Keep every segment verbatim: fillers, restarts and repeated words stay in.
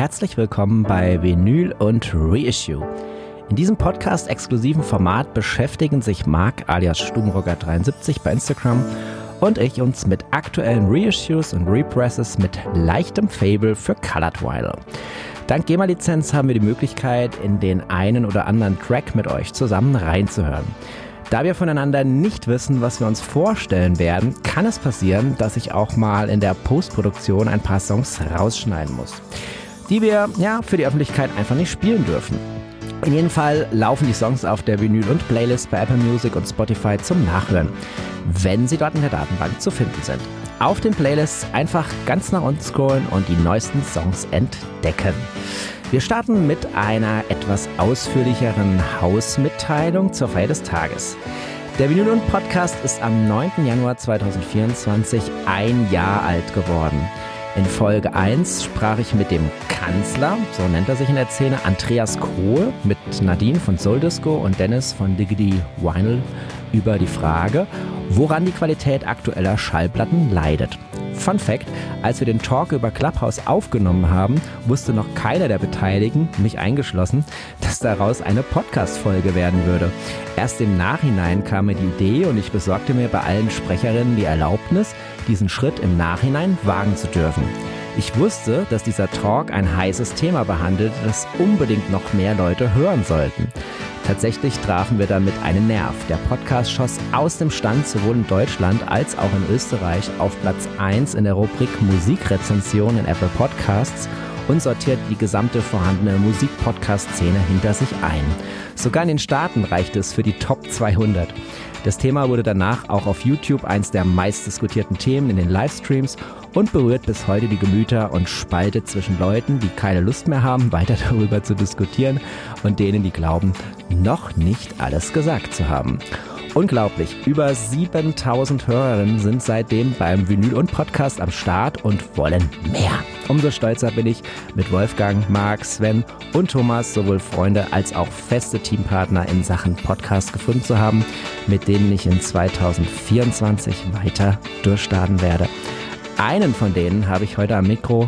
herzlich willkommen bei Vinyl und Reissue. In diesem Podcast-exklusiven Format beschäftigen sich Marc alias Stubenrocker dreiundsiebzig bei Instagram und ich uns mit aktuellen Reissues und Represses mit leichtem Faible für Colored Vinyl. Dank GEMA-Lizenz haben wir die Möglichkeit, in den einen oder anderen Track mit euch zusammen reinzuhören. Da wir voneinander nicht wissen, was wir uns vorstellen werden, kann es passieren, dass ich auch mal in der Postproduktion ein paar Songs rausschneiden muss, die wir ja für die Öffentlichkeit einfach nicht spielen dürfen. In jedem Fall laufen die Songs auf der Vinyl- und Playlist bei Apple Music und Spotify zum Nachhören, wenn sie dort in der Datenbank zu finden sind. Auf den Playlists einfach ganz nach unten scrollen und die neuesten Songs entdecken. Wir starten mit einer etwas ausführlicheren Hausmitteilung zur Feier des Tages. Der Vinyl und Podcast ist am neunten Januar zweitausendvierundzwanzig ein Jahr alt geworden. In Folge eins sprach ich mit dem Kanzler, so nennt er sich in der Szene, Andreas Kohl, mit Nadine von Soul Disco und Dennis von Diggity Vinyl über die Frage, woran die Qualität aktueller Schallplatten leidet. Fun Fact, als wir den Talk über Clubhouse aufgenommen haben, wusste noch keiner der Beteiligten, mich eingeschlossen, dass daraus eine Podcast-Folge werden würde. Erst im Nachhinein kam mir die Idee und ich besorgte mir bei allen Sprecherinnen die Erlaubnis, diesen Schritt im Nachhinein wagen zu dürfen. Ich wusste, dass dieser Talk ein heißes Thema behandelt, das unbedingt noch mehr Leute hören sollten. Tatsächlich trafen wir damit einen Nerv. Der Podcast schoss aus dem Stand sowohl in Deutschland als auch in Österreich auf Platz eins in der Rubrik Musikrezension in Apple Podcasts und sortiert die gesamte vorhandene Musik-Podcast-Szene hinter sich ein. Sogar in den Staaten reichte es für die Top zweihundert. Das Thema wurde danach auch auf YouTube eins der meistdiskutierten Themen in den Livestreams und berührt bis heute die Gemüter und spaltet zwischen Leuten, die keine Lust mehr haben, weiter darüber zu diskutieren und denen, die glauben, noch nicht alles gesagt zu haben. Unglaublich, über siebentausend Hörerinnen sind seitdem beim Vinyl und Podcast am Start und wollen mehr. Umso stolzer bin ich, mit Wolfgang, Marc, Sven und Thomas sowohl Freunde als auch feste Teampartner in Sachen Podcast gefunden zu haben, mit denen ich in zweitausendvierundzwanzig weiter durchstarten werde. Einen von denen habe ich heute am Mikro.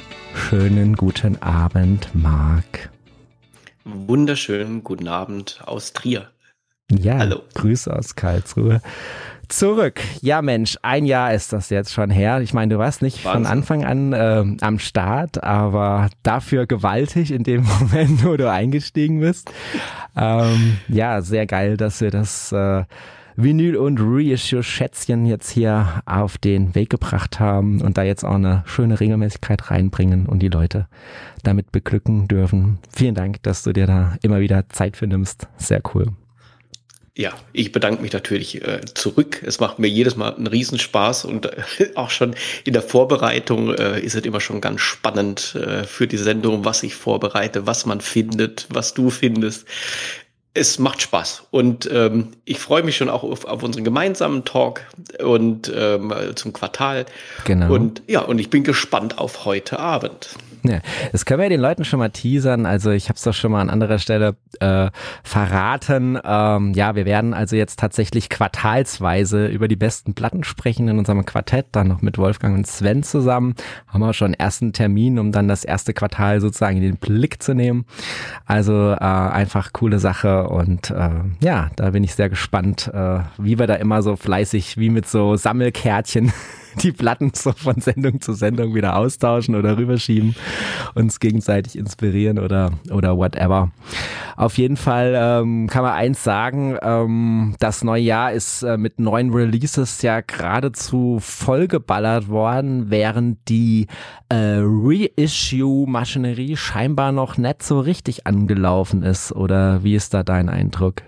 Schönen guten Abend, Marc. Wunderschönen guten Abend aus Trier. Ja, hallo. Grüße aus Karlsruhe. Zurück. Ja Mensch, ein Jahr ist das jetzt schon her. Ich meine, du warst nicht Wahnsinn. Von Anfang an äh, am Start, aber dafür gewaltig in dem Moment, wo du eingestiegen bist. Ähm, ja, sehr geil, dass wir das äh, Vinyl- und Reissue-Schätzchen jetzt hier auf den Weg gebracht haben und da jetzt auch eine schöne Regelmäßigkeit reinbringen und die Leute damit beglücken dürfen. Vielen Dank, dass du dir da immer wieder Zeit für nimmst. Sehr cool. Ja, ich bedanke mich natürlich äh, zurück. Es macht mir jedes Mal einen Riesenspaß und äh, auch schon in der Vorbereitung äh, ist es immer schon ganz spannend äh, für die Sendung, was ich vorbereite, was man findet, was du findest. Es macht Spaß und ähm, ich freue mich schon auch auf, auf unseren gemeinsamen Talk und ähm, zum Quartal. Genau. Und ja, und ich bin gespannt auf heute Abend. Ja, das können wir den Leuten schon mal teasern. Also ich habe es doch schon mal an anderer Stelle äh, verraten. Ähm, ja, wir werden also jetzt tatsächlich quartalsweise über die besten Platten sprechen in unserem Quartett, dann noch mit Wolfgang und Sven zusammen. Haben wir schon einen ersten Termin, um dann das erste Quartal sozusagen in den Blick zu nehmen. Also äh, einfach coole Sache und äh, ja, da bin ich sehr gespannt, äh, wie wir da immer so fleißig wie mit so Sammelkärtchen die Platten so von Sendung zu Sendung wieder austauschen oder rüberschieben, uns gegenseitig inspirieren oder oder whatever. Auf jeden Fall ähm, kann man eins sagen, ähm, das neue Jahr ist äh, mit neuen Releases ja geradezu vollgeballert worden, während die äh, Reissue-Maschinerie scheinbar noch nicht so richtig angelaufen ist. Oder wie ist da dein Eindruck?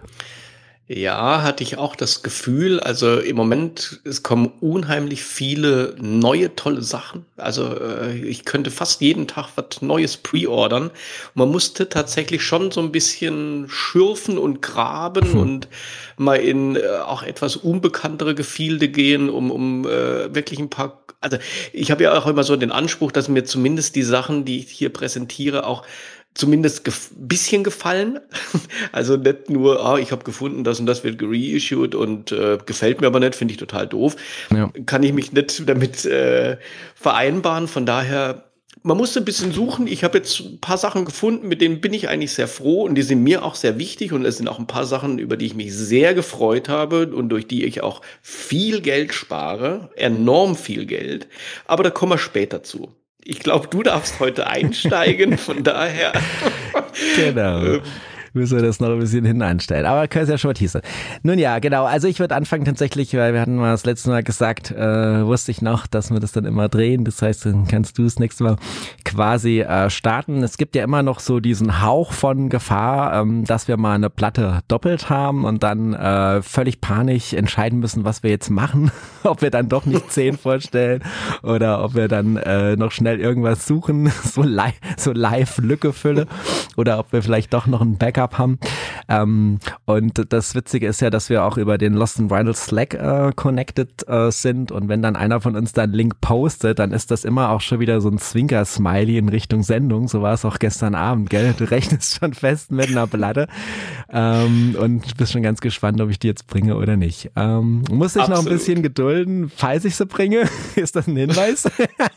Ja, hatte ich auch das Gefühl, also im Moment, es kommen unheimlich viele neue, tolle Sachen. Also äh, ich könnte fast jeden Tag was Neues pre-ordern. Und man musste tatsächlich schon so ein bisschen schürfen und graben hm. und mal in äh, auch etwas unbekanntere Gefilde gehen, um, um äh, wirklich ein paar, also ich habe ja auch immer so den Anspruch, dass mir zumindest die Sachen, die ich hier präsentiere, auch zumindest ein gef- bisschen gefallen. Also nicht nur, ah, ich habe gefunden, das und das wird gereissued und äh, gefällt mir aber nicht, finde ich total doof. Ja. Kann ich mich nicht damit äh, vereinbaren. Von daher Man musste ein bisschen suchen. Ich habe jetzt ein paar Sachen gefunden, mit denen bin ich eigentlich sehr froh und die sind mir auch sehr wichtig und es sind auch ein paar Sachen, über die ich mich sehr gefreut habe und durch die ich auch viel Geld spare, enorm viel Geld. Aber da kommen wir später zu. Ich glaube, du darfst heute einsteigen, von daher. Genau. ähm. Müssen wir das noch ein bisschen hineinstellen. Aber können es ja schon mal teasern. Nun ja, genau. Also ich würde anfangen tatsächlich, weil wir hatten mal das letzte Mal gesagt, äh, wusste ich noch, dass wir das dann immer drehen. Das heißt, dann kannst du das nächste Mal quasi äh, starten. Es gibt ja immer noch so diesen Hauch von Gefahr, ähm, dass wir mal eine Platte doppelt haben und dann äh, völlig panisch entscheiden müssen, was wir jetzt machen. Ob wir dann doch nicht zehn vorstellen oder ob wir dann äh, noch schnell irgendwas suchen, so, li- so live Lückefülle oder ob wir vielleicht doch noch ein Backup haben. Ähm, und das Witzige ist ja, dass wir auch über den Lost in Vinyl Slack äh, connected äh, sind und wenn dann einer von uns da einen Link postet, dann ist das immer auch schon wieder so ein Zwinker-Smiley in Richtung Sendung. So war es auch gestern Abend, gell? Du rechnest schon fest mit einer Platte ähm, und bist schon ganz gespannt, ob ich die jetzt bringe oder nicht. Ähm, muss ich noch ein bisschen gedulden, falls ich sie bringe? Ist das ein Hinweis?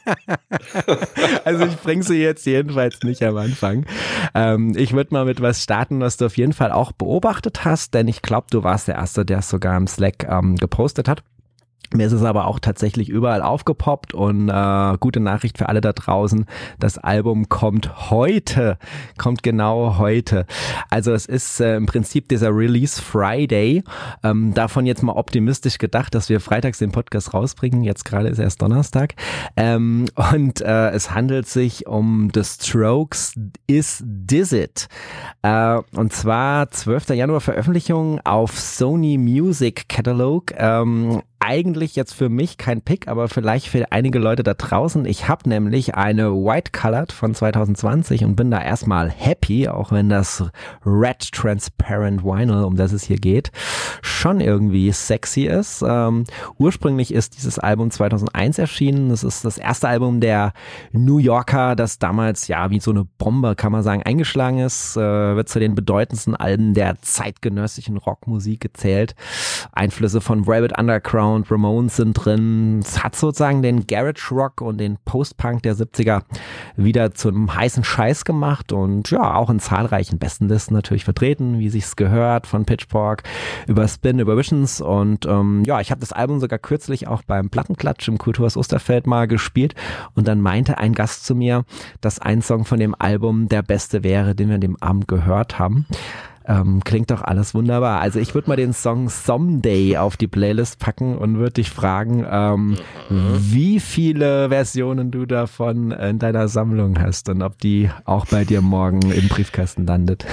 Also ich bringe sie jetzt jedenfalls nicht am Anfang. Ähm, ich würde mal mit was starten, was du auf jeden Fall auch beobachtet hast, denn ich glaube, du warst der Erste, der es sogar im Slack ähm, gepostet hat. Mir ist es aber auch tatsächlich überall aufgepoppt und äh, gute Nachricht für alle da draußen, das Album kommt heute, kommt genau heute. Also es ist äh, im Prinzip dieser Release Friday, ähm, davon jetzt mal optimistisch gedacht, dass wir freitags den Podcast rausbringen, jetzt gerade ist erst Donnerstag ähm, und äh, es handelt sich um The Strokes Is This It äh, und zwar zwölfter Januar Veröffentlichung auf Sony Music Catalog, ähm, eigentlich jetzt für mich kein Pick, aber vielleicht für einige Leute da draußen. Ich habe nämlich eine White Colored von zwanzig zwanzig und bin da erstmal happy, auch wenn das Red Transparent Vinyl, um das es hier geht, schon irgendwie sexy ist. Ähm, ursprünglich ist dieses Album zweitausendeins erschienen. Das ist das erste Album der New Yorker, das damals ja wie so eine Bombe, kann man sagen, eingeschlagen ist. Äh, wird zu den bedeutendsten Alben der zeitgenössischen Rockmusik gezählt. Einflüsse von Velvet Underground, Ramones sind drin. Es hat sozusagen den Garage Rock und den Post-Punk der siebziger wieder zu einem heißen Scheiß gemacht und ja, auch in zahlreichen Bestenlisten natürlich vertreten, wie sich's gehört, von Pitchfork über Spin, über Visions und ähm, ja, ich habe das Album sogar kürzlich auch beim Plattenklatsch im Kulturhaus Osterfeld mal gespielt und dann meinte ein Gast zu mir, dass ein Song von dem Album der beste wäre, den wir an dem Abend gehört haben. Ähm, klingt doch alles wunderbar. Also ich würde mal den Song Someday auf die Playlist packen und würde dich fragen, ähm, mhm. wie viele Versionen du davon in deiner Sammlung hast und ob die auch bei dir morgen im Briefkasten landet.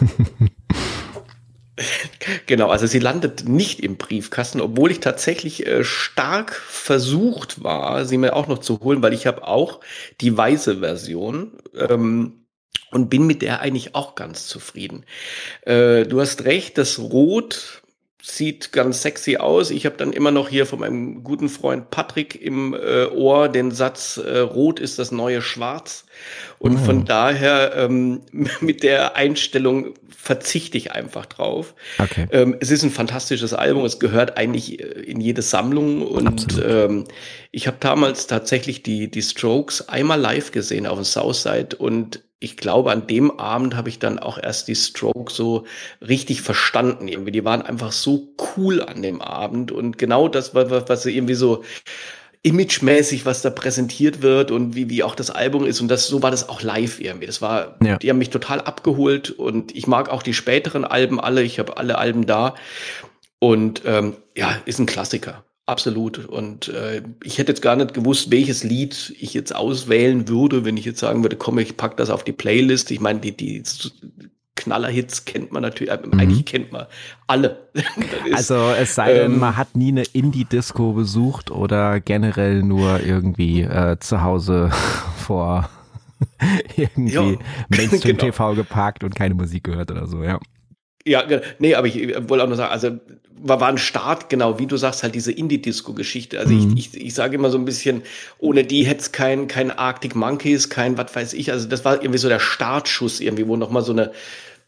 Genau, also sie landet nicht im Briefkasten, obwohl ich tatsächlich äh, stark versucht war, sie mir auch noch zu holen, weil ich habe auch die weiße Version ähm, und bin mit der eigentlich auch ganz zufrieden. Äh, du hast recht, das Rot sieht ganz sexy aus. Ich habe dann immer noch hier von meinem guten Freund Patrick im äh, Ohr den Satz, äh, Rot ist das neue Schwarz. Und mhm. von daher ähm, mit der Einstellung verzichte ich einfach drauf. Okay. Ähm, es ist ein fantastisches Album, es gehört eigentlich in jede Sammlung und ähm, ich habe damals tatsächlich die, die Strokes einmal live gesehen auf dem Southside und ich glaube, an dem Abend habe ich dann auch erst die Strokes so richtig verstanden. Irgendwie. Die waren einfach so cool an dem Abend und genau das, was, was irgendwie so imagemäßig, was da präsentiert wird und wie, wie auch das Album ist und das, so war das auch live irgendwie. Das war, ja. Die haben mich total abgeholt und ich mag auch die späteren Alben alle. Ich habe alle Alben da und ähm, ja, ist ein Klassiker. Absolut. Und äh, ich hätte jetzt gar nicht gewusst, welches Lied ich jetzt auswählen würde, wenn ich jetzt sagen würde, komm, ich pack das auf die Playlist. Ich meine, die, die Knallerhits kennt man natürlich, äh, mhm. eigentlich kennt man alle. ist, also es sei denn, ähm, man hat nie eine Indie-Disco besucht oder generell nur irgendwie äh, zu Hause vor irgendwie ja, Mainstream-T V genau. geparkt und keine Musik gehört oder so, ja. Ja, nee, aber ich wollte auch nur sagen, also war, war ein Start, genau, wie du sagst, halt diese Indie-Disco-Geschichte. Also mhm. ich, ich, ich sage immer so ein bisschen, ohne die hätte es kein, kein Arctic Monkeys, kein was weiß ich. Also das war irgendwie so der Startschuss irgendwie, wo nochmal so eine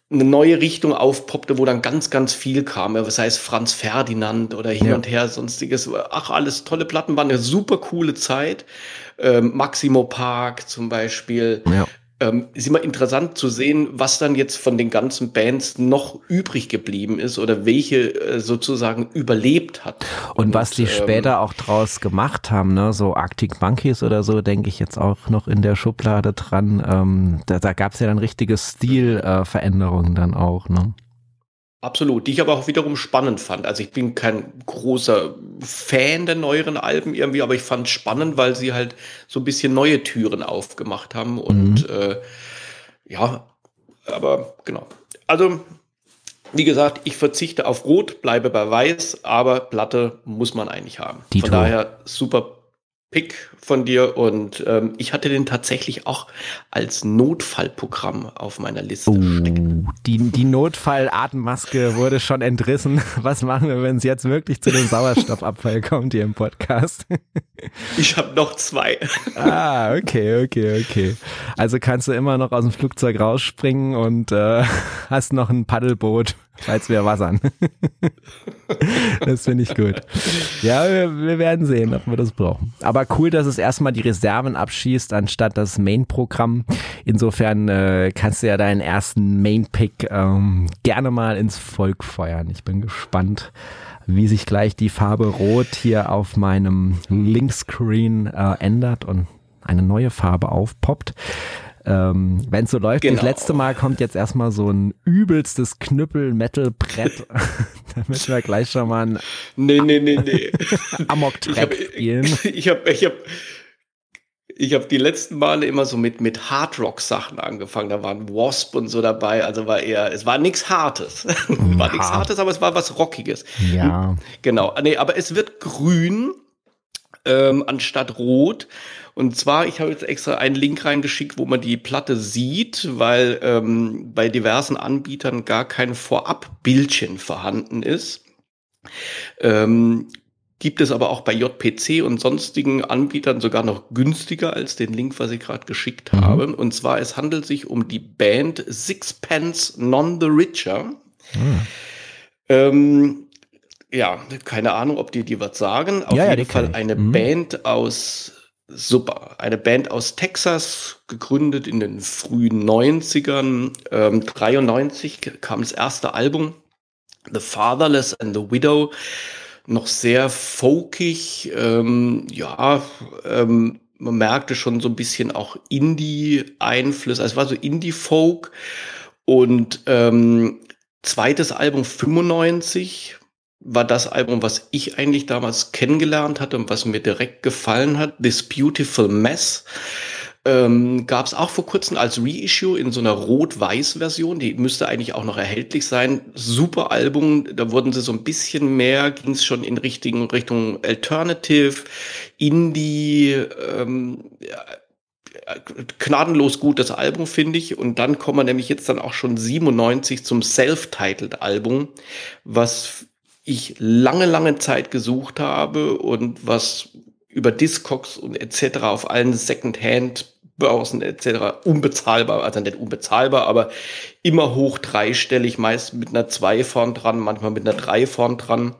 eine neue Richtung aufpoppte, wo dann ganz, ganz viel kam. Ja, was heißt Franz Ferdinand oder hin Ja. und her, sonstiges. Ach, alles tolle Platten, war eine super coole Zeit. Ähm, Maximo Park zum Beispiel. Ja. Ähm, ist immer interessant zu sehen, was dann jetzt von den ganzen Bands noch übrig geblieben ist oder welche äh, sozusagen überlebt hat. Und, und was die ähm, später auch draus gemacht haben, ne, so Arctic Monkeys oder so, denke ich jetzt auch noch in der Schublade dran. Ähm, da da gab es ja dann richtige Stilveränderungen äh, dann auch, ne? Absolut, die ich aber auch wiederum spannend fand. Also ich bin kein großer Fan der neueren Alben irgendwie, aber ich fand es spannend, weil sie halt so ein bisschen neue Türen aufgemacht haben. Und mhm. äh, ja, aber genau. Also, wie gesagt, ich verzichte auf Rot, bleibe bei Weiß, aber Platte muss man eigentlich haben. Die Von daher super Pick von dir und ähm, ich hatte den tatsächlich auch als Notfallprogramm auf meiner Liste uh, stecken. Die, die Notfall-Atemmaske wurde schon entrissen. Was machen wir, wenn es jetzt wirklich zu dem Sauerstoffabfall kommt hier im Podcast? Ich habe noch zwei. Ah, okay, okay, okay. Also kannst du immer noch aus dem Flugzeug rausspringen und äh, hast noch ein Paddelboot, falls wir wassern. Das finde ich gut. Ja, wir, wir werden sehen, ob wir das brauchen. Aber cool, dass es erstmal die Reserven abschießt, anstatt das Main-Programm. Insofern äh, kannst du ja deinen ersten Main-Pick ähm, gerne mal ins Volk feuern. Ich bin gespannt, wie sich gleich die Farbe Rot hier auf meinem Linkscreen äh, ändert und eine neue Farbe aufpoppt. Ähm, wenn es so läuft, genau. Wie das letzte Mal kommt jetzt erstmal so ein übelstes Knüppel-Metal-Brett, damit wir gleich schon mal ein nee, nee, nee, nee. Amok-Track spielen. Ich habe ich hab, ich hab die letzten Male immer so mit, mit Hard-Rock-Sachen angefangen. Da waren Wasp und so dabei. Also war eher, es war nichts Hartes. Ja. War nichts Hartes, aber es war was Rockiges. Ja. Genau. Nee, aber es wird grün ähm, anstatt rot. Und zwar, ich habe jetzt extra einen Link reingeschickt, wo man die Platte sieht, weil ähm, bei diversen Anbietern gar kein Vorabbildchen vorhanden ist. Ähm, gibt es aber auch bei J P C und sonstigen Anbietern sogar noch günstiger als den Link, was ich gerade geschickt mhm. habe. Und zwar, es handelt sich um die Band Sixpence None the Richer. Mhm. Ähm, ja, keine Ahnung, ob die die was sagen. Auf ja, jeden ja, Fall eine mhm. Band aus... Super. Eine Band aus Texas, gegründet in den frühen neunzigern. Ähm, dreiundneunzig kam das erste Album, The Fatherless and the Widow. Noch sehr folkig. Ähm, ja, ähm, man merkte schon so ein bisschen auch Indie-Einfluss. Also es war so Indie-Folk. Und ähm, zweites Album fünfundneunzig war das Album, was ich eigentlich damals kennengelernt hatte und was mir direkt gefallen hat. This Beautiful Mess ähm, gab es auch vor kurzem als Reissue in so einer Rot-Weiß-Version. Die müsste eigentlich auch noch erhältlich sein. Super Album, da wurden sie so ein bisschen mehr, ging es schon in Richtung, Richtung Alternative, Indie, ähm, ja, gnadenlos gutes Album, finde ich. Und dann kommen wir nämlich jetzt dann auch schon siebenundneunzig zum Self-Titled-Album, was ich lange, lange Zeit gesucht habe und was über Discogs und et cetera auf allen Secondhand-Börsen et cetera unbezahlbar, also nicht unbezahlbar, aber immer hoch dreistellig, meist mit einer zwei vorn dran, manchmal mit einer drei vorn dran.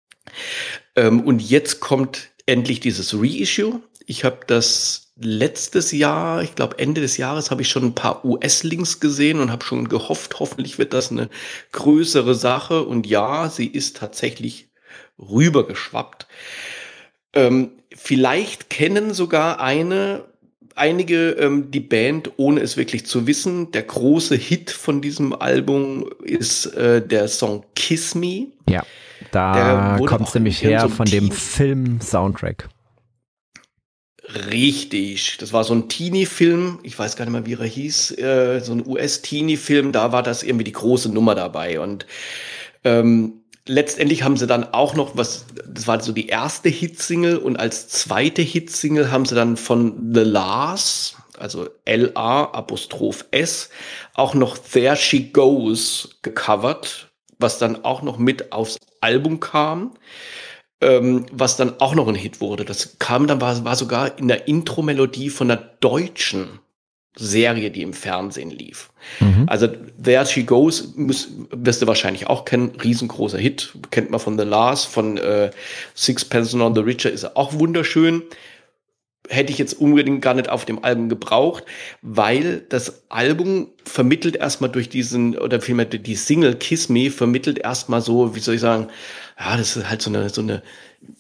Ähm, und jetzt kommt endlich dieses Reissue. Ich habe das letztes Jahr, ich glaube Ende des Jahres, habe ich schon ein paar U S-Links gesehen und habe schon gehofft, hoffentlich wird das eine größere Sache. Und ja, sie ist tatsächlich rübergeschwappt. Ähm, vielleicht kennen sogar eine, einige ähm, die Band, ohne es wirklich zu wissen. Der große Hit von diesem Album ist äh, der Song Kiss Me. Ja, da kommt es nämlich her so von dem Film-Soundtrack. Richtig, das war so ein Teenie-Film, ich weiß gar nicht mehr, wie er hieß, äh, so ein U S-Teenie-Film, da war das irgendwie die große Nummer dabei und ähm, letztendlich haben sie dann auch noch was, das war so die erste Hitsingle und als zweite Hitsingle haben sie dann von The Lars, also L A Apostroph S, auch noch There She Goes gecovert, was dann auch noch mit aufs Album kam. Ähm, was dann auch noch ein Hit wurde. Das kam dann, war, war sogar in der Intro-Melodie von der deutschen Serie, die im Fernsehen lief. Mhm. Also There She Goes muss, wirst du wahrscheinlich auch kennen, riesengroßer Hit, kennt man von The Last, von äh, Sixpence None the Richer, ist auch wunderschön. Hätte ich jetzt unbedingt gar nicht auf dem Album gebraucht, weil das Album vermittelt erstmal durch diesen, oder vielmehr die Single Kiss Me vermittelt erstmal so, wie soll ich sagen, ja, das ist halt so eine, so eine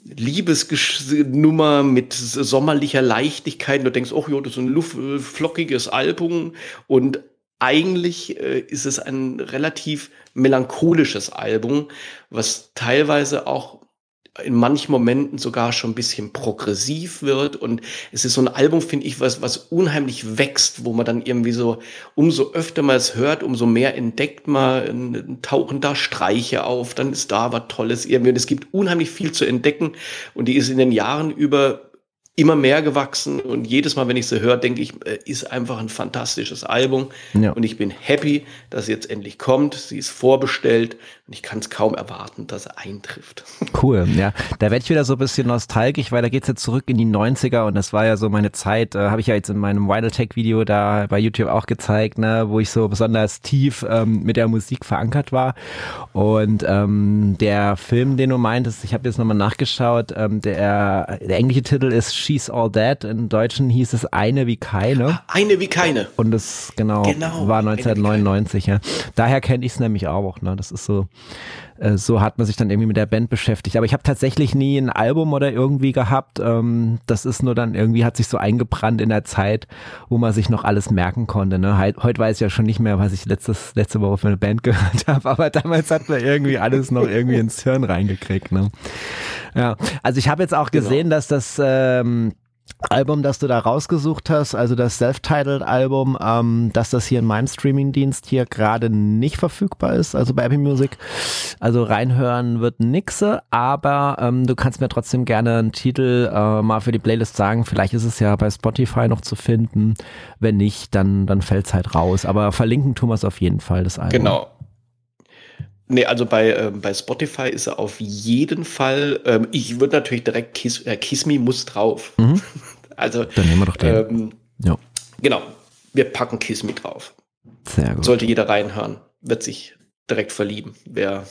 Liebesnummer mit sommerlicher Leichtigkeit. Und du denkst, oh ja, das ist ein luft, flockiges Album. Und eigentlich äh, ist es ein relativ melancholisches Album, was teilweise auch in manchen Momenten sogar schon ein bisschen progressiv wird. Und es ist so ein Album, finde ich, was, was unheimlich wächst, wo man dann irgendwie so, umso öfter man es hört, umso mehr entdeckt man, tauchen da Streiche auf, dann ist da was Tolles irgendwie. Und es gibt unheimlich viel zu entdecken. Und die ist in den Jahren über immer mehr gewachsen. Und jedes Mal, wenn ich sie höre, denke ich, ist einfach ein fantastisches Album. Ja. Und ich bin happy, dass sie jetzt endlich kommt. Sie ist vorbestellt und ich kann es kaum erwarten, dass sie eintrifft. Cool, ja. Da werde ich wieder so ein bisschen nostalgisch, weil da geht's jetzt zurück in die neunziger und das war ja so meine Zeit, äh, habe ich ja jetzt in meinem Vinyl Tech Video da bei YouTube auch gezeigt, ne, wo ich so besonders tief ähm, mit der Musik verankert war. Und ähm, der Film, den du meintest, ich habe jetzt nochmal nachgeschaut, ähm, der, der englische Titel ist She's All Dead, im Deutschen hieß es Eine wie keine. Eine wie keine. Und das genau, genau war neunzehnhundertneunundneunzig, ja. Daher kenne ich es nämlich auch, ne, das ist so, äh, so hat man sich dann irgendwie mit der Band beschäftigt. Aber ich habe tatsächlich nie ein Album oder irgendwie gehabt, ähm, das ist nur dann irgendwie, hat sich so eingebrannt in der Zeit, wo man sich noch alles merken konnte, ne. Heute weiß ich ja schon nicht mehr, was ich letztes, letzte Woche für eine Band gehört habe, aber damals hat man irgendwie alles noch irgendwie ins Hirn reingekriegt, ne. Ja, also ich habe jetzt auch gesehen, genau, dass das ähm, Album, das du da rausgesucht hast, also das Self-Titled-Album, ähm, dass das hier in meinem Streaming-Dienst hier gerade nicht verfügbar ist, also bei Apple Music. Also reinhören wird nixe, aber ähm, du kannst mir trotzdem gerne einen Titel äh, mal für die Playlist sagen. Vielleicht ist es ja bei Spotify noch zu finden. Wenn nicht, dann, dann fällt es halt raus. Aber verlinken tun wir es auf jeden Fall, das Album. Genau. Nee, also bei, äh, bei Spotify ist er auf jeden Fall, ähm, ich würde natürlich direkt Kiss, äh, Kiss Me muss drauf. Mhm. Also, dann nehmen wir doch den. Ähm, ja. Genau, wir packen Kiss Me drauf. Sehr gut. Sollte jeder reinhören, wird sich direkt verlieben. Wer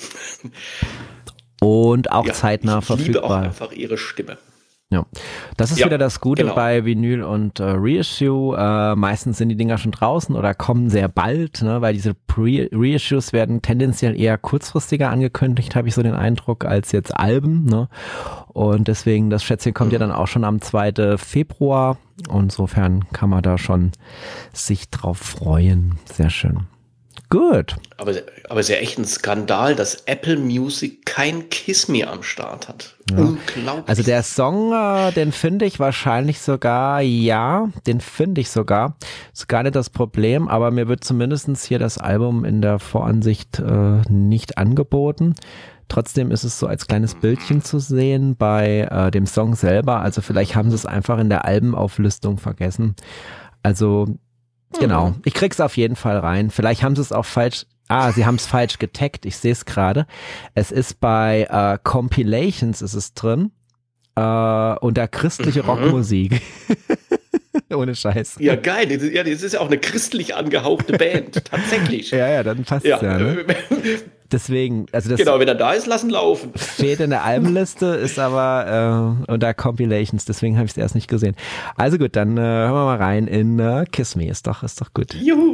Und auch ja, zeitnah ich verfügbar. Ich liebe auch einfach ihre Stimme. Ja, das ist ja, wieder das Gute genau. bei Vinyl und äh, Reissue. Äh, meistens sind die Dinger schon draußen oder kommen sehr bald, ne, weil diese Pre- Reissues werden tendenziell eher kurzfristiger angekündigt, habe ich so den Eindruck, als jetzt Alben. Ne? Und deswegen, das Schätzchen kommt mhm. ja dann auch schon am zweiten Februar. Und insofern kann man da schon sich drauf freuen. Sehr schön. Gut. Aber, aber ist ja echt ein Skandal, dass Apple Music kein Kiss Me am Start hat. Ja. Unglaublich. Also der Song, äh, den finde ich wahrscheinlich sogar, ja, den finde ich sogar. Ist gar nicht das Problem, aber mir wird zumindest hier das Album in der Voransicht äh, nicht angeboten. Trotzdem ist es so als kleines Bildchen zu sehen bei äh, dem Song selber. Also vielleicht haben sie es einfach in der Albenauflistung vergessen. Also genau, ich krieg's auf jeden Fall rein. Vielleicht haben sie es auch falsch, ah, sie haben es falsch getaggt, ich sehe es gerade. Es ist bei äh, Compilations ist es drin, äh, unter christliche mhm. Rockmusik. Ohne Scheiß. Ja, geil, ja, das ist ja auch eine christlich angehauchte Band, tatsächlich. Ja, ja, dann passt es ja. ja ne? Deswegen, also das genau, wenn er da ist, lassen laufen. Fehlt in der Albenliste, ist aber äh, unter Compilations, deswegen habe ich es erst nicht gesehen. Also gut, dann äh, hören wir mal rein in äh, Kiss Me, ist doch, ist doch gut. Juhu.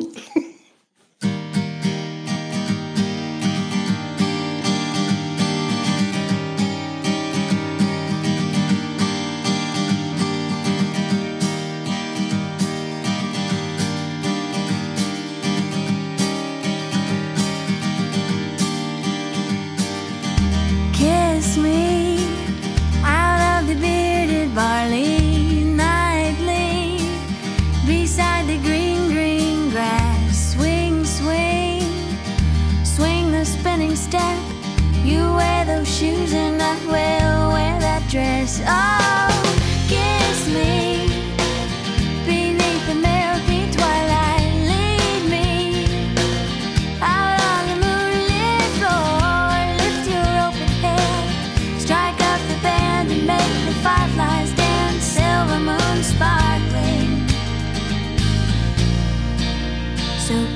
Barley nightly beside the green, green grass.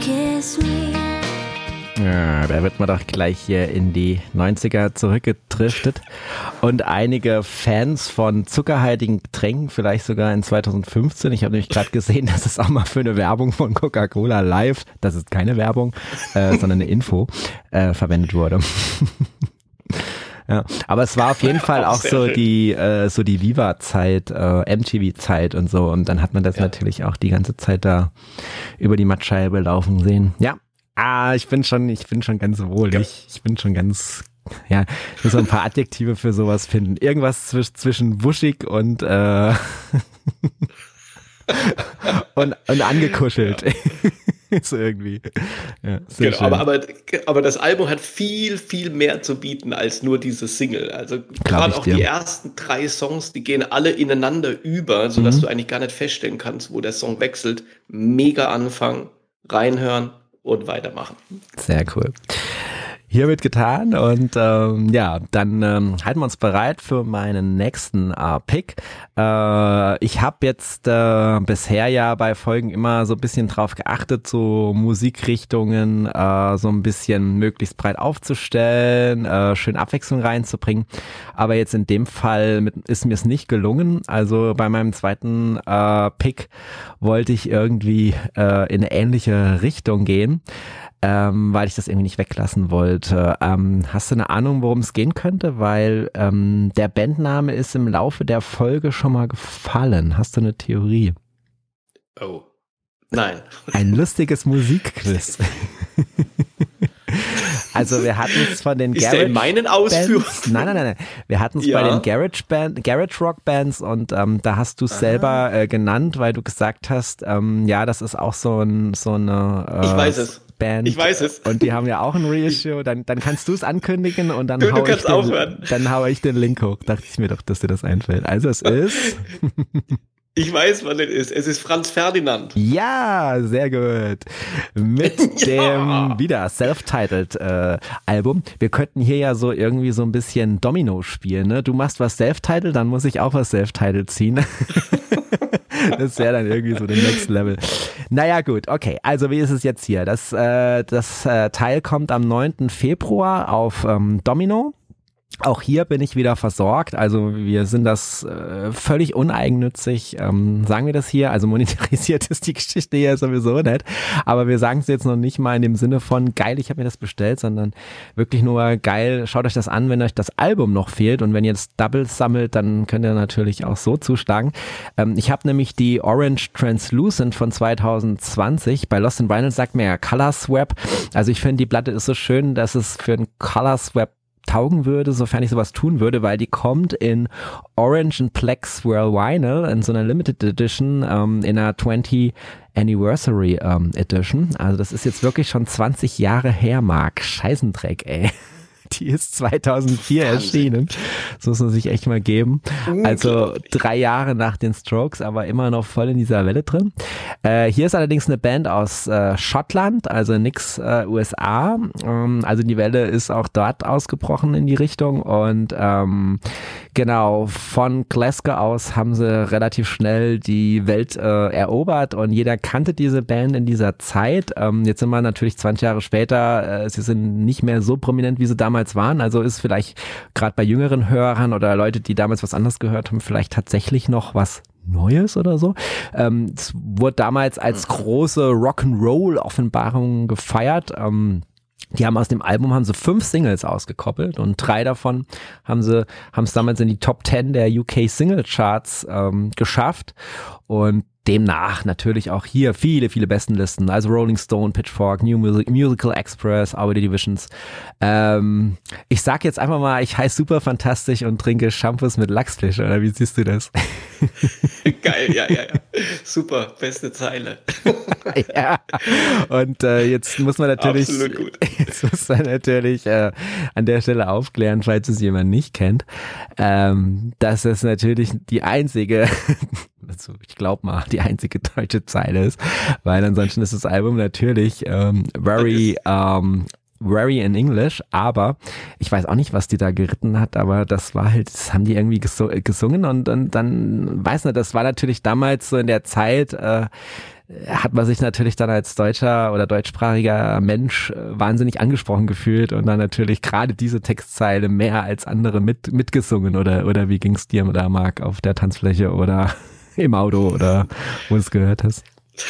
kiss me. Ja, da wird man doch gleich hier in die neunziger zurückgedriftet und einige Fans von zuckerhaltigen Getränken, vielleicht sogar in zweitausendfünfzehn, ich habe nämlich gerade gesehen, dass es auch mal für eine Werbung von Coca-Cola Live, das ist keine Werbung, äh, sondern eine Info, äh, verwendet wurde. Ja, aber es war auf jeden Fall auch so die äh, so die Viva-Zeit, äh, M T V-Zeit und so, und dann hat man das ja natürlich auch die ganze Zeit da über die Mattscheibe laufen sehen. Ja. Ah, ich bin schon, ich bin schon ganz wohlig. Ich bin schon ganz, ja, ich muss so ein paar Adjektive für sowas finden. Irgendwas zwisch, zwischen wuschig und, äh, und, und angekuschelt. Ja. So irgendwie. Ja, sehr genau, schön. aber, aber, aber das Album hat viel, viel mehr zu bieten als nur diese Single. Also gerade auch dir. Die ersten drei Songs, die gehen alle ineinander über, sodass mhm. du eigentlich gar nicht feststellen kannst, wo der Song wechselt. Mega Anfang, reinhören und weitermachen. Sehr cool. Hier wird getan und ähm, ja, dann ähm, halten wir uns bereit für meinen nächsten äh, Pick. Äh, ich habe jetzt äh, bisher ja bei Folgen immer so ein bisschen drauf geachtet, so Musikrichtungen äh, so ein bisschen möglichst breit aufzustellen, äh, schön Abwechslung reinzubringen. Aber jetzt in dem Fall mit, ist mir es nicht gelungen. Also bei meinem zweiten äh, Pick wollte ich irgendwie äh, in eine ähnliche Richtung gehen. Ähm, weil ich das irgendwie nicht weglassen wollte. Ähm, hast du eine Ahnung, worum es gehen könnte? Weil ähm, der Bandname ist im Laufe der Folge schon mal gefallen. Hast du eine Theorie? Oh, nein. Ein lustiges Musikquiz. Also wir hatten es von den Ist Garage der in meinen Ausführungen? Nein, nein, nein, nein. Wir hatten es ja. bei den Garage Band, Garage Rock Bands und ähm, da hast du es selber äh, genannt, weil du gesagt hast, ähm, ja, das ist auch so ein so eine äh, ich weiß es. Band. Ich weiß es. Und die haben ja auch ein Reissue. Dann, dann kannst du es ankündigen und dann du, hau du ich den, aufhören. Dann hau ich den Link hoch. Dachte ich mir doch, dass dir das einfällt. Also es ist... Ich weiß, was es ist. Es ist Franz Ferdinand. Ja, sehr gut. Mit ja. dem wieder self-titled äh, Album. Wir könnten hier ja so irgendwie so ein bisschen Domino spielen. Ne? Du machst was self-titled, dann muss ich auch was self-titled ziehen. Das wäre dann irgendwie so der Next Level. Naja gut, okay. Also wie ist es jetzt hier? Das, äh, das äh, Teil kommt am neunten Februar auf ähm, Domino. Auch hier bin ich wieder versorgt, also wir sind das äh, völlig uneigennützig, ähm, sagen wir das hier, also monetarisiert ist die Geschichte ja sowieso nicht, aber wir sagen es jetzt noch nicht mal in dem Sinne von geil, ich habe mir das bestellt, sondern wirklich nur geil, schaut euch das an, wenn euch das Album noch fehlt und wenn ihr jetzt Doubles sammelt, dann könnt ihr natürlich auch so zuschlagen. Ähm, ich habe nämlich die Orange Translucent von zwanzig zwanzig, bei Lost in Vinyl sagt man ja Color Swap, also ich finde die Platte ist so schön, dass es für einen Color Swap taugen würde, sofern ich sowas tun würde, weil die kommt in Orange and Black Swirl Vinyl in so einer Limited Edition, ähm, in einer twentieth Anniversary ähm, Edition. Also das ist jetzt wirklich schon zwanzig Jahre her, Marc. Scheißendreck, ey. Die ist zweitausendvier Wahnsinn. Erschienen. Das muss man sich echt mal geben. Also drei Jahre nach den Strokes, aber immer noch voll in dieser Welle drin. Äh, hier ist allerdings eine Band aus äh, Schottland, also nix äh, U S A. Ähm, also die Welle ist auch dort ausgebrochen in die Richtung und ähm, genau, von Glasgow aus haben sie relativ schnell die Welt äh, erobert und jeder kannte diese Band in dieser Zeit. Ähm, jetzt sind wir natürlich zwanzig Jahre später, äh, sie sind nicht mehr so prominent, wie sie damals waren, also ist vielleicht gerade bei jüngeren Hörern oder Leute, die damals was anderes gehört haben, vielleicht tatsächlich noch was Neues oder so. Ähm, es wurde damals als große Rock'n'Roll-Offenbarung gefeiert. Ähm, die haben aus dem Album haben sie fünf Singles ausgekoppelt und drei davon haben sie haben es damals in die Top Ten der U K Single Charts ähm, geschafft und demnach natürlich auch hier viele, viele Bestenlisten, also Rolling Stone, Pitchfork, New Music, Musical Express, Audio Divisions. Ähm, ich sag jetzt einfach mal, ich heiße super fantastisch und trinke Shampoos mit Lachsfisch, oder wie siehst du das? Geil, ja, ja, ja. Super, beste Zeile. Ja, und äh, jetzt muss man natürlich, absolut gut. Jetzt muss man natürlich äh, an der Stelle aufklären, falls es jemand nicht kennt, ähm, dass es natürlich die einzige also ich glaube mal, die einzige deutsche Zeile ist, weil ansonsten ist das Album natürlich ähm, very, ähm, very in English, aber ich weiß auch nicht, was die da geritten hat, aber das war halt, das haben die irgendwie gesu- gesungen und, und dann, weiß nicht, das war natürlich damals so in der Zeit, äh, hat man sich natürlich dann als deutscher oder deutschsprachiger Mensch wahnsinnig angesprochen gefühlt und dann natürlich gerade diese Textzeile mehr als andere mit, mitgesungen oder, oder wie ging's dir da, Marc, auf der Tanzfläche oder im Auto oder wo du es gehört hast?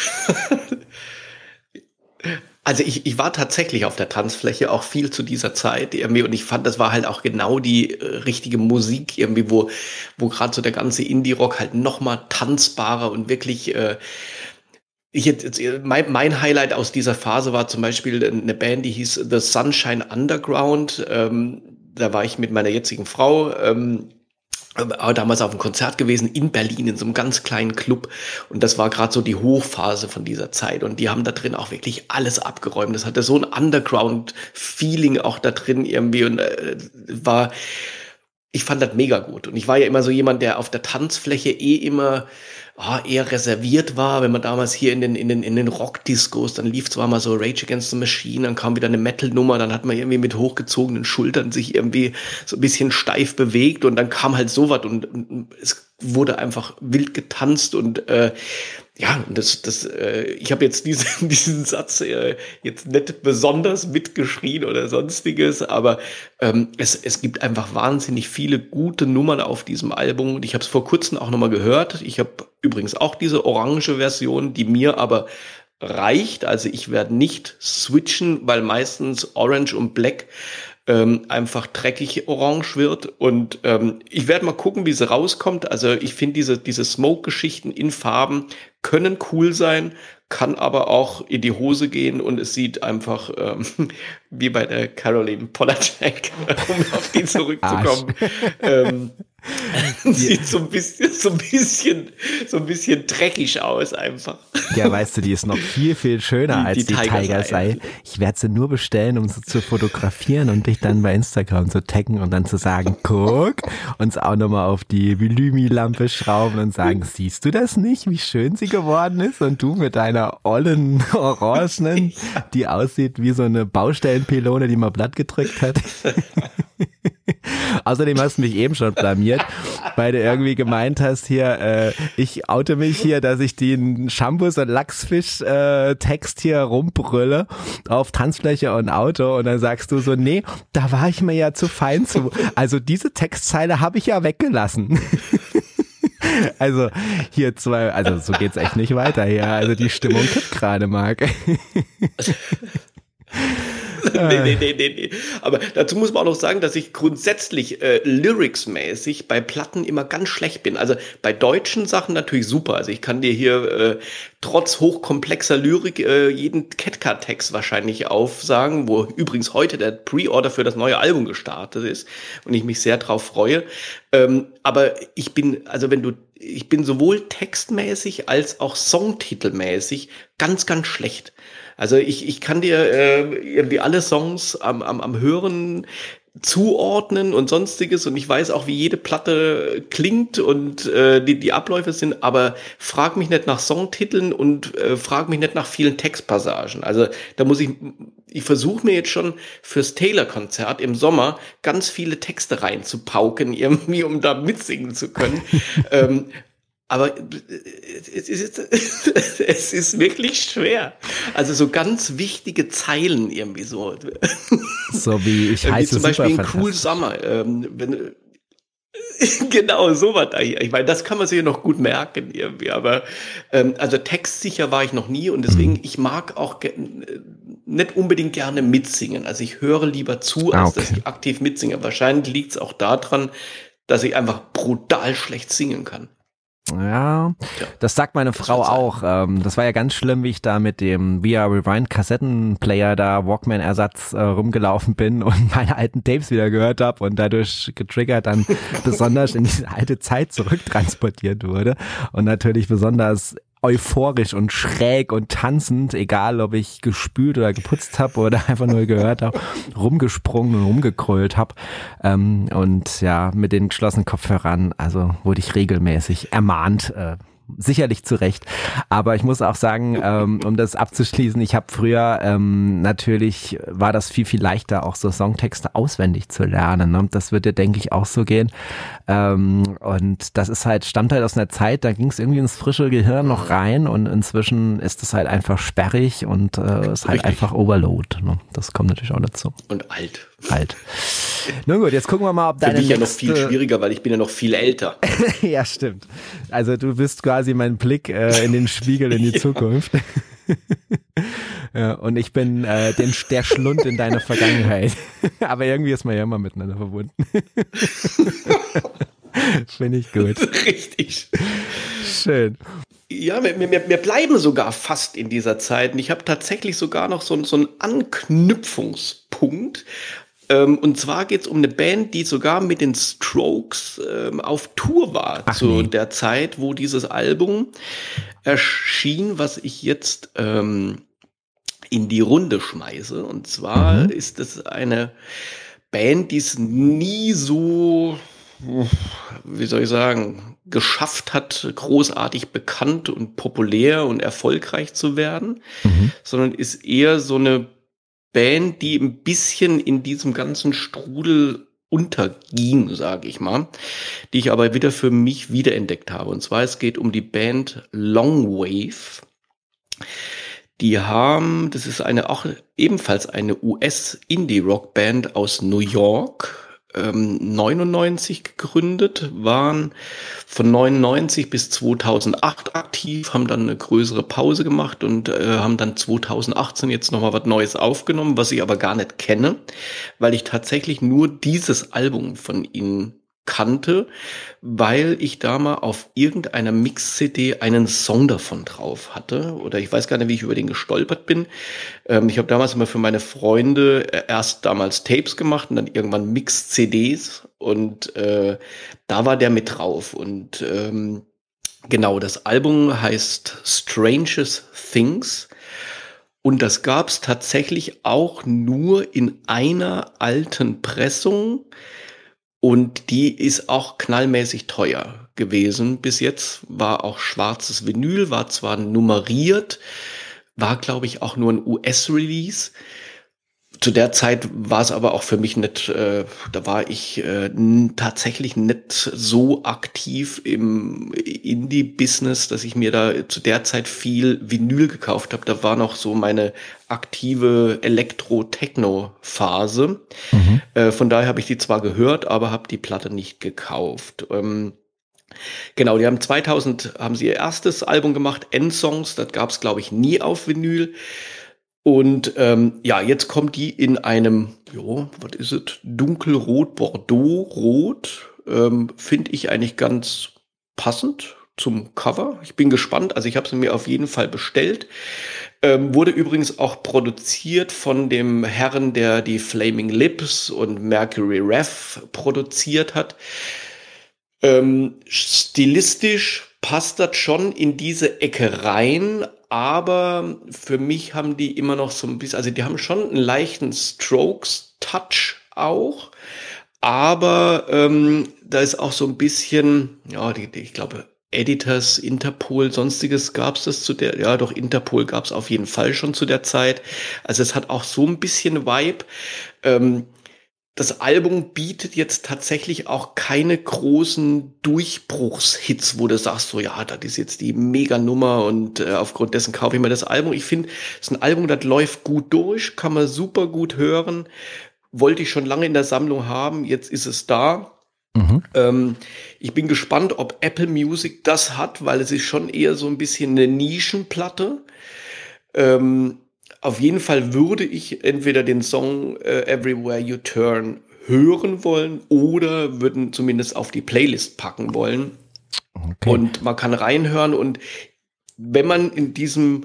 Also ich, ich war tatsächlich auf der Tanzfläche auch viel zu dieser Zeit irgendwie und ich fand, das war halt auch genau die äh, richtige Musik irgendwie, wo, wo gerade so der ganze Indie-Rock halt noch mal tanzbarer und wirklich äh, ich jetzt, mein, mein Highlight aus dieser Phase war zum Beispiel eine Band, die hieß The Sunshine Underground. Ähm, da war ich mit meiner jetzigen Frau ähm, damals auf einem Konzert gewesen in Berlin in so einem ganz kleinen Club und das war gerade so die Hochphase von dieser Zeit und die haben da drin auch wirklich alles abgeräumt. Das hatte so ein Underground-Feeling auch da drin irgendwie und äh, war, ich fand das mega gut und ich war ja immer so jemand, der auf der Tanzfläche eh immer oh, eher reserviert war, wenn man damals hier in den in den in den Rockdiscos, dann lief zwar mal so Rage Against the Machine, dann kam wieder eine Metal-Nummer, dann hat man irgendwie mit hochgezogenen Schultern sich irgendwie so ein bisschen steif bewegt und dann kam halt sowas und, und es wurde einfach wild getanzt und äh, ja, das, das, äh, ich habe jetzt diesen, diesen Satz äh, jetzt nicht besonders mitgeschrien oder sonstiges, aber ähm, es, es gibt einfach wahnsinnig viele gute Nummern auf diesem Album und ich habe es vor kurzem auch nochmal gehört. Ich habe übrigens auch diese orange Version, die mir aber reicht. Also ich werde nicht switchen, weil meistens Orange und Black ähm, einfach dreckig orange wird und ähm, ich werde mal gucken, wie sie rauskommt. Also ich finde diese diese Smoke-Geschichten in Farben können cool sein, kann aber auch in die Hose gehen und es sieht einfach ähm, wie bei der Caroline Polachek, um auf die zurückzukommen, ähm, sieht so ein bisschen, so ein bisschen, so ein bisschen dreckig aus einfach. Ja, weißt du, die ist noch viel, viel schöner die, als die, die Tiger's Eye. Ich werde sie nur bestellen, um sie zu fotografieren und dich dann bei Instagram zu taggen und dann zu sagen, guck, uns auch nochmal auf die Volumi-Lampe schrauben und sagen, siehst du das nicht, wie schön sie geworden ist? Und du mit deiner ollen Orangenen, die aussieht wie so eine Baustellenpylone, die man platt gedrückt hat. Außerdem hast du mich eben schon blamiert, weil du irgendwie gemeint hast hier, äh, ich oute mich hier, dass ich den Shampoos- und Lachsfisch-Text hier rumbrülle auf Tanzfläche und Auto und dann sagst du so, nee, da war ich mir ja zu fein zu. Also diese Textzeile habe ich ja weggelassen. Also hier zwei, also so geht's echt nicht weiter hier. Also die Stimmung kippt gerade, Marc. nee, nee, nee, nee, nee. Aber dazu muss man auch noch sagen, dass ich grundsätzlich äh, lyricsmäßig bei Platten immer ganz schlecht bin. Also bei deutschen Sachen natürlich super. Also ich kann dir hier äh, trotz hochkomplexer Lyrik äh, jeden Ketka-Text wahrscheinlich aufsagen, wo übrigens heute der Pre-Order für das neue Album gestartet ist und ich mich sehr drauf freue. Ähm, aber ich bin, also wenn du ich bin sowohl textmäßig als auch songtitelmäßig ganz, ganz schlecht. Also ich, ich kann dir äh, irgendwie alle Songs am, am, am Hören zuordnen und sonstiges und ich weiß auch, wie jede Platte klingt und äh, die, die Abläufe sind, aber frag mich nicht nach Songtiteln und äh, frag mich nicht nach vielen Textpassagen. Also da muss ich, ich versuche mir jetzt schon fürs Taylor-Konzert im Sommer ganz viele Texte reinzupauken, irgendwie, um da mitsingen zu können. ähm, Aber es ist, es ist wirklich schwer. Also so ganz wichtige Zeilen irgendwie so. So wie ich heiße zum Beispiel in Cool Summer. Ähm, wenn, genau, sowas da hier. Ich meine, das kann man sich ja noch gut merken irgendwie. Aber ähm, also textsicher war ich noch nie und deswegen, mhm. ich mag auch ge- nicht unbedingt gerne mitsingen. Also ich höre lieber zu, als ah, okay. dass ich aktiv mitsinge. Wahrscheinlich liegt es auch daran, dass ich einfach brutal schlecht singen kann. Ja, das sagt meine Frau auch. Ähm, das war ja ganz schlimm, wie ich da mit dem V R Rewind Kassettenplayer da Walkman-Ersatz äh, rumgelaufen bin und meine alten Tapes wieder gehört habe und dadurch getriggert dann besonders in diese alte Zeit zurücktransportiert wurde und natürlich besonders euphorisch und schräg und tanzend, egal ob ich gespült oder geputzt habe oder einfach nur gehört habe, rumgesprungen und rumgekrölt habe. Ähm, und ja, mit den geschlossenen Kopfhörern, also wurde ich regelmäßig ermahnt, äh, sicherlich zu Recht. Aber ich muss auch sagen, ähm, um das abzuschließen, ich habe früher ähm, natürlich, war das viel, viel leichter, auch so Songtexte auswendig zu lernen. Ne? Das wird dir, denke ich, auch so gehen. Ähm, und das ist halt, stammt halt aus einer Zeit, da ging es irgendwie ins frische Gehirn noch rein und inzwischen ist es halt einfach sperrig und äh, ist halt Richtig. einfach Overload. Ne? Das kommt natürlich auch dazu. Und alt. Alt. Nun gut, jetzt gucken wir mal, ob deine Für mich ja nächste... noch viel schwieriger, weil ich bin ja noch viel älter. Ja, stimmt. Also du bist quasi mein Blick äh, in den Spiegel in die Ja. Zukunft. Ja, und ich bin äh, den, der Schlund in deiner Vergangenheit. Aber irgendwie ist man ja immer miteinander verbunden. Finde ich gut. Richtig. Schön. Ja, wir, wir, wir bleiben sogar fast in dieser Zeit. Und ich habe tatsächlich sogar noch so, so einen Anknüpfungspunkt. Ähm, und zwar geht es um eine Band, die sogar mit den Strokes ähm, auf Tour war. Ach, zu nee. der Zeit, wo dieses Album erschien, was ich jetzt ähm, in die Runde schmeiße. Und zwar Mhm. ist es eine Band, die es nie so, wie soll ich sagen, geschafft hat, großartig bekannt und populär und erfolgreich zu werden, Mhm. sondern ist eher so eine Band, die ein bisschen in diesem ganzen Strudel unterging, sage ich mal, die ich aber wieder für mich wiederentdeckt habe. Und zwar, es geht um die Band Longwave. Die haben, das ist eine auch ebenfalls eine U S-Indie-Rock-Band aus New York, ähm, neunundneunzig gegründet, waren von neunundneunzig bis zweitausendacht aktiv, haben dann eine größere Pause gemacht und äh, haben dann zweitausendachtzehn jetzt nochmal was Neues aufgenommen, was ich aber gar nicht kenne, weil ich tatsächlich nur dieses Album von ihnen kannte, weil ich da mal auf irgendeiner Mix-C D einen Song davon drauf hatte. Oder ich weiß gar nicht, wie ich über den gestolpert bin. Ähm, ich habe damals immer für meine Freunde erst damals Tapes gemacht und dann irgendwann Mix-C Ds. Und äh, da war der mit drauf. Und ähm, genau, das Album heißt Strangest Things. Und das gab es tatsächlich auch nur in einer alten Pressung. Und die ist auch knallmäßig teuer gewesen. Bis jetzt war auch schwarzes Vinyl, war zwar nummeriert, war, glaube ich, auch nur ein U S-Release. Zu der Zeit war es aber auch für mich nicht, äh, da war ich äh, n- tatsächlich nicht so aktiv im Indie-Business, dass ich mir da zu der Zeit viel Vinyl gekauft habe. Da war noch so meine aktive Elektro-Techno-Phase. Mhm. Äh, von daher habe ich die zwar gehört, aber habe die Platte nicht gekauft. Ähm, genau, die haben zweitausend, haben sie ihr erstes Album gemacht, Endsongs, das gab es, glaube ich, nie auf Vinyl. Und ähm, ja, jetzt kommt die in einem, jo, was ist es, dunkelrot, Bordeaux-rot, ähm, finde ich eigentlich ganz passend zum Cover. Ich bin gespannt, also ich habe sie mir auf jeden Fall bestellt. Ähm, wurde übrigens auch produziert von dem Herrn, der die Flaming Lips und Mercury Rev produziert hat. Ähm, stilistisch passt das schon in diese Ecke rein, aber für mich haben die immer noch so ein bisschen, also die haben schon einen leichten Strokes-Touch auch, aber ähm, da ist auch so ein bisschen, ja, die, die, ich glaube, Editors, Interpol, sonstiges gab es das zu der, ja doch, Interpol gab es auf jeden Fall schon zu der Zeit. Also es hat auch so ein bisschen Vibe. Ähm, Das Album bietet jetzt tatsächlich auch keine großen Durchbruchshits, wo du sagst, so ja, das ist jetzt die Mega-Nummer und äh, aufgrund dessen kaufe ich mir das Album. Ich finde, es ist ein Album, das läuft gut durch, kann man super gut hören. Wollte ich schon lange in der Sammlung haben, jetzt ist es da. Mhm. Ähm, ich bin gespannt, ob Apple Music das hat, weil es ist schon eher so ein bisschen eine Nischenplatte. Ähm, Auf jeden Fall würde ich entweder den Song äh, Everywhere You Turn hören wollen oder würden zumindest auf die Playlist packen wollen. Okay. Und man kann reinhören und wenn man in diesem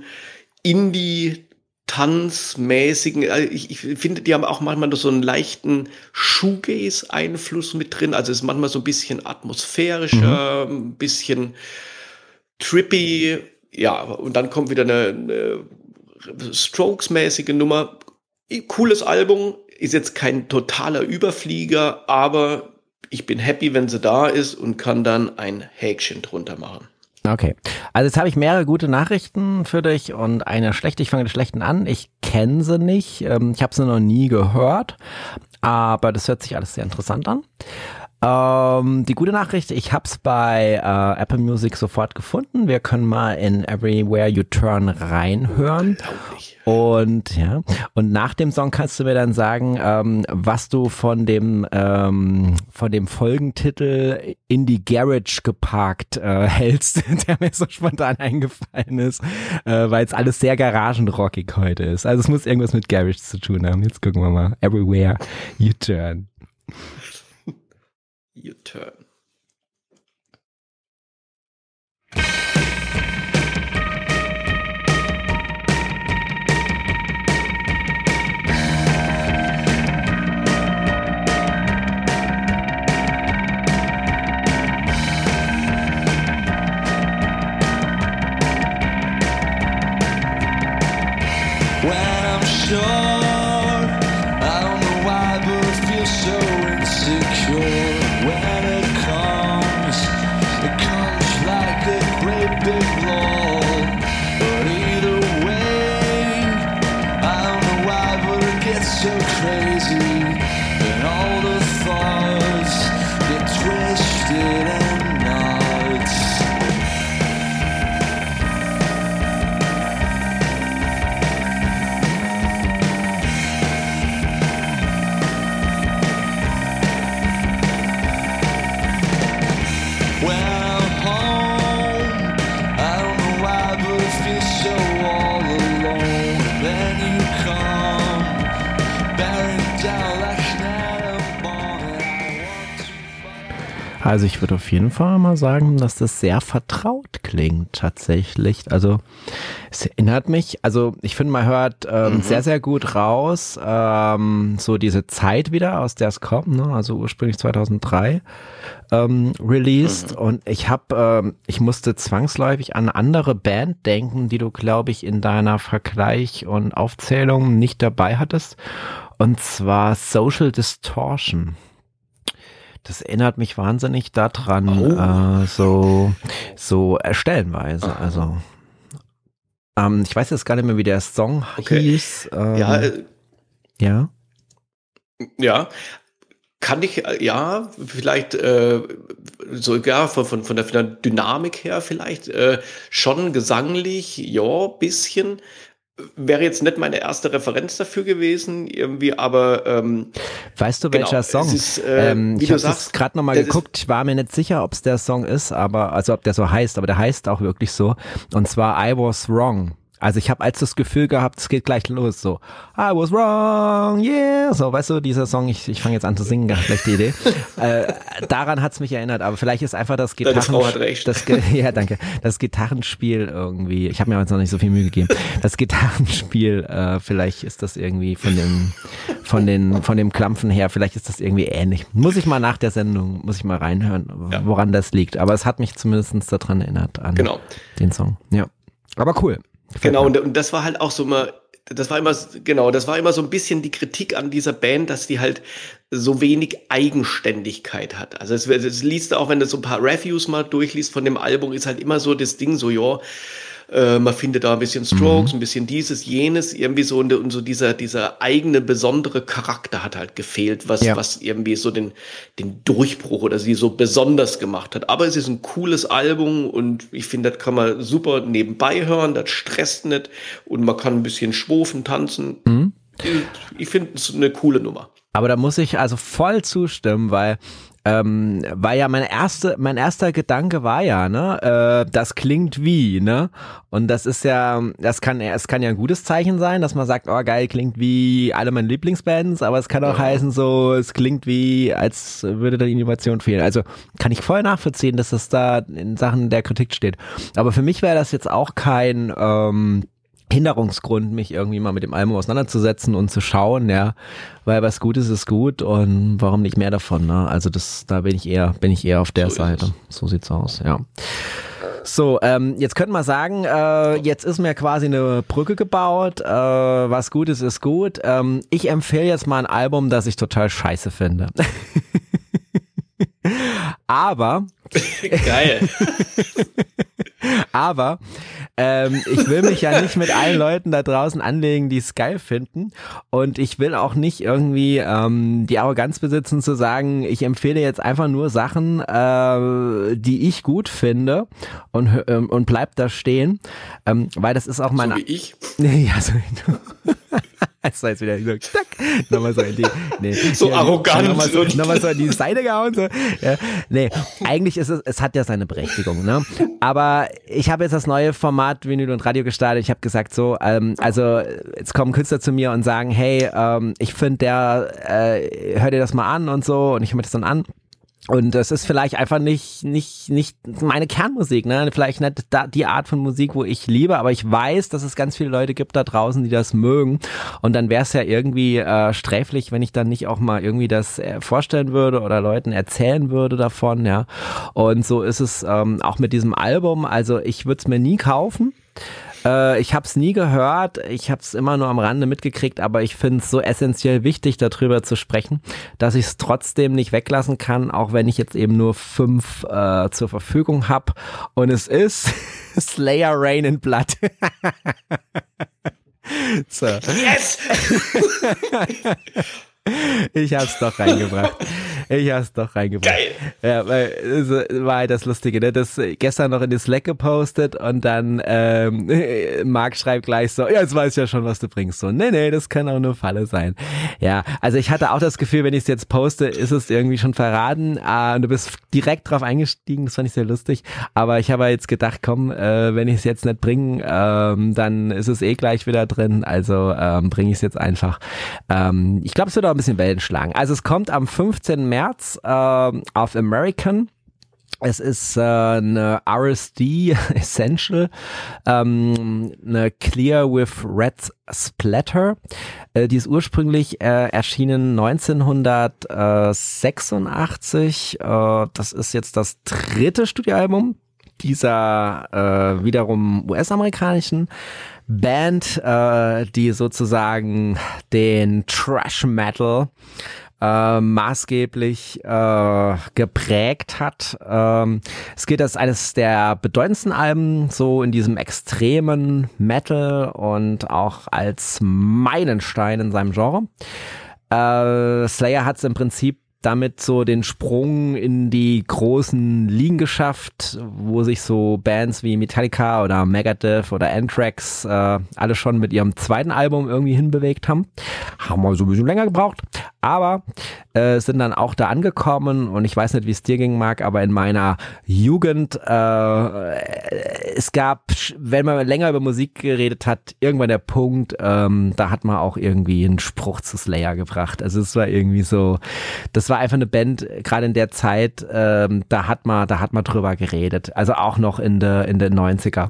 Indie-Tanzmäßigen, also ich, ich finde, die haben auch manchmal so einen leichten Shoegaze-Einfluss mit drin. Also es ist manchmal so ein bisschen atmosphärischer, Mhm. ein bisschen trippy. Ja, und dann kommt wieder eine, eine Strokes-mäßige Nummer. Cooles Album, ist jetzt kein totaler Überflieger, aber ich bin happy, wenn sie da ist und kann dann ein Häkchen drunter machen. Okay, also jetzt habe ich mehrere gute Nachrichten für dich und eine schlechte. Ich fange mit der schlechten an. Ich kenne sie nicht, ich habe sie noch nie gehört, aber das hört sich alles sehr interessant an. Ähm, die gute Nachricht, ich habe es bei äh, Apple Music sofort gefunden. Wir können mal in Everywhere You Turn reinhören. Und ja, und nach dem Song kannst du mir dann sagen, ähm, was du von dem ähm, von dem Folgentitel In die Garage geparkt äh, hältst, der mir so spontan eingefallen ist, äh, weil es alles sehr garagenrockig heute ist. Also es muss irgendwas mit Garage zu tun haben. Jetzt gucken wir mal. Everywhere You Turn. You turn. When I'm sure, I don't know why, but I feel so insecure. When it comes, it comes like a great big blow. But either way, I don't know why, but it gets so crazy. And all the thoughts get twisted and nuts. When I'm home, I don't know why, but I feel so all alone. Then you come, bearing down like an atom bomb, and I want to fight. Also ich würde auf jeden Fall mal sagen, dass das sehr vertraut klingt tatsächlich. Also es erinnert mich, also ich finde, man hört ähm, mhm. sehr, sehr gut raus, ähm, so diese Zeit wieder, aus der es kommt, ne? Also ursprünglich zweitausenddrei ähm, released mhm. und ich habe, ähm, ich musste zwangsläufig an eine andere Band denken, die du, glaube ich, in deiner Vergleich und Aufzählung nicht dabei hattest, und zwar Social Distortion. Das erinnert mich wahnsinnig daran, oh. äh, so, so äh, stellenweise, Aha. also ähm, ich weiß jetzt gar nicht mehr, wie der Song Okay. hieß. Ähm, Ja, äh, ja. ja. Kann ich, äh, ja, vielleicht äh, so, ja, von, von, von der von der Dynamik her vielleicht äh, schon gesanglich, ja, bisschen. Wäre jetzt nicht meine erste Referenz dafür gewesen, irgendwie, aber ähm, Weißt du, genau, welcher Song? es ist, äh, ähm, wie ich du habe sagst, jetzt gerade nochmal das geguckt, ich war mir nicht sicher, ob es der Song ist, aber also ob der so heißt, aber der heißt auch wirklich so, und zwar I Was Wrong. Also ich habe als das Gefühl gehabt, es geht gleich los, so I was wrong, yeah, so, weißt du, dieser Song, ich, ich fange jetzt an zu singen, ganz schlechte Idee. äh, daran hat's mich erinnert, aber vielleicht ist einfach das Deine Gitarren... Frau hat recht. Das, Ge- ja, danke. Das Gitarrenspiel irgendwie, ich habe mir jetzt noch nicht so viel Mühe gegeben, das Gitarrenspiel, äh, vielleicht ist das irgendwie von dem, von den, von dem Klampfen her, vielleicht ist das irgendwie ähnlich. Muss ich mal nach der Sendung, muss ich mal reinhören, Ja. woran das liegt, aber es hat mich zumindest daran erinnert, an Genau. den Song, ja. Aber cool. Gefällt Genau, mir. und, und das war halt auch so mal, das war immer, genau, das war immer so ein bisschen die Kritik an dieser Band, dass die halt so wenig Eigenständigkeit hat. Also es, es liest auch, wenn du so ein paar Reviews mal durchliest von dem Album, ist halt immer so das Ding so, ja, äh, man findet da ein bisschen Strokes, Mhm. ein bisschen dieses, jenes, irgendwie so, und, und so dieser, dieser eigene besondere Charakter hat halt gefehlt, was, Ja. was irgendwie so den, den Durchbruch oder sie so besonders gemacht hat. Aber es ist ein cooles Album und ich finde, das kann man super nebenbei hören, das stresst nicht und man kann ein bisschen schwofen, tanzen. Mhm. Ich, ich finde es eine coole Nummer. Aber da muss ich also voll zustimmen, weil ähm, weil ja mein erste, mein erster Gedanke war ja, ne, äh, das klingt wie, ne, und das ist ja, das kann, es kann ja ein gutes Zeichen sein, dass man sagt, oh geil, klingt wie alle meine Lieblingsbands, aber es kann auch Ja. heißen so, es klingt wie, als würde da die Innovation fehlen. Also kann ich voll nachvollziehen, dass das da in Sachen der Kritik steht. Aber für mich wäre das jetzt auch kein ähm, Hinderungsgrund, mich irgendwie mal mit dem Album auseinanderzusetzen und zu schauen, ja, weil was gut ist, ist gut und warum nicht mehr davon, ne? Also das, da bin ich eher, bin ich eher auf der So ist Seite. So sieht's aus, ja. So, ähm, jetzt könnte man sagen, äh, jetzt ist mir quasi eine Brücke gebaut, äh, was gut ist, ist gut. Ähm, ich empfehle jetzt mal ein Album, das ich total scheiße finde. Aber Geil. Aber ähm, ich will mich ja nicht mit allen Leuten da draußen anlegen, die es geil finden. Und ich will auch nicht irgendwie ähm, die Arroganz besitzen zu sagen, ich empfehle jetzt einfach nur Sachen, äh, die ich gut finde und, ähm, und bleib da stehen. Ähm, weil das ist auch mein... So wie ich? Ja, so Jetzt war jetzt wieder so, zack, nochmal so in die, nee, so ja, arrogant. Nochmal so, nochmal so in die Seite gehauen, so. Ja, nee, eigentlich ist es, es hat ja seine Berechtigung, ne? Aber ich habe jetzt das neue Format Vinyl und Radio gestartet. Ich habe gesagt so, ähm, also jetzt kommen Künstler zu mir und sagen, hey, ähm, ich finde der, äh, hör dir das mal an und so, und ich höre mir das dann an. Und das ist vielleicht einfach nicht nicht nicht meine Kernmusik, ne? Vielleicht nicht da, die Art von Musik, wo ich liebe, aber ich weiß, dass es ganz viele Leute gibt da draußen, die das mögen. Und dann wäre es ja irgendwie äh, sträflich, wenn ich dann nicht auch mal irgendwie das äh, vorstellen würde oder Leuten erzählen würde davon, ja. Und so ist es ähm, auch mit diesem Album. Also ich würde es mir nie kaufen. Ich habe es nie gehört, ich habe es immer nur am Rande mitgekriegt, aber ich finde es so essentiell wichtig, darüber zu sprechen, dass ich es trotzdem nicht weglassen kann, auch wenn ich jetzt eben nur fünf äh, zur Verfügung habe. Und es ist Slayer Rain in Blood. So. Yes! Ich hab's doch reingebracht. Ich hab's doch reingebracht. Geil. Ja, weil das war halt das Lustige, ne? Das gestern noch in die Slack gepostet und dann ähm, Marc schreibt gleich so, ja, jetzt weiß ich ja schon, was du bringst. So, nee, nee, das kann auch nur Falle sein. Ja, also ich hatte auch das Gefühl, wenn ich es jetzt poste, ist es irgendwie schon verraten. Ah, und du bist direkt drauf eingestiegen, das fand ich sehr lustig. Aber ich habe jetzt gedacht, komm, äh, wenn ich es jetzt nicht bringe, ähm, dann ist es eh gleich wieder drin. Also ähm, bringe ich es jetzt einfach. Ähm, ich glaube, es wird auch ein bisschen Wellen schlagen. Also es kommt am fünfzehnten März äh, auf American. Es ist äh, eine R S D Essential, ähm, eine Clear with Red Splatter. Äh, die ist ursprünglich äh, erschienen neunzehnhundertsechsundachtzig. Äh, das ist jetzt das dritte Studioalbum dieser äh, wiederum U S-amerikanischen Band, äh, die sozusagen den Thrash Metal äh, maßgeblich äh, geprägt hat. Ähm, es gilt als eines der bedeutendsten Alben so in diesem extremen Metal und auch als Meilenstein in seinem Genre. Äh, Slayer hat es im Prinzip damit so den Sprung in die großen Ligen geschafft, wo sich so Bands wie Metallica oder Megadeth oder Anthrax äh, alle schon mit ihrem zweiten Album irgendwie hinbewegt haben. Haben wir so ein bisschen länger gebraucht, aber äh, sind dann auch da angekommen und ich weiß nicht, wie es dir ging, Marc, aber in meiner Jugend äh, es gab, wenn man länger über Musik geredet hat, irgendwann der Punkt, ähm, da hat man auch irgendwie einen Spruch zu Slayer gebracht. Also es war irgendwie so, das war einfach eine Band, gerade in der Zeit, ähm, da hat man, da hat man drüber geredet. Also auch noch in der in den neunziger.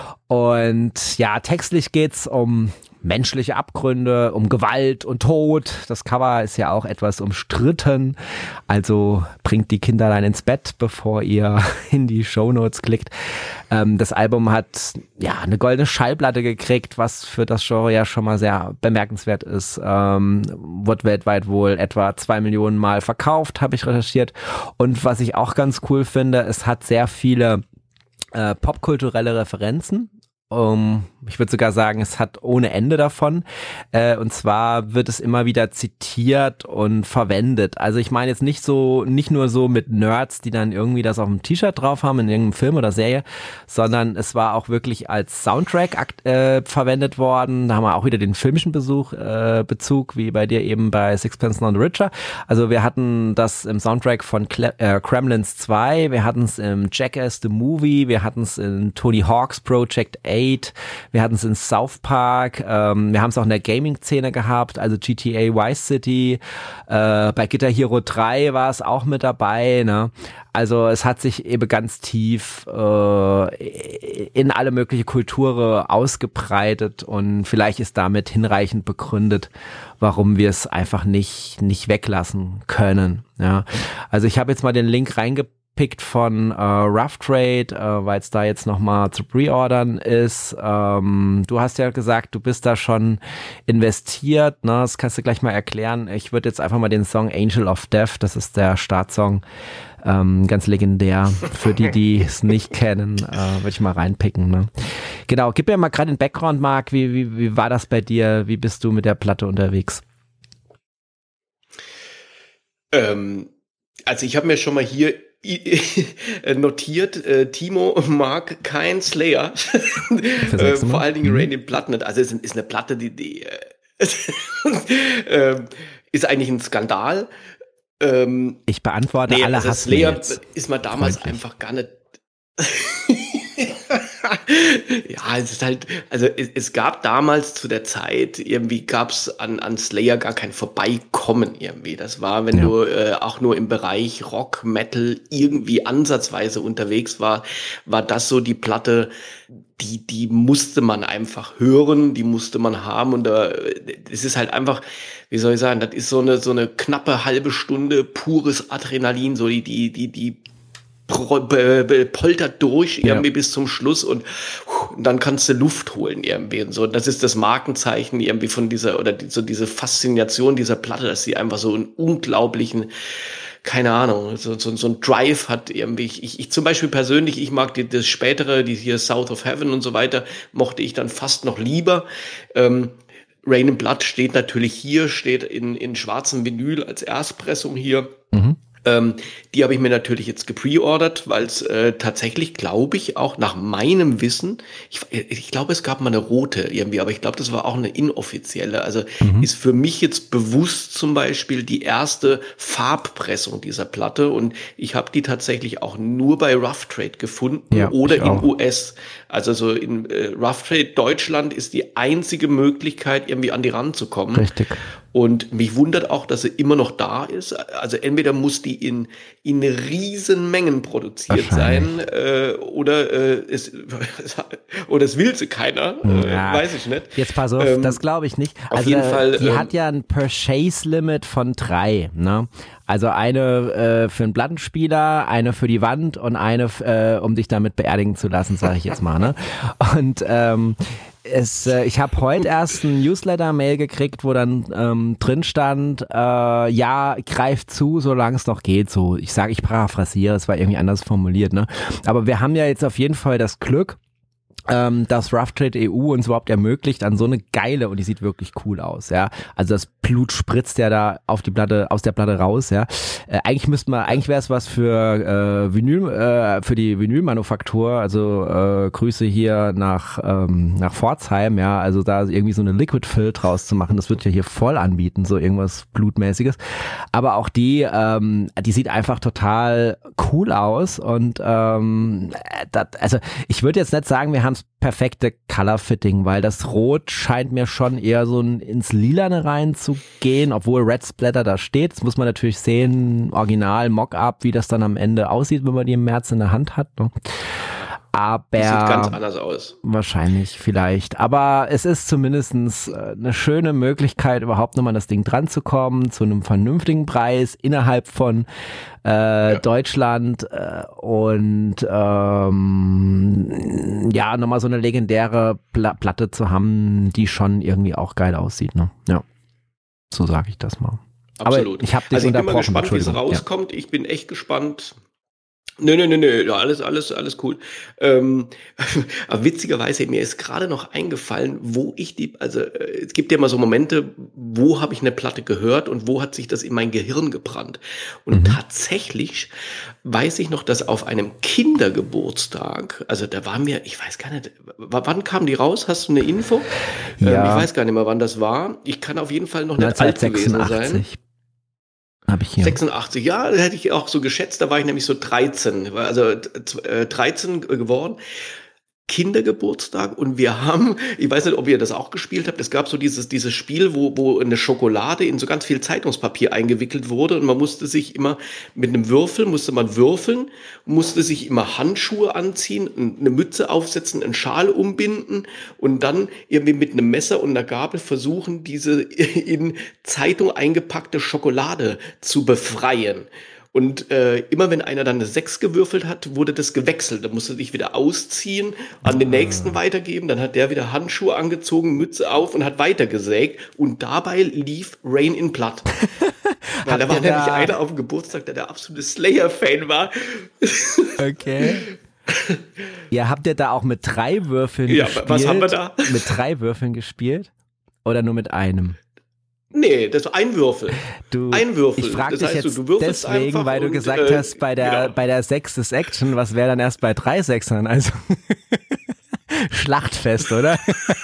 Und ja, textlich geht's um menschliche Abgründe, um Gewalt und Tod. Das Cover ist ja auch etwas umstritten. Also bringt die Kinderlein ins Bett, bevor ihr in die Shownotes klickt. Ähm, das Album hat ja eine goldene Schallplatte gekriegt, was für das Genre ja schon mal sehr bemerkenswert ist. Ähm, wird weltweit wohl etwa zwei Millionen Mal verkauft, habe ich recherchiert. Und was ich auch ganz cool finde, es hat sehr viele äh, popkulturelle Referenzen. Um, ich würde sogar sagen, es hat ohne Ende davon. Äh, und zwar wird es immer wieder zitiert und verwendet. Also ich meine jetzt nicht so, nicht nur so mit Nerds, die dann irgendwie das auf dem T-Shirt drauf haben in irgendeinem Film oder Serie, sondern es war auch wirklich als Soundtrack äh, verwendet worden. Da haben wir auch wieder den filmischen Besuch, äh, Bezug, wie bei dir eben bei Sixpence None the Richer. Also wir hatten das im Soundtrack von Cle- äh, Gremlins zwei, wir hatten es im Jackass the Movie, wir hatten es in Tony Hawk's Project A, wir hatten es in South Park, ähm, wir haben es auch in der Gaming-Szene gehabt, also G T A Vice City, äh, bei Guitar Hero drei war es auch mit dabei, ne? Also es hat sich eben ganz tief äh, in alle mögliche Kulturen ausgebreitet und vielleicht ist damit hinreichend begründet, warum wir es einfach nicht nicht weglassen können, ja? Also ich habe jetzt mal den Link reingepackt pickt von äh, Rough Trade, äh, weil es da jetzt nochmal zu preordern ist. Ähm, du hast ja gesagt, du bist da schon investiert, ne? Das kannst du gleich mal erklären. Ich würde jetzt einfach mal den Song Angel of Death, das ist der Startsong, Ähm, ganz legendär. Für die, die es nicht kennen, äh, würde ich mal reinpicken. Ne? Genau, gib mir mal gerade den Background, Marc. Wie, wie, wie war das bei dir? Wie bist du mit der Platte unterwegs? Ähm, also ich habe mir schon mal hier notiert, äh, Timo mag kein Slayer. äh, vor allen Dingen mhm. Rain in Blood nicht. Also es ist eine Platte, die, die äh, ist eigentlich ein Skandal. Ähm, ich beantworte nee, alle also Slayer ist man damals freundlich. Einfach gar nicht. Ja, es ist halt, also es, es gab damals zu der Zeit, irgendwie gab es an, an Slayer gar kein Vorbeikommen irgendwie. Das war, wenn ja. du äh, auch nur im Bereich Rock, Metal irgendwie ansatzweise unterwegs war, war das so die Platte, die, die musste man einfach hören, die musste man haben und da, es ist halt einfach, wie soll ich sagen, das ist so eine, so eine knappe halbe Stunde pures Adrenalin, so die, die, die, die poltert durch irgendwie ja. bis zum Schluss und, und dann kannst du Luft holen irgendwie und so. Das ist das Markenzeichen irgendwie von dieser, oder die, so diese Faszination dieser Platte, dass sie einfach so einen unglaublichen, keine Ahnung, so, so, so ein Drive hat irgendwie. Ich, ich, ich zum Beispiel persönlich, ich mag die, das spätere, die hier South of Heaven und so weiter, mochte ich dann fast noch lieber. Ähm, Rain in Blood steht natürlich hier, steht in, in schwarzem Vinyl als Erstpressung hier. Mhm. Ähm, die habe ich mir natürlich jetzt gepreordert, weil es äh, tatsächlich, glaube ich, auch nach meinem Wissen, ich, ich glaube, es gab mal eine rote irgendwie, aber ich glaube, das war auch eine inoffizielle. Also mhm. ist für mich jetzt bewusst zum Beispiel die erste Farbpressung dieser Platte und ich habe die tatsächlich auch nur bei Rough Trade gefunden ja, oder in U S. Also so in äh, Rough Trade Deutschland ist die einzige Möglichkeit, irgendwie an die ranzukommen. Richtig. Und mich wundert auch, dass sie immer noch da ist. Also entweder muss die in, in riesen Mengen produziert sein äh, oder, äh, es, oder es will sie keiner, äh, ja. weiß ich nicht. Jetzt pass auf, ähm, das glaube ich nicht. Auf also jeden Fall. Die ähm, hat ja ein Purchase-Limit von drei. Ne? Also eine äh, für einen Plattenspieler, eine für die Wand und eine, äh, um dich damit beerdigen zu lassen, sage ich jetzt mal. Ne? Und ähm, Es, äh, ich habe heute erst ein Newsletter-Mail gekriegt, wo dann ähm, drin stand, äh, ja, greif zu, solange es noch geht. So, ich sage, ich paraphrasiere, es war irgendwie anders formuliert, ne? Aber wir haben ja jetzt auf jeden Fall das Glück, ähm, dass Rough Trade E U uns überhaupt ermöglicht, an so eine geile, und die sieht wirklich cool aus, ja. Also das Blut spritzt ja da auf die Platte, aus der Platte raus, ja. Äh, eigentlich müssten wir, eigentlich wäre es was für äh, Vinyl, äh, für die Vinylmanufaktur, also äh, Grüße hier nach ähm, nach Pforzheim, ja. Also da irgendwie so eine Liquid Fill draus zu machen, das wird ja hier voll anbieten, so irgendwas Blutmäßiges. Aber auch die, ähm, die sieht einfach total cool aus und ähm, dat, also ich würde jetzt nicht sagen, wir haben das perfekte Color-Fitting, weil das Rot scheint mir schon eher so ein, ins Lilane reinzugehen, obwohl Red Splatter da steht. Das muss man natürlich sehen, Original, Mock-up, wie das dann am Ende aussieht, wenn man die im März in der Hand hat. Ne? Aber das sieht ganz anders aus. Wahrscheinlich, vielleicht. Aber es ist zumindestens eine schöne Möglichkeit, überhaupt nochmal an das Ding dran zu kommen, zu einem vernünftigen Preis innerhalb von äh, ja. Deutschland äh, und ähm, ja, nochmal so eine legendäre Pla- Platte zu haben, die schon irgendwie auch geil aussieht. Ne? Ja, so sage ich das mal. Absolut. Aber ich habe dich also ich bin mal unterbrochen. gespannt, wie es rauskommt. Ja. Ich bin echt gespannt. Nö, nö, nö, nö, ja, alles, alles, alles cool. Ähm, aber witzigerweise, mir ist gerade noch eingefallen, wo ich die, also äh, es gibt ja immer so Momente, wo habe ich eine Platte gehört und wo hat sich das in mein Gehirn gebrannt. Und mhm. tatsächlich weiß ich noch, dass auf einem Kindergeburtstag, also da waren wir, ich weiß gar nicht, w- wann kamen die raus? Hast du eine Info? Ja. Ähm, ich weiß gar nicht mehr, wann das war. Ich kann auf jeden Fall noch nicht alt gewesen sein. Hab ich hier. sechsundachtzig, ja, das hätte ich auch so geschätzt, da war ich nämlich so dreizehn, also äh, dreizehn geworden. Kindergeburtstag und wir haben, ich weiß nicht, ob ihr das auch gespielt habt, es gab so dieses dieses Spiel, wo wo eine Schokolade in so ganz viel Zeitungspapier eingewickelt wurde und man musste sich immer mit einem Würfel, musste man würfeln, musste sich immer Handschuhe anziehen, eine Mütze aufsetzen, einen Schal umbinden und dann irgendwie mit einem Messer und einer Gabel versuchen, diese in Zeitung eingepackte Schokolade zu befreien. Und äh, immer wenn einer dann eine sechs gewürfelt hat, wurde das gewechselt. Da musste dich wieder ausziehen, an den nächsten weitergeben. Dann hat der wieder Handschuhe angezogen, Mütze auf und hat weitergesägt. Und dabei lief Rain in Blood. Weil da war nämlich da einer auf dem Geburtstag, der der absolute Slayer-Fan war. Okay. Ja, habt ihr da auch mit drei Würfeln ja, gespielt? Was haben wir da? Mit drei Würfeln gespielt? Oder nur mit einem? Nee, das war ein Würfel. Du, ein Würfel. Ich frage das dich heißt, jetzt du, du deswegen, weil du und, gesagt äh, hast, bei der, genau. bei der sechs ist Action, was wäre dann erst bei drei Sechsern? Also Schlachtfest, oder?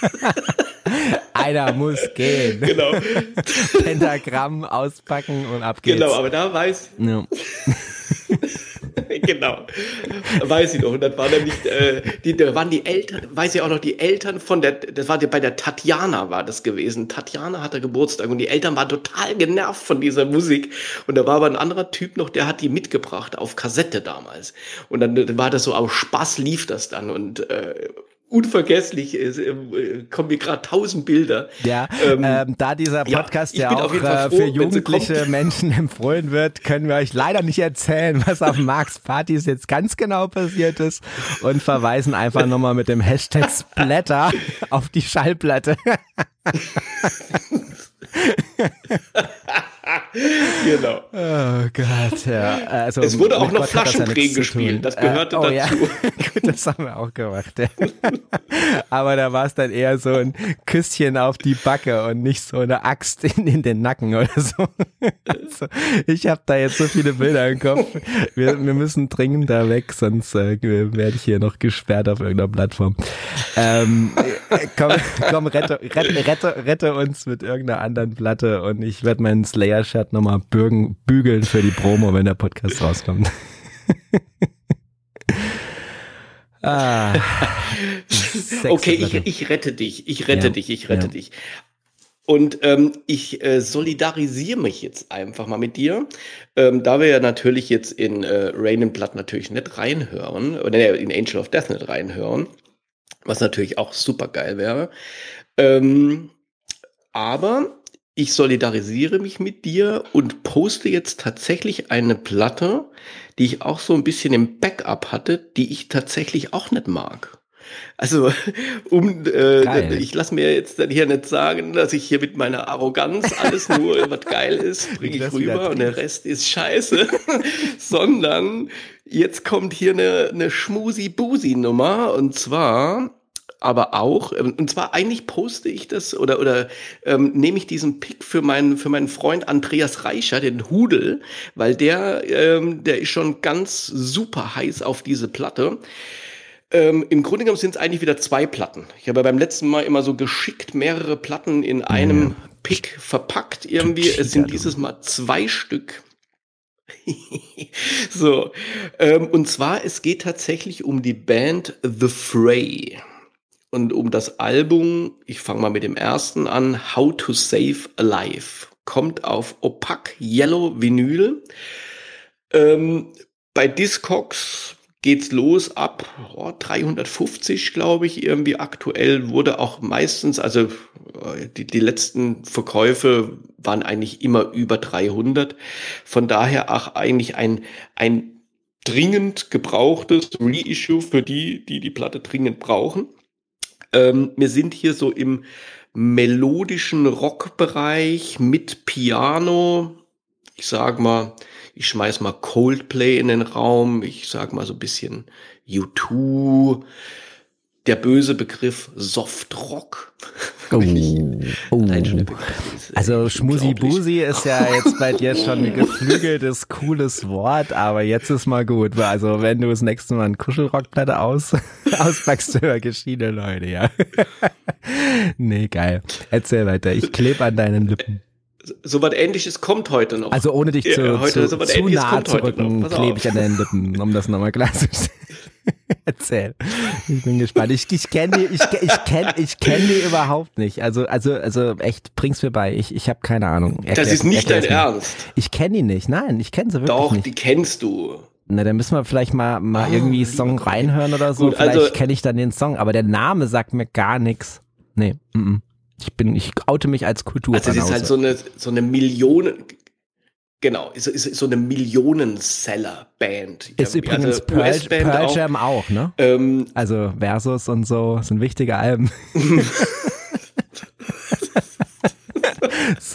Einer muss gehen. Genau. Pentagramm auspacken und ab geht's. Genau, aber da weiß ja. Genau, weiß ich noch. Und das war nämlich, äh, die, da waren die Eltern, weiß ich auch noch, die Eltern von der, das war bei der Tatjana war das gewesen. Tatjana hatte Geburtstag und die Eltern waren total genervt von dieser Musik. Und da war aber ein anderer Typ noch, der hat die mitgebracht auf Kassette damals. Und dann war das so, aus Spaß lief das dann und äh, unvergesslich, äh, kommen mir gerade tausend Bilder. Ja, ähm, ähm, da dieser Podcast ja, ja auch äh, froh, für jugendliche Menschen empfohlen wird, können wir euch leider nicht erzählen, was auf Marks Partys jetzt ganz genau passiert ist und verweisen einfach nochmal mit dem Hashtag Splatter auf die Schallplatte. Genau. Oh Gott, ja. Also, es wurde auch noch Gott Flaschendrehen gespielt, das gehörte äh, oh, dazu. Ja. Gut, das haben wir auch gemacht. Ja. Aber da war es dann eher so ein Küsschen auf die Backe und nicht so eine Axt in, in den Nacken oder so. Also, ich habe da jetzt so viele Bilder im Kopf. Wir, wir müssen dringend da weg, sonst äh, werde ich hier noch gesperrt auf irgendeiner Plattform. Ähm, komm, komm rette, rette, rette, rette uns mit irgendeiner anderen Platte und ich werde meinen Slayer-Shirt nochmal bürgen, bügeln für die Promo, wenn der Podcast rauskommt. ah, okay, ich, ich rette dich, ich rette ja, dich, ich rette ja. dich. Und ähm, ich äh, solidarisiere mich jetzt einfach mal mit dir, ähm, da wir ja natürlich jetzt in äh, Rain and Blood natürlich nicht reinhören, oder in Angel of Death nicht reinhören, was natürlich auch super geil wäre. Ähm, aber ich solidarisiere mich mit dir und poste jetzt tatsächlich eine Platte, die ich auch so ein bisschen im Backup hatte, die ich tatsächlich auch nicht mag. Also, um, äh, ich lasse mir jetzt dann hier nicht sagen, dass ich hier mit meiner Arroganz alles nur, was geil ist, bringe ich rüber und der Rest ist scheiße, sondern jetzt kommt hier eine, eine Schmusi-Busi-Nummer und zwar... aber auch, und zwar eigentlich poste ich das oder oder ähm, nehme ich diesen Pick für meinen für meinen Freund Andreas Reicher, den Hudel, weil der ähm, der ist schon ganz super heiß auf diese Platte. Ähm, Im Grunde genommen sind es eigentlich wieder zwei Platten. Ich habe beim letzten Mal immer so geschickt mehrere Platten in einem ja. Pick verpackt irgendwie. Es sind dieses Mal zwei Stück. So, ähm, und zwar es geht tatsächlich um die Band The Fray. Und um das Album, ich fange mal mit dem ersten an, How to Save a Life. Kommt auf Opak Yellow Vinyl. Ähm, bei Discogs geht's los ab oh, dreihundertfünfzig, glaube ich, irgendwie aktuell. Wurde auch meistens, also die, die letzten Verkäufe waren eigentlich immer über dreihundert. Von daher auch eigentlich ein, ein dringend gebrauchtes Reissue für die, die die Platte dringend brauchen. Ähm, wir sind hier so im melodischen Rockbereich mit Piano. Ich sag mal, ich schmeiß mal Coldplay in den Raum. Ich sag mal so ein bisschen U zwei. Der böse Begriff Softrock. Oh, oh. Also Schmusi-Busi ist ja jetzt bei dir schon ein geflügeltes, cooles Wort, aber jetzt ist mal gut. Also wenn du das nächste Mal eine Kuschelrockplatte aus, auspackst, über geschiedene Leute, ja. Nee, geil. Erzähl weiter, ich klebe an deinen Lippen. So was Ähnliches kommt heute noch. Also ohne dich zu, ja, heute, zu, so zu nah zu rücken, klebe ich an deinen Lippen, um das nochmal klarzustellen. Erzähl. Ich bin gespannt. Ich, ich kenne die, ich, ich kenne, ich kenne die überhaupt nicht. Also, also, also echt, bring's mir bei. Ich, ich habe keine Ahnung. Erklär, das ist nicht dein Ernst. Ich kenne die nicht. Nein, ich kenne sie wirklich Doch, nicht. Doch, die kennst du. Na, dann müssen wir vielleicht mal, mal oh, irgendwie Song reinhören oder so. Gut, vielleicht also, kenne ich dann den Song, aber der Name sagt mir gar nichts. Nee, mm, mm. Ich bin, ich oute mich als Kultur. Also, es ist halt so eine, so eine Millionen, genau, ist, ist so eine Millionen-Seller-Band. Ist übrigens also Pearl, Pearl Jam auch, auch ne? Ähm, also Versus und so sind wichtige Alben. So,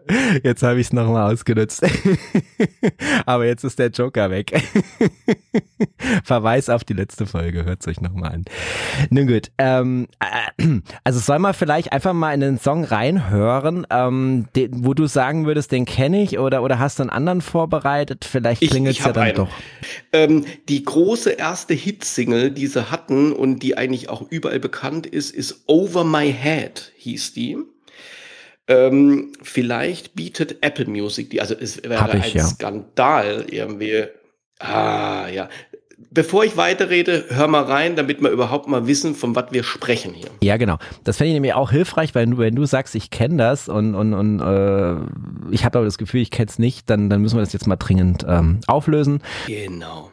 Jetzt habe ich es nochmal ausgenutzt. Aber jetzt ist der Joker weg. Verweis auf die letzte Folge, hört es euch nochmal an. Nun gut, ähm, also soll man vielleicht einfach mal in den Song reinhören, ähm, den, wo du sagen würdest, den kenne ich, oder, oder hast du einen anderen vorbereitet? Vielleicht klingelt es ja dann einen. doch. Ähm, die große erste Hitsingle, die sie hatten und die eigentlich auch überall bekannt ist, ist Over My Head, hieß die. Ähm, vielleicht bietet Apple Music die, also es wäre ich, ein ja. Skandal irgendwie. Ah, ja. Bevor ich weiterrede, hör mal rein, damit wir überhaupt mal wissen, von was wir sprechen hier. Ja, genau. Das fände ich nämlich auch hilfreich, weil du, wenn du sagst, ich kenne das und, und, und äh, ich habe aber das Gefühl, ich kenne es nicht, dann, dann müssen wir das jetzt mal dringend ähm, auflösen. Genau.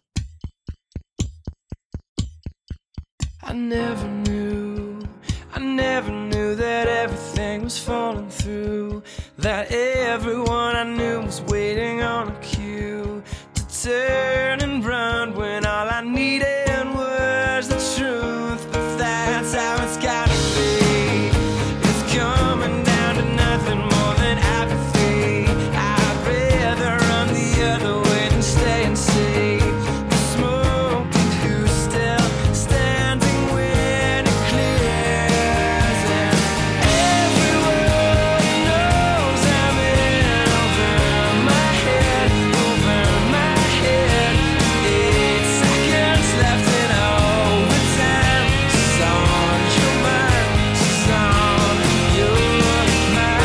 I never knew, I never knew that everything was falling through, that everyone I knew was waiting on a cue to turn and run when all I needed was the truth. But that's how it's gotta be. It's coming down to nothing more than apathy. I'd rather run the other way than stay and see the smoke and who's still standing when it clears. And everyone knows I'm in over my head, over my head. Eight seconds left in overtime. She's on your mind, she's on your mind.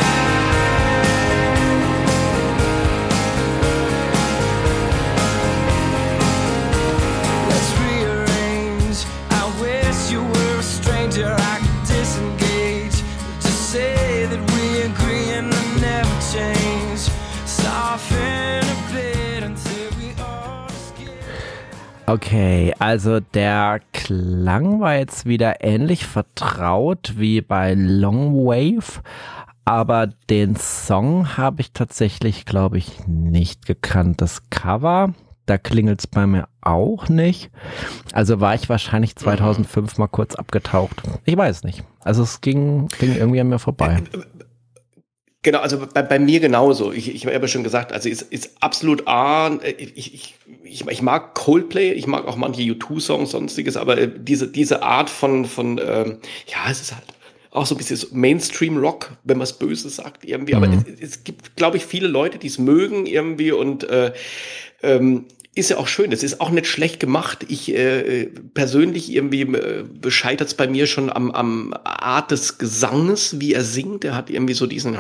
Let's rearrange. I wish you were a stranger I could disengage. Just say that we agree and then never change. Soften a bit until we all just get. Okay, also der Klang war jetzt wieder ähnlich vertraut wie bei Long Wave, aber den Song habe ich tatsächlich, glaube ich, nicht gekannt. Das Cover, da klingelt es bei mir auch nicht. Also war ich wahrscheinlich zweitausendfünf mal kurz abgetaucht. Ich weiß nicht. Also es ging, ging irgendwie an mir vorbei. Genau, also bei, bei mir genauso. Ich, ich habe ja schon gesagt, also ist, ist absolut A, ich, ich, ich, ich mag Coldplay, ich mag auch manche U zwei Songs, sonstiges, aber diese, diese Art von, von ähm, ja, es ist halt auch so ein bisschen so Mainstream-Rock, wenn man es böse sagt irgendwie, aber Mhm. es, es gibt, glaube ich, viele Leute, die es mögen irgendwie und äh, ähm, ist ja auch schön, es ist auch nicht schlecht gemacht. Ich äh, persönlich irgendwie äh, scheitert es bei mir schon am, am Art des Gesanges, wie er singt. Er hat irgendwie so diesen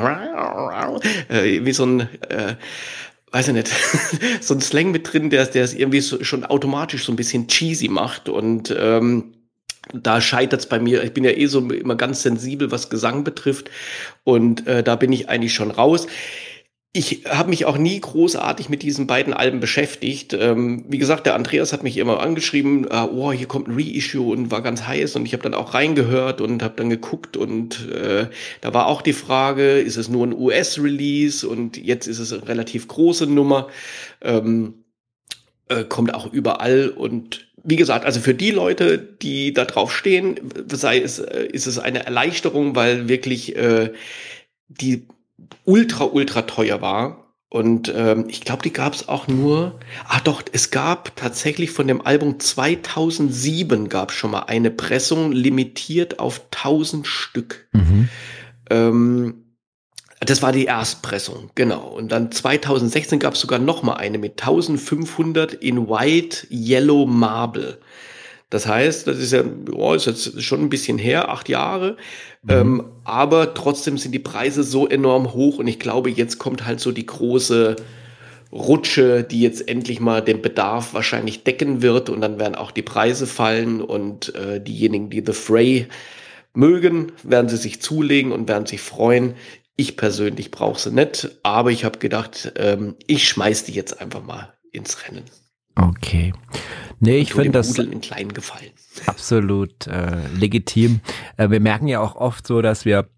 äh, wie so ein äh, weiß ich nicht, so ein Slang mit drin, der der es irgendwie so, schon automatisch so ein bisschen cheesy macht und ähm, da scheitert es bei mir. Ich bin ja eh so immer ganz sensibel, was Gesang betrifft und äh, da bin ich eigentlich schon raus. Ich habe mich auch nie großartig mit diesen beiden Alben beschäftigt. Ähm, wie gesagt, der Andreas hat mich immer angeschrieben, äh, oh, hier kommt ein Reissue und war ganz heiß und ich habe dann auch reingehört und habe dann geguckt und äh, da war auch die Frage, ist es nur ein U S-Release und jetzt ist es eine relativ große Nummer, ähm, äh, kommt auch überall und wie gesagt, also für die Leute, die da drauf stehen, sei es, äh, ist es eine Erleichterung, weil wirklich äh, die ultra, ultra teuer war. Und ähm, ich glaube, die gab es auch nur, ah doch, es gab tatsächlich von dem Album zweitausendsieben gab es schon mal eine Pressung, limitiert auf tausend Stück. Mhm. Ähm, das war die Erstpressung, genau. Und dann zweitausendsechzehn gab es sogar noch mal eine mit eintausendfünfhundert in White Yellow Marble. Das heißt, das ist ja, oh, ist jetzt schon ein bisschen her, acht Jahre. Mhm. Ähm, aber trotzdem sind die Preise so enorm hoch und ich glaube, jetzt kommt halt so die große Rutsche, die jetzt endlich mal den Bedarf wahrscheinlich decken wird und dann werden auch die Preise fallen und äh, diejenigen, die The Fray mögen, werden sie sich zulegen und werden sich freuen. Ich persönlich brauche sie nicht, aber ich habe gedacht, ähm, ich schmeiß die jetzt einfach mal ins Rennen. Okay. Nee, ich finde das in kleinen Gefallen. Absolut äh, legitim. Äh, wir merken ja auch oft so, dass wir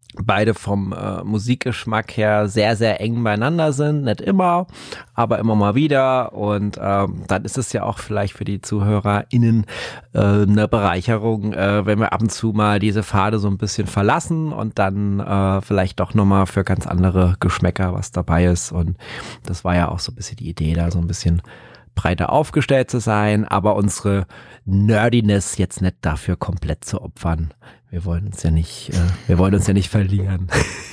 beide vom äh, Musikgeschmack her sehr, sehr eng beieinander sind. Nicht immer, aber immer mal wieder. Und ähm, dann ist es ja auch vielleicht für die ZuhörerInnen äh, eine Bereicherung, äh, wenn wir ab und zu mal diese Pfade so ein bisschen verlassen und dann äh, vielleicht doch nochmal für ganz andere Geschmäcker was dabei ist. Und das war ja auch so ein bisschen die Idee, da so ein bisschen breiter aufgestellt zu sein, aber unsere Nerdiness jetzt nicht dafür komplett zu opfern. Wir wollen uns ja nicht, äh, wir wollen uns ja nicht verlieren.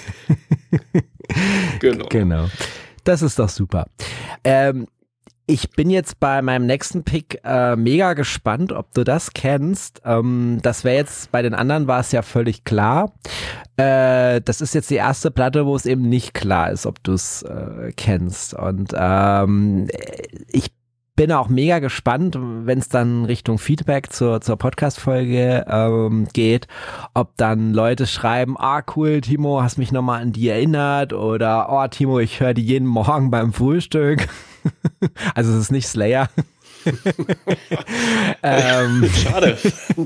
Genau. Genau. Das ist doch super. Ähm, ich bin jetzt bei meinem nächsten Pick äh, mega gespannt, ob du das kennst. Ähm, das wäre jetzt, bei den anderen war es ja völlig klar. Äh, das ist jetzt die erste Platte, wo es eben nicht klar ist, ob du es äh, kennst. Und ähm, ich bin auch mega gespannt, wenn es dann Richtung Feedback zur, zur Podcast-Folge ähm, geht, ob dann Leute schreiben, ah cool, Timo, hast mich nochmal an die erinnert, oder oh Timo, ich höre die jeden Morgen beim Frühstück. Also es ist nicht Slayer. ähm, Schade.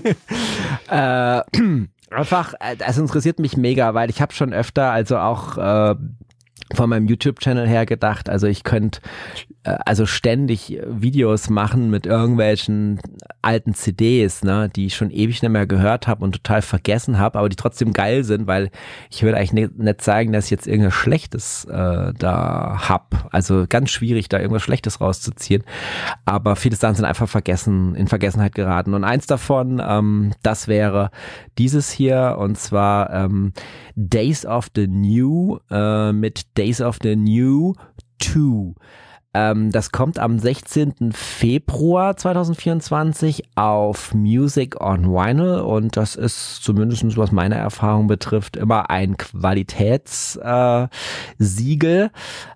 äh, einfach, es interessiert mich mega, weil ich habe schon öfter, also auch äh, von meinem YouTube-Channel her gedacht, also ich könnte äh, also ständig Videos machen mit irgendwelchen alten C Ds, ne, die ich schon ewig nicht mehr gehört habe und total vergessen habe, aber die trotzdem geil sind, weil ich würde eigentlich nicht, nicht sagen, dass ich jetzt irgendwas Schlechtes äh, da hab. Also ganz schwierig, da irgendwas Schlechtes rauszuziehen, aber viele Sachen sind einfach vergessen, in Vergessenheit geraten. Und eins davon, ähm, das wäre dieses hier, und zwar ähm, Days of the New äh, mit Days of the New two. Ähm, das kommt am sechzehnten Februar zweitausendvierundzwanzig auf Music on Vinyl, und das ist zumindest, was meine Erfahrung betrifft, immer ein Qualitätssiegel. Äh,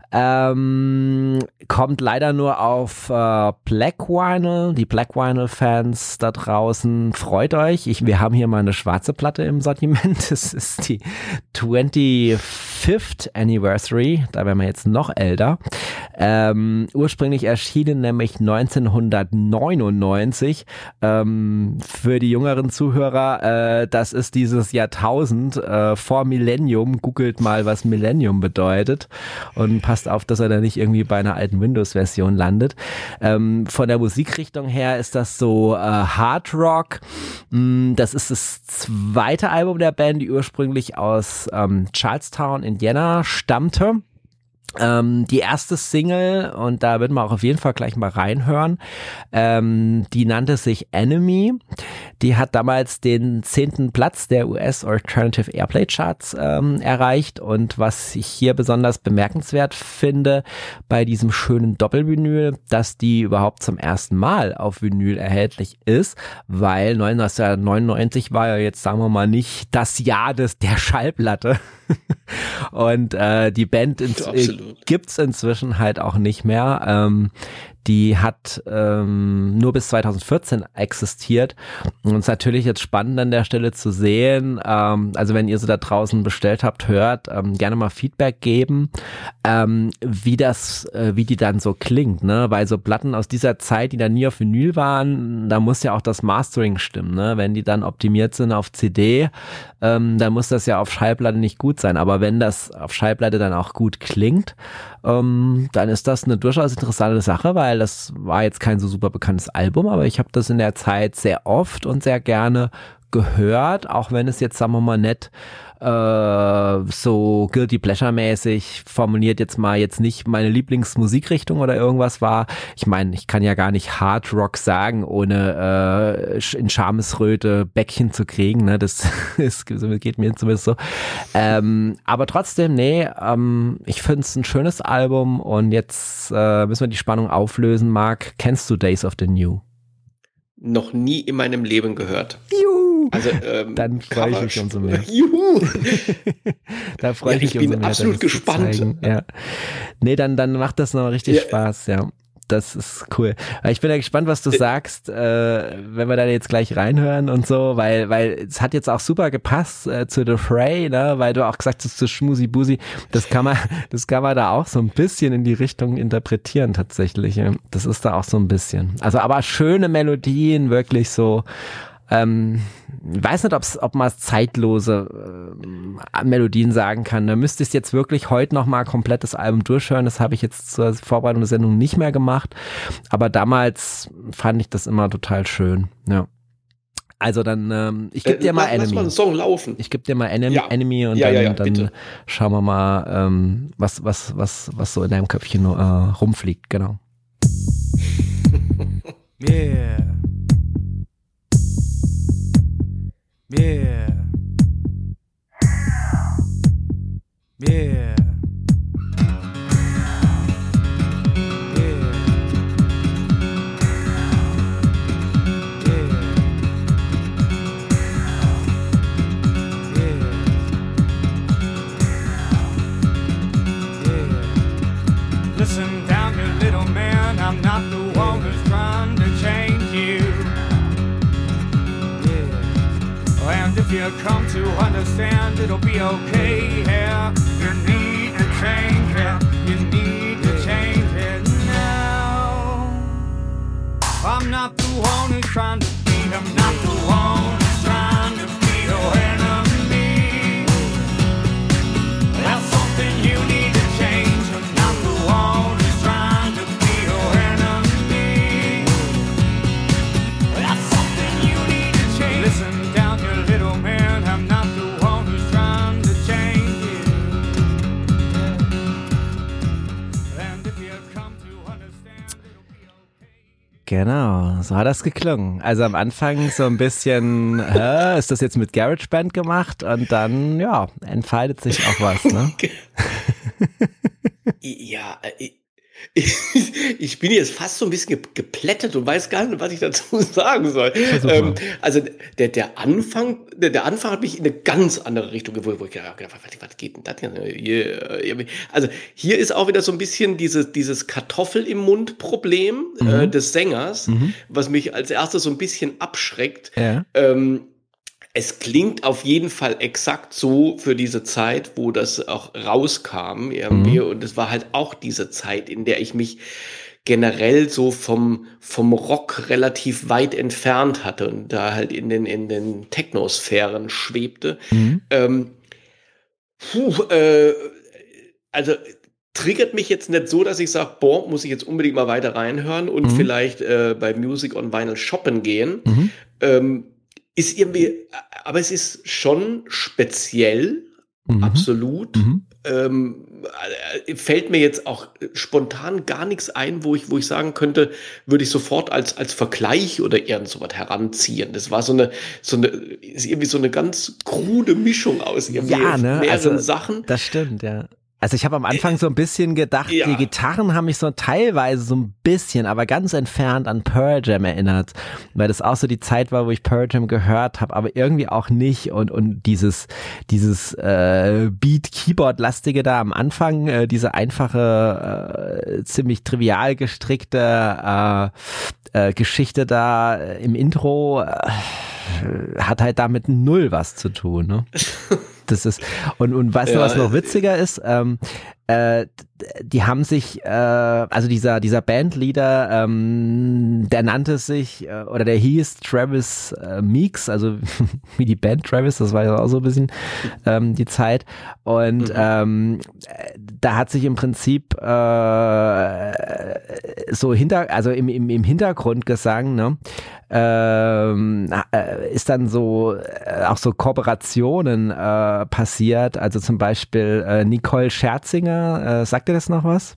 Ähm, kommt leider nur auf äh, Black Vinyl. Die Black Vinyl Fans da draußen, freut euch. Ich, wir haben hier mal eine schwarze Platte im Sortiment. Das ist die twenty-fifth Anniversary. Da wären wir jetzt noch älter. Ähm, ursprünglich erschienen nämlich neunzehnhundertneunundneunzig. Ähm, für die jüngeren Zuhörer, äh, das ist dieses Jahrtausend äh, vor Millennium. Googelt mal, was Millennium bedeutet, und passt auf, dass er da nicht irgendwie bei einer alten Windows-Version landet. Ähm, von der Musikrichtung her ist das so äh, Hard Rock. Mm, das ist das zweite Album der Band, die ursprünglich aus ähm, Charlestown, Indiana stammte. Ähm, die erste Single, und da würden wir auch auf jeden Fall gleich mal reinhören, ähm, die nannte sich Enemy. Die hat damals den zehnten Platz der U S Alternative Airplay Charts ähm, erreicht, und was ich hier besonders bemerkenswert finde bei diesem schönen Doppelvinyl, dass die überhaupt zum ersten Mal auf Vinyl erhältlich ist, weil neunzehnhundertneunundneunzig war ja jetzt, sagen wir mal, nicht das Jahr des der Schallplatte. Und äh, die Band ins, äh, gibt's inzwischen halt auch nicht mehr. Ähm, die hat ähm, nur bis zweitausendvierzehn existiert. Und es ist natürlich jetzt spannend an der Stelle zu sehen, ähm, also wenn ihr sie da draußen bestellt habt, hört, ähm, gerne mal Feedback geben, ähm, wie das, äh, wie die dann so klingt, ne? Weil so Platten aus dieser Zeit, die dann nie auf Vinyl waren, da muss ja auch das Mastering stimmen, ne? Wenn die dann optimiert sind auf C D, ähm, dann muss das ja auf Schallplatte nicht gut sein. Aber wenn das auf Schallplatte dann auch gut klingt, ähm, dann ist das eine durchaus interessante Sache, weil das war jetzt kein so super bekanntes Album, aber ich habe das in der Zeit sehr oft und sehr gerne gehört, auch wenn es jetzt, sagen wir mal, nicht äh, so Guilty Pleasure-mäßig formuliert jetzt mal jetzt nicht meine Lieblingsmusikrichtung oder irgendwas war. Ich meine, ich kann ja gar nicht Hard Rock sagen, ohne äh, in Schamesröte Bäckchen zu kriegen, ne? Das ist, geht mir zumindest so. Ähm, aber trotzdem, nee, ähm, ich finde es ein schönes Album, und jetzt äh, müssen wir die Spannung auflösen. Marc, kennst du Days of the New? Noch nie in meinem Leben gehört. Juhu! Also, ähm, dann freue ich mich umso mehr. Juhu! Da freue ja, ich mich ich umso bin mehr. absolut gespannt. Ja. Nee, dann, dann macht das noch richtig ja. Spaß, ja. Das ist cool. Ich bin ja gespannt, was du äh, sagst, äh, wenn wir da jetzt gleich reinhören und so, weil weil es hat jetzt auch super gepasst äh, zu The Fray, ne, weil du auch gesagt hast, zu Schmusi Busi, das kann man, das kann man da auch so ein bisschen in die Richtung interpretieren tatsächlich. Ja. Das ist da auch so ein bisschen. Also aber schöne Melodien, wirklich so ähm, ich weiß nicht, ob's, ob man zeitlose äh, Melodien sagen kann. Da müsste ich jetzt wirklich heute nochmal komplett das Album durchhören. Das habe ich jetzt zur Vorbereitung der Sendung nicht mehr gemacht. Aber damals fand ich das immer total schön. Ja. Also dann, ähm, ich gebe dir äh, mal lass, Enemy. Lass mal einen Song laufen. Ich gebe dir mal Enemy, Ja. Enemy und Ja, dann, ja, ja, dann bitte. schauen wir mal, ähm, was, was, was, was so in deinem Köpfchen äh, rumfliegt, genau. Yeah. Yeah. Yeah. Listen down, you little man, I'm not the one who's trying to change you. Yeah. And if you come to understand, it'll be okay, yeah. You need to change it, you need to change it now. I'm not the one who's trying to be, I'm not the one who's trying to be your enemy. That's something you need to change, I'm not the one who's trying to be your enemy. That's something you need to change. Listen down, you little man, I'm not the one who's trying to change you. And if you come to understand, it'll be okay. Genau, so hat das geklungen. Also am Anfang so ein bisschen, hä, ist das jetzt mit GarageBand gemacht? Und dann, ja, entfaltet sich auch was, ne? Ja, ich, ich bin jetzt fast so ein bisschen ge- geplättet und weiß gar nicht, was ich dazu sagen soll. Ähm, also der, der Anfang, der, der Anfang hat mich in eine ganz andere Richtung geworfen, wo ich gedacht habe, was, was geht denn das jetzt? Yeah. Also hier ist auch wieder so ein bisschen dieses, dieses Kartoffel im Mund Problem Mhm. äh, des Sängers, Mhm. was mich als erstes so ein bisschen abschreckt. Ja. Ähm, Es klingt auf jeden Fall exakt so für diese Zeit, wo das auch rauskam irgendwie. Mhm. Und es war halt auch diese Zeit, in der ich mich generell so vom, vom Rock relativ weit entfernt hatte und da halt in den, in den Technosphären schwebte. Mhm. Ähm, puh, äh, also triggert mich jetzt nicht so, dass ich sage, boah, muss ich jetzt unbedingt mal weiter reinhören und Mhm. vielleicht äh, bei Music on Vinyl shoppen gehen. Mhm. Ähm, ist irgendwie, aber es ist schon speziell, Mhm. absolut. Mhm. Ähm, äh, fällt mir jetzt auch spontan gar nichts ein, wo ich, wo ich sagen könnte, würde ich sofort als, als Vergleich oder irgend so was heranziehen. Das war so eine, so eine, ist irgendwie so eine ganz krude Mischung aus irgendwie Ja, ne? mehreren Also, Sachen. Das stimmt, ja. Also ich habe am Anfang so ein bisschen gedacht, Ja. die Gitarren haben mich so teilweise so ein bisschen, aber ganz entfernt an Pearl Jam erinnert, weil das auch so die Zeit war, wo ich Pearl Jam gehört habe, aber irgendwie auch nicht und und dieses dieses äh, Beat-Keyboard-lastige da am Anfang, äh, diese einfache, äh, ziemlich trivial gestrickte äh, äh, Geschichte da äh, im Intro äh, hat halt damit null was zu tun, ne? Das ist, und, und weißt du, Ja, was noch witziger ist? Ähm, äh, die haben sich, äh, also dieser, dieser Bandleader, ähm, der nannte sich, äh, oder der hieß Travis äh, Meeks, also wie die Band Travis, das war ja auch so ein bisschen ähm, die Zeit. Und Mhm. ähm, da hat sich im Prinzip äh, so hinter, also im, im, im Hintergrundgesang, ne, ähm, äh, ist dann so äh, auch so Kooperationen äh, passiert, also zum Beispiel äh, Nicole Scherzinger, äh, sagt ihr das noch was?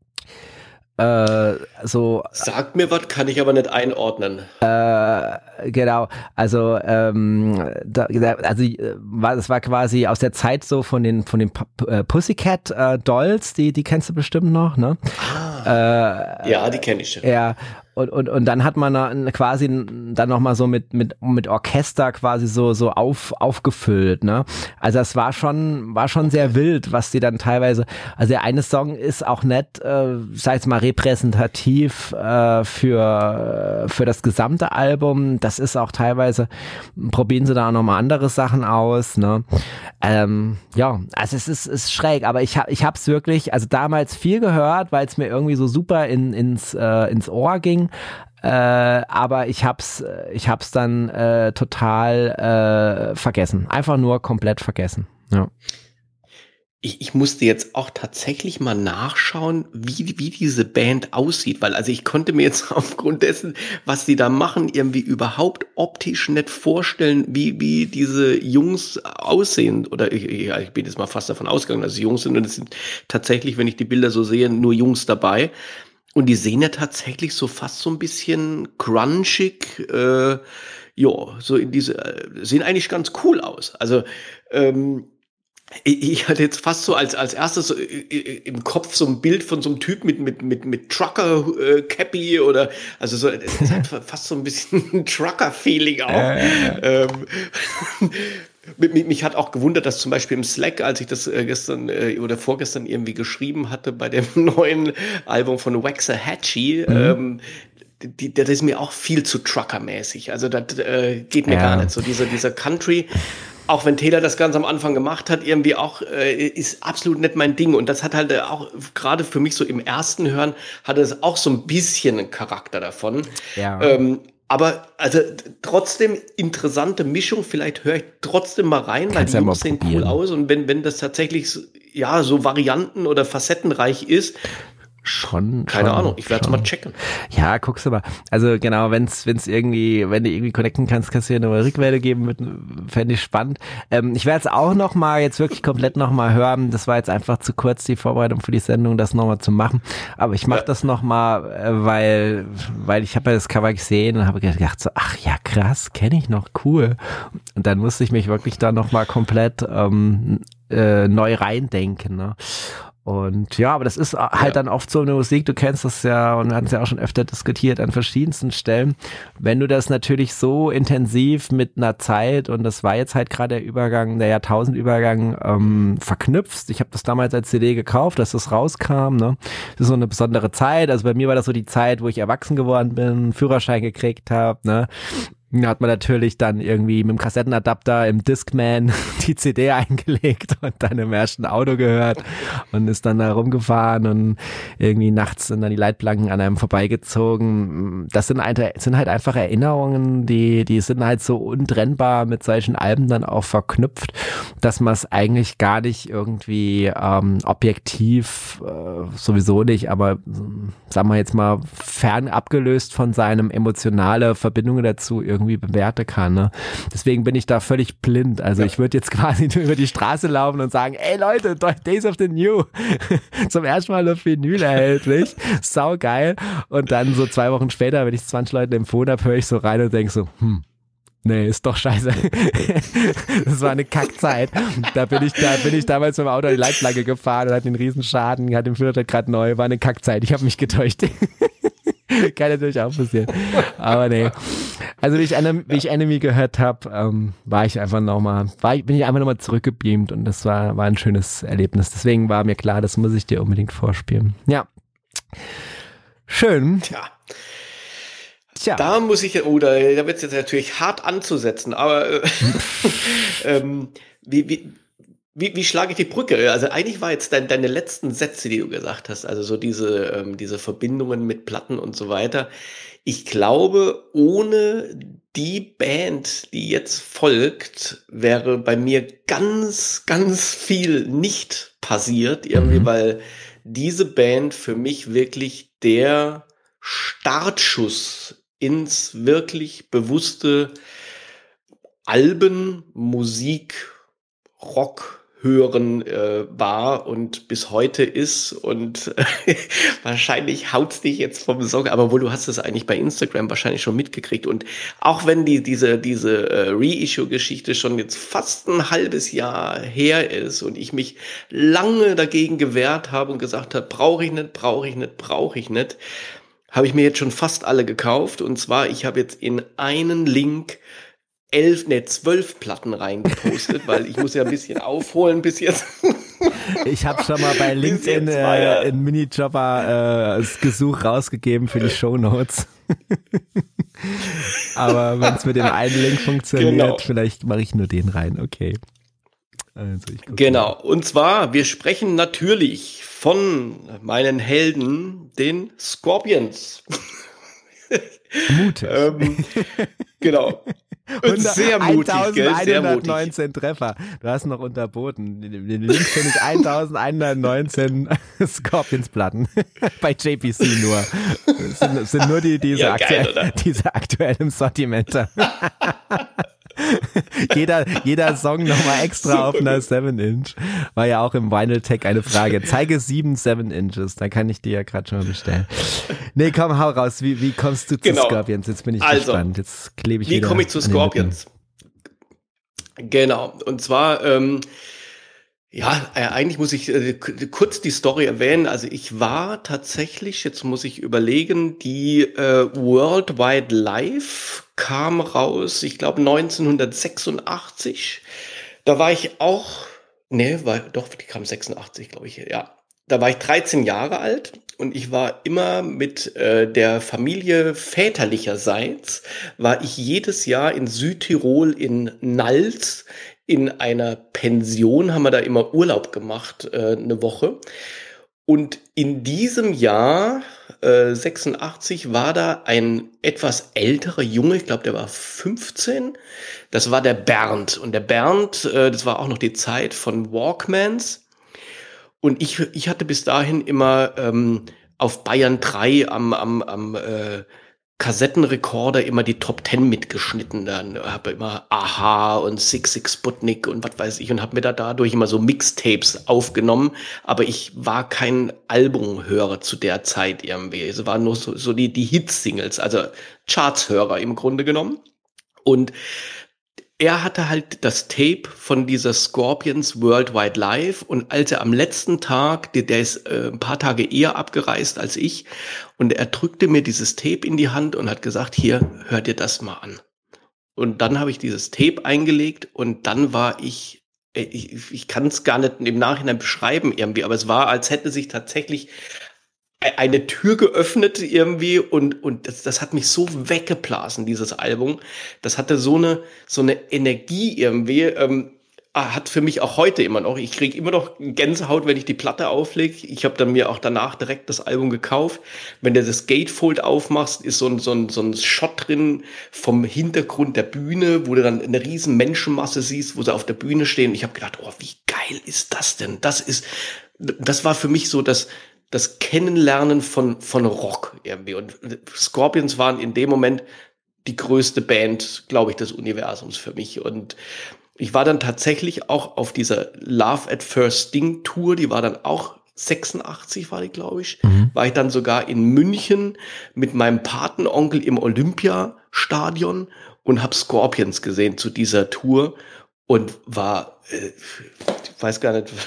Äh, so Sagt mir was, kann ich aber nicht einordnen. äh, genau, also ähm, da, da, also äh, war, das war quasi aus der Zeit so von den von den P- äh, Pussycat äh, Dolls, die die kennst du bestimmt noch, ne? Ah, Äh, ja, die kenne ich schon. Ja, und, und, und dann hat man da quasi dann nochmal so mit, mit, mit Orchester quasi so, so auf, aufgefüllt, ne? Also es war schon, war schon sehr wild, was die dann teilweise, also der eine Song ist auch nicht, äh, sag ich jetzt mal, repräsentativ äh, für, für das gesamte Album. Das ist auch teilweise, probieren sie da auch nochmal andere Sachen aus, ne? Ähm, ja, also es ist, ist schräg, aber ich hab, ich hab's wirklich, also damals viel gehört, weil es mir irgendwie so super in, ins, äh, ins Ohr ging. Äh, aber ich hab's, ich hab's dann äh, total äh, vergessen. Einfach nur komplett vergessen. Ja. Ich, ich musste jetzt auch tatsächlich mal nachschauen, wie, wie diese Band aussieht, weil also ich konnte mir jetzt aufgrund dessen, was die da machen, irgendwie überhaupt optisch nicht vorstellen, wie, wie diese Jungs aussehen. Oder ich, ja, ich bin jetzt mal fast davon ausgegangen, dass sie Jungs sind und es sind tatsächlich, wenn ich die Bilder so sehe, nur Jungs dabei. Und die sehen ja tatsächlich so fast so ein bisschen grungig, äh, ja, so in diese, äh, sehen eigentlich ganz cool aus. Also, ähm, ich hatte jetzt fast so als als erstes so im Kopf so ein Bild von so einem Typ mit mit mit mit Trucker äh, Cappy oder also so es hat fast so ein bisschen Trucker Feeling auch. Äh. Ähm, mich, mich hat auch gewundert, dass zum Beispiel im Slack, als ich das äh, gestern äh, oder vorgestern irgendwie geschrieben hatte bei dem neuen Album von Waxahachie, mhm. ähm, Die, das ist mir auch viel zu Trucker-mäßig. Also das äh, geht mir ja. gar nicht so. Dieser, dieser Country, auch wenn Taylor das ganz am Anfang gemacht hat, irgendwie auch, äh, ist absolut nicht mein Ding. Und das hat halt auch, gerade für mich so im ersten Hören, hatte es auch so ein bisschen einen Charakter davon. Ja. Ähm, aber also trotzdem interessante Mischung. Vielleicht höre ich trotzdem mal rein, weil die ja Jungs sehen cool aus. Und wenn, wenn das tatsächlich so, ja, so varianten- oder facettenreich ist, Schon, Keine schon, Ahnung, ich werde es mal checken. Ja, guckst du mal. Also genau, wenn's wenn's irgendwie, wenn du irgendwie connecten kannst, kannst du dir eine Rückmeldung geben, fände ich spannend. Ähm, ich werde es auch noch mal, jetzt wirklich komplett noch mal hören. Das war jetzt einfach zu kurz, die Vorbereitung für die Sendung, das noch mal zu machen. Aber ich mache ja. das noch mal, äh, weil weil ich habe ja das Cover gesehen und habe gedacht so, ach ja, krass, kenne ich noch, cool. Und dann musste ich mich wirklich da noch mal komplett ähm, äh, neu reindenken, ne? Und ja, aber das ist halt ja. dann oft so eine Musik, du kennst das ja und wir hatten es ja auch schon öfter diskutiert an verschiedensten Stellen. Wenn du das natürlich so intensiv mit einer Zeit, und das war jetzt halt gerade der Übergang, der Jahrtausendübergang, ähm, verknüpfst. Ich habe das damals als C D gekauft, dass das rauskam, ne? Das ist so eine besondere Zeit. Also bei mir war das so die Zeit, wo ich erwachsen geworden bin, einen Führerschein gekriegt habe, ne? Da hat man natürlich dann irgendwie mit dem Kassettenadapter im Discman die C D eingelegt und dann im ersten Auto gehört und ist dann da rumgefahren und irgendwie nachts sind dann die Leitplanken an einem vorbeigezogen. Das sind halt, sind halt einfach Erinnerungen, die, die sind halt so untrennbar mit solchen Alben dann auch verknüpft, dass man es eigentlich gar nicht irgendwie ähm, objektiv, äh, sowieso nicht, aber sagen wir jetzt mal fern abgelöst von seinem emotionale Verbindungen dazu irgendwie bewerte kann, ne? Deswegen bin ich da völlig blind. Also ja. ich würde jetzt quasi nur über die Straße laufen und sagen, ey Leute, Days of the New, zum ersten Mal auf Vinyl erhältlich, sau geil. Und dann so zwei Wochen später, wenn ich zwanzig Leuten empfohlen habe, höre ich so rein und denke so, hm, nee, ist doch scheiße. Das war eine Kackzeit. Da bin ich, da bin ich damals mit dem Auto an die Leitplanke gefahren und hatte einen riesen Schaden, hatte den Führerschein gerade neu, war eine Kackzeit. Ich habe mich getäuscht. Kann natürlich auch passieren. Aber nee. Also wie ich, Enemy, wie ich Enemy gehört habe, ähm, war ich einfach nochmal, war ich, bin ich einfach nochmal zurückgebeamt und das war, war ein schönes Erlebnis. Deswegen war mir klar, das muss ich dir unbedingt vorspielen. Ja. Schön. Tja. Tja. Da muss ich, oder oh, da wird es jetzt natürlich hart anzusetzen, aber äh, ähm, wie, wie, Wie, wie schlage ich die Brücke? Also eigentlich war jetzt dein, deine letzten Sätze, die du gesagt hast, also so diese, ähm, diese Verbindungen mit Platten und so weiter. Ich glaube, ohne die Band, die jetzt folgt, wäre bei mir ganz, ganz viel nicht passiert, irgendwie, mhm. weil diese Band für mich wirklich der Startschuss ins wirklich bewusste Alben, Musik, Rock hören äh, war und bis heute ist und äh, wahrscheinlich haut's dich jetzt vom Socken, aber wohl du hast es eigentlich bei Instagram wahrscheinlich schon mitgekriegt und auch wenn die diese diese äh, Reissue-Geschichte schon jetzt fast ein halbes Jahr her ist und ich mich lange dagegen gewehrt habe und gesagt habe, brauche ich nicht, brauche ich nicht, brauche ich nicht, habe ich mir jetzt schon fast alle gekauft und zwar, ich habe jetzt in einen Link elf, ne, zwölf Platten reingepostet, weil ich muss ja ein bisschen aufholen bis jetzt. Ich habe schon mal bei LinkedIn äh, in Minijobber äh, das Gesuch rausgegeben für die Shownotes. Aber wenn es mit dem einen Link funktioniert, genau. Vielleicht mache ich nur den rein, okay. Also ich genau, mal. Und zwar, wir sprechen natürlich von meinen Helden, den Scorpions. Mutig. Ähm, genau. Und sehr mutig, gell? Sehr mutig. eintausendeinhundertneunzehn Treffer. Du hast noch unterboten. Den Link finde ich eintausendeinhundertneunzehn Scorpions-Platten. Bei J P C nur. Das sind, das sind nur die, diese, Ja, geil, aktuell, oder? diese aktuellen Sortimente. jeder, jeder Song nochmal extra Super auf einer gut. seven Inch. War ja auch im Vinyl Tech eine Frage. Zeige sieben seven Inches. Da kann ich dir ja gerade schon mal bestellen. Nee, komm, hau raus. Wie, wie kommst du zu Genau. Scorpions? Jetzt bin ich Also, gespannt. Jetzt klebe ich Wie wieder komme ich zu an den Scorpions? Genau. Und zwar, ähm, ja, äh, eigentlich muss ich äh, k- kurz die Story erwähnen. Also ich war tatsächlich, jetzt muss ich überlegen, die äh, World Wide Live kam raus, ich glaube neunzehnhundertsechsundachtzig. Da war ich auch, nee, war, doch, die kam sechsundachtzig, glaube ich, ja. Da war ich dreizehn Jahre alt und ich war immer mit äh, der Familie väterlicherseits, war ich jedes Jahr in Südtirol in Nals in einer Pension, haben wir da immer Urlaub gemacht, äh, eine Woche. Und in diesem Jahr, äh, sechsundachtzig, war da ein etwas älterer Junge, ich glaube, der war fünfzehn. Das war der Bernd. Und der Bernd, äh, das war auch noch die Zeit von Walkmans. Und ich, ich hatte bis dahin immer ähm, auf Bayern drei am, am, am äh, Kassettenrekorder immer die Top Ten mitgeschnitten. Dann habe immer Aha und Six Six Sputnik und was weiß ich und habe mir da dadurch immer so Mixtapes aufgenommen. Aber ich war kein Albumhörer zu der Zeit irgendwie. Es waren nur so, so die, die Hit-Singles, also Chartshörer im Grunde genommen. Und er hatte halt das Tape von dieser Scorpions Worldwide Live und als er am letzten Tag, der, der ist äh, ein paar Tage eher abgereist als ich und er drückte mir dieses Tape in die Hand und hat gesagt, hier, hör dir das mal an. Und dann habe ich dieses Tape eingelegt und dann war ich, äh, ich, ich kann es gar nicht im Nachhinein beschreiben irgendwie, aber es war, als hätte sich tatsächlich eine Tür geöffnet irgendwie und und das, das hat mich so weggeblasen, dieses Album. Das hatte so eine so eine Energie irgendwie, ähm, hat für mich auch heute immer noch. Ich kriege immer noch Gänsehaut, wenn ich die Platte auflege. Ich habe dann mir auch danach direkt das Album gekauft. Wenn du das Gatefold aufmachst, ist so ein so ein so ein Shot drin vom Hintergrund der Bühne, wo du dann eine riesen Menschenmasse siehst, wo sie auf der Bühne stehen. Ich habe gedacht, oh, wie geil ist das denn? Das ist, das war für mich so das das Kennenlernen von, von Rock irgendwie. Und Scorpions waren in dem Moment die größte Band, glaube ich, des Universums für mich. Und ich war dann tatsächlich auch auf dieser Love at First Sting Tour, die war dann auch sechsundachtzig, war die, glaube ich, mhm. war ich dann sogar in München mit meinem Patenonkel im Olympiastadion und habe Scorpions gesehen zu dieser Tour und war, äh, ich weiß gar nicht,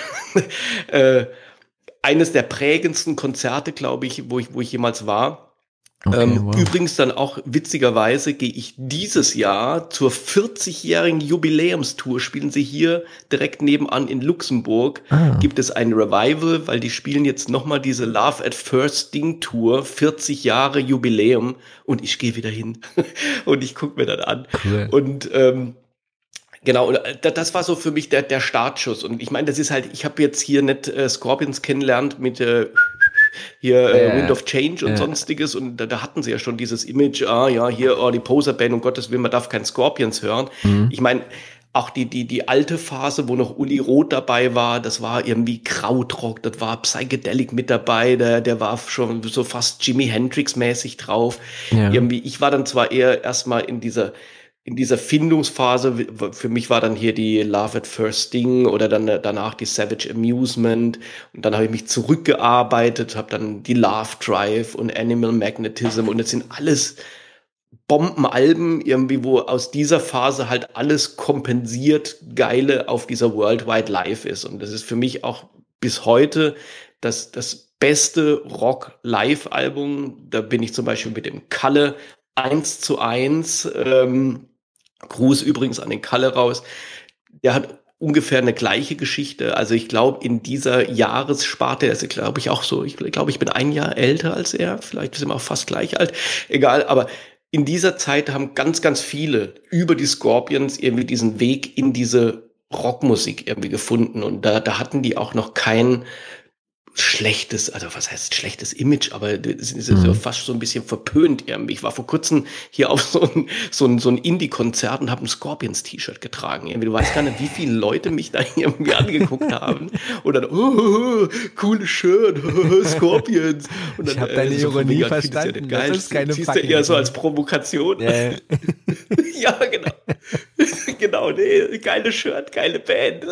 äh, eines der prägendsten Konzerte, glaube ich, wo ich, wo ich jemals war. Okay, ähm, wow. Übrigens dann auch witzigerweise gehe ich dieses Jahr zur vierzigjährigen Jubiläumstour, spielen sie hier direkt nebenan in Luxemburg, ah. gibt es ein Revival, weil die spielen jetzt nochmal diese Love at First Sting Tour, vierzig Jahre Jubiläum und ich gehe wieder hin und ich gucke mir das an. Cool. Und ähm, genau, das war so für mich der, der Startschuss. Und ich meine, das ist halt, ich habe jetzt hier nicht äh, Scorpions kennengelernt mit äh, hier äh, yeah. Wind of Change und yeah. sonstiges. Und da, da hatten sie ja schon dieses Image, ah ja, hier, oh, die Poser-Band, um Gottes Willen, man darf kein Scorpions hören. Mhm. Ich meine, auch die, die, die alte Phase, wo noch Uli Roth dabei war, das war irgendwie Krautrock, das war Psychedelic mit dabei, der, der war schon so fast Jimi Hendrix-mäßig drauf. Ja. Irgendwie, ich war dann zwar eher erstmal in dieser in dieser Findungsphase, für mich war dann hier die Love at First Sting oder dann danach die Savage Amusement und dann habe ich mich zurückgearbeitet, habe dann die Love Drive und Animal Magnetism und das sind alles Bombenalben irgendwie, wo aus dieser Phase halt alles kompensiert Geile auf dieser Worldwide Live ist und das ist für mich auch bis heute das, das beste Rock-Live-Album. Da bin ich zum Beispiel mit dem Kalle eins zu eins, ähm, Gruß übrigens an den Kalle raus, der hat ungefähr eine gleiche Geschichte, also ich glaube in dieser Jahressparte, also glaube ich auch so, ich glaube ich bin ein Jahr älter als er, vielleicht sind wir auch fast gleich alt, egal, aber in dieser Zeit haben ganz, ganz viele über die Scorpions irgendwie diesen Weg in diese Rockmusik irgendwie gefunden und da, da hatten die auch noch kein schlechtes, also was heißt schlechtes Image, aber es ist Mhm. ja fast so ein bisschen verpönt irgendwie. Ich war vor kurzem hier auf so ein, so ein, so ein Indie-Konzert und habe ein Scorpions-T-Shirt getragen. Irgendwie. Du weißt gar nicht, wie viele Leute mich da irgendwie angeguckt haben. Und dann, oh, oh, oh, cooles Shirt, Scorpions. Und dann, Ich hab deine so von Ironie wegen, findest du ja verstanden. nicht Das geil. ist keine Siehst du fucking eher so Ironie. als Provokation. Ja, ja. Ja, genau. Genau, nee, geile Shirt, geile Band.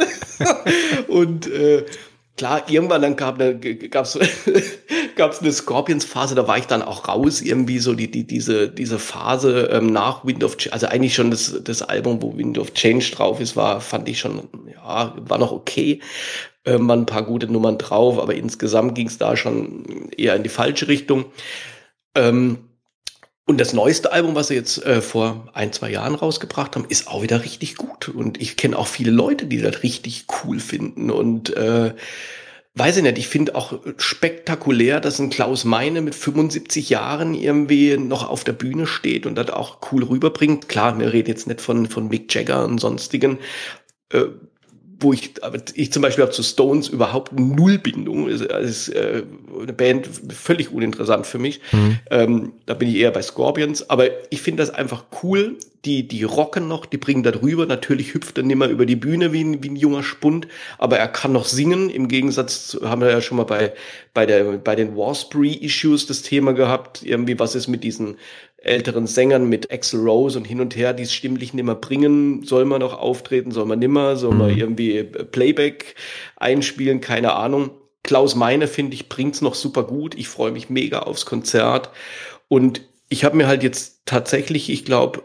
Und äh, klar, irgendwann dann gab eine, gab's, gab's eine Scorpions-Phase, da war ich dann auch raus, irgendwie so die, die, diese, diese Phase ähm, nach Wind of Change, also eigentlich schon das, das Album, wo Wind of Change drauf ist, war, fand ich schon, ja, war noch okay. Ähm, waren ein paar gute Nummern drauf, aber insgesamt ging es da schon eher in die falsche Richtung. Ähm, Und das neueste Album, was sie jetzt äh, vor ein, zwei Jahren rausgebracht haben, ist auch wieder richtig gut. Und ich kenne auch viele Leute, die das richtig cool finden. Und äh, weiß ich nicht, ich finde auch spektakulär, dass ein Klaus Meine mit fünfundsiebzig Jahren irgendwie noch auf der Bühne steht und das auch cool rüberbringt. Klar, wir reden jetzt nicht von, von Mick Jagger und sonstigen, äh, wo ich, aber ich zum Beispiel habe zu Stones überhaupt null Bindung. Es ist äh, eine Band völlig uninteressant für mich. Mhm. Ähm, da bin ich eher bei Scorpions. Aber ich finde das einfach cool. Die, die rocken noch, die bringen da drüber. Natürlich hüpft er nicht mehr über die Bühne wie ein, wie ein junger Spund, aber er kann noch singen. Im Gegensatz zu, haben wir ja schon mal bei, bei der, bei den War-Spree-Issues das Thema gehabt. Irgendwie, was ist mit diesen älteren Sängern mit Axl Rose und hin und her, die es stimmlich nimmer bringen, soll man noch auftreten, soll man nimmer, soll man irgendwie Playback einspielen, keine Ahnung. Klaus Meine, finde ich, bringt's noch super gut. Ich freue mich mega aufs Konzert. Und ich habe mir halt jetzt tatsächlich, ich glaube,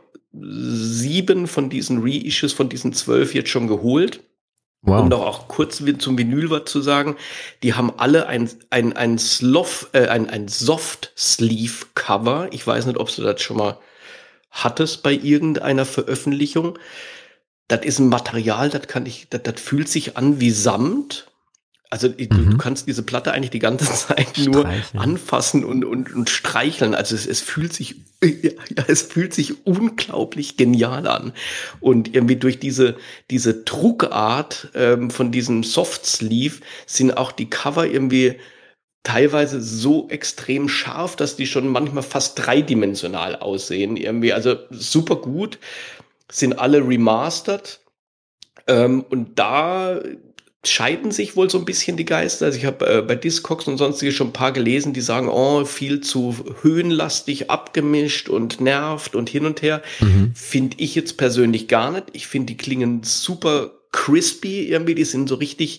sieben von diesen Reissues, von diesen zwölf jetzt schon geholt. Wow. Um doch auch kurz zum Vinyl was zu sagen, die haben alle ein, ein, ein, Slof, äh, ein, ein Soft-Sleeve-Cover. Ich weiß nicht, ob du das schon mal hattest bei irgendeiner Veröffentlichung. Das ist ein Material, das kann ich, das, das fühlt sich an wie Samt. Also du, Mhm. du kannst diese Platte eigentlich die ganze Zeit nur Streicheln. anfassen und, und, und streicheln. Also es, es fühlt sich, ja, es fühlt sich unglaublich genial an. Und irgendwie durch diese, diese Druckart ähm, von diesem Soft Sleeve sind auch die Cover irgendwie teilweise so extrem scharf, dass die schon manchmal fast dreidimensional aussehen. Irgendwie, also super gut, sind alle remastered. Ähm, und da scheiden sich wohl so ein bisschen die Geister. Also ich habe äh, bei Discogs und sonstige schon ein paar gelesen, die sagen, oh, viel zu höhenlastig abgemischt und nervt und hin und her. Mhm. Finde ich jetzt persönlich gar nicht. Ich finde, die klingen super crispy irgendwie. Die sind so richtig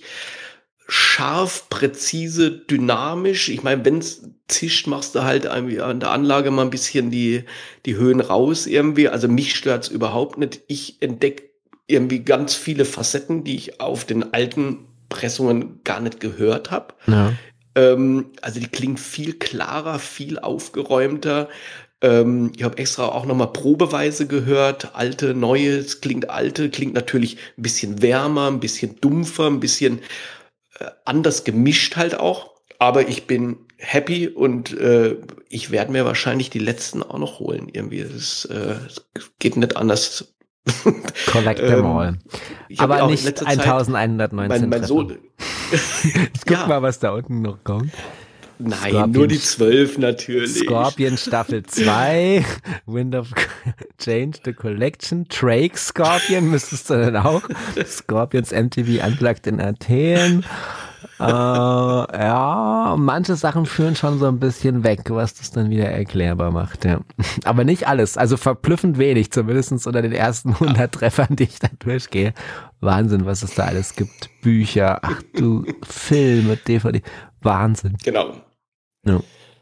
scharf, präzise, dynamisch. Ich meine, wenn's zischt, machst du halt irgendwie an der Anlage mal ein bisschen die, die Höhen raus irgendwie. Also mich stört's überhaupt nicht. Ich entdecke irgendwie ganz viele Facetten, die ich auf den alten Pressungen gar nicht gehört habe. Ja. Ähm, also die klingen viel klarer, viel aufgeräumter. Ähm, ich habe extra auch nochmal probeweise gehört. Alte, neue, es klingt alte, klingt natürlich ein bisschen wärmer, ein bisschen dumpfer, ein bisschen äh, anders gemischt halt auch. Aber ich bin happy und äh, ich werde mir wahrscheinlich die letzten auch noch holen. Irgendwie, es äh, geht nicht anders. Collect them Ähm, all. Ich hab Aber ja auch in nicht letzter Zeit- eintausendeinhundertneunzehn Mein, mein Treffer. Sohn. Ich guck Ja. mal, was da unten noch kommt. Nein, Scorpion- nur die zwölf natürlich. Scorpion Staffel zwei, Wind of Change the Collection, Drake Scorpion müsstest du dann auch, Scorpions M T V Unplugged in Athen. Äh, ja, manche Sachen führen schon so ein bisschen weg, was das dann wieder erklärbar macht, ja. Aber nicht alles, also verblüffend wenig, zumindest unter den ersten hundert Treffern, die ich da durchgehe. Wahnsinn, was es da alles gibt. Bücher, ach du, Filme, D V D, Wahnsinn. Genau. Ja.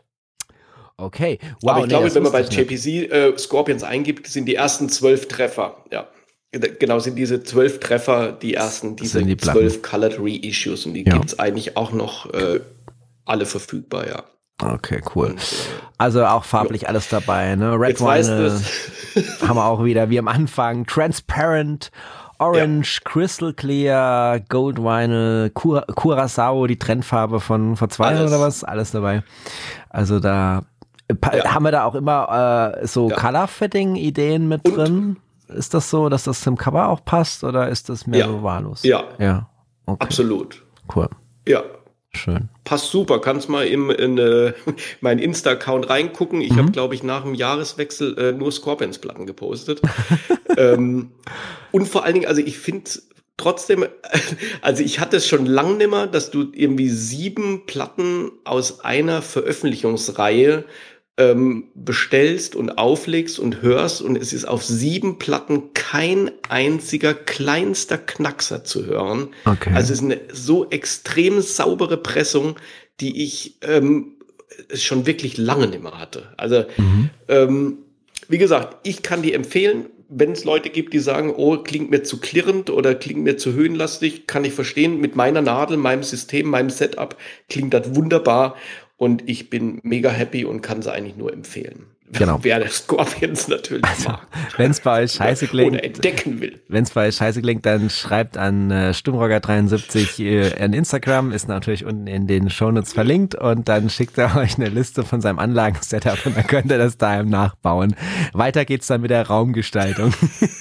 Okay, wow. Aber ich nee, glaube, das wenn man bei wusste ich J P C äh, Scorpions eingibt, sind die ersten zwölf Treffer. Ja. Genau, sind diese zwölf Treffer die ersten, diese sind die Platten. zwölf Colored Reissues. Und die Ja. gibt's eigentlich auch noch äh, alle verfügbar, ja. nicht. Okay, cool. Und, äh, Also auch farblich alles dabei, ne? Red jetzt weißt Wine du haben wir auch wieder, wie am Anfang, Transparent, Orange, Crystal Clear, Gold Vinyl, Cura- Curacao, die Trendfarbe von vor zwei Jahren Alles. oder was, alles dabei. Also da pa- Ja. haben wir da auch immer äh, so Ja. Color-Fitting-Ideen mit Und- drin. Ist das so, dass das zum Cover auch passt oder ist das mehr Ja. so wahllos? Ja. Ja, okay, Absolut. cool. Ja. Schön. Passt super, kannst mal im, in äh, meinen Insta-Account reingucken. Ich mhm. habe, glaube ich, nach dem Jahreswechsel äh, nur Scorpions-Platten gepostet. ähm, und vor allen Dingen, also ich finde trotzdem, also ich hatte es schon lang nimmer, dass du irgendwie sieben Platten aus einer Veröffentlichungsreihe ähm, bestellst und auflegst und hörst und es ist auf sieben Platten kein einziger kleinster Knackser zu hören. Okay. Also es ist eine so extrem saubere Pressung, die ich ähm, schon wirklich lange nicht mehr hatte. Also mhm. ähm, wie gesagt, ich kann die empfehlen, wenn es Leute gibt, die sagen, oh, klingt mir zu klirrend oder klingt mir zu höhenlastig, kann ich verstehen. Mit meiner Nadel, meinem System, meinem Setup klingt das wunderbar. Und ich bin mega happy und kann sie eigentlich nur empfehlen. Genau. Wer der Scorpions natürlich also, mag. Wenn es bei euch scheiße klingt. Oder entdecken will. Wenn es bei euch scheiße klingt, dann schreibt an äh, Stummrocker dreiundsiebzig äh, an Instagram, ist natürlich unten in den Shownotes verlinkt und dann schickt er euch eine Liste von seinem Anlagensetup und dann könnt ihr das daheim nachbauen. Weiter geht's dann mit der Raumgestaltung.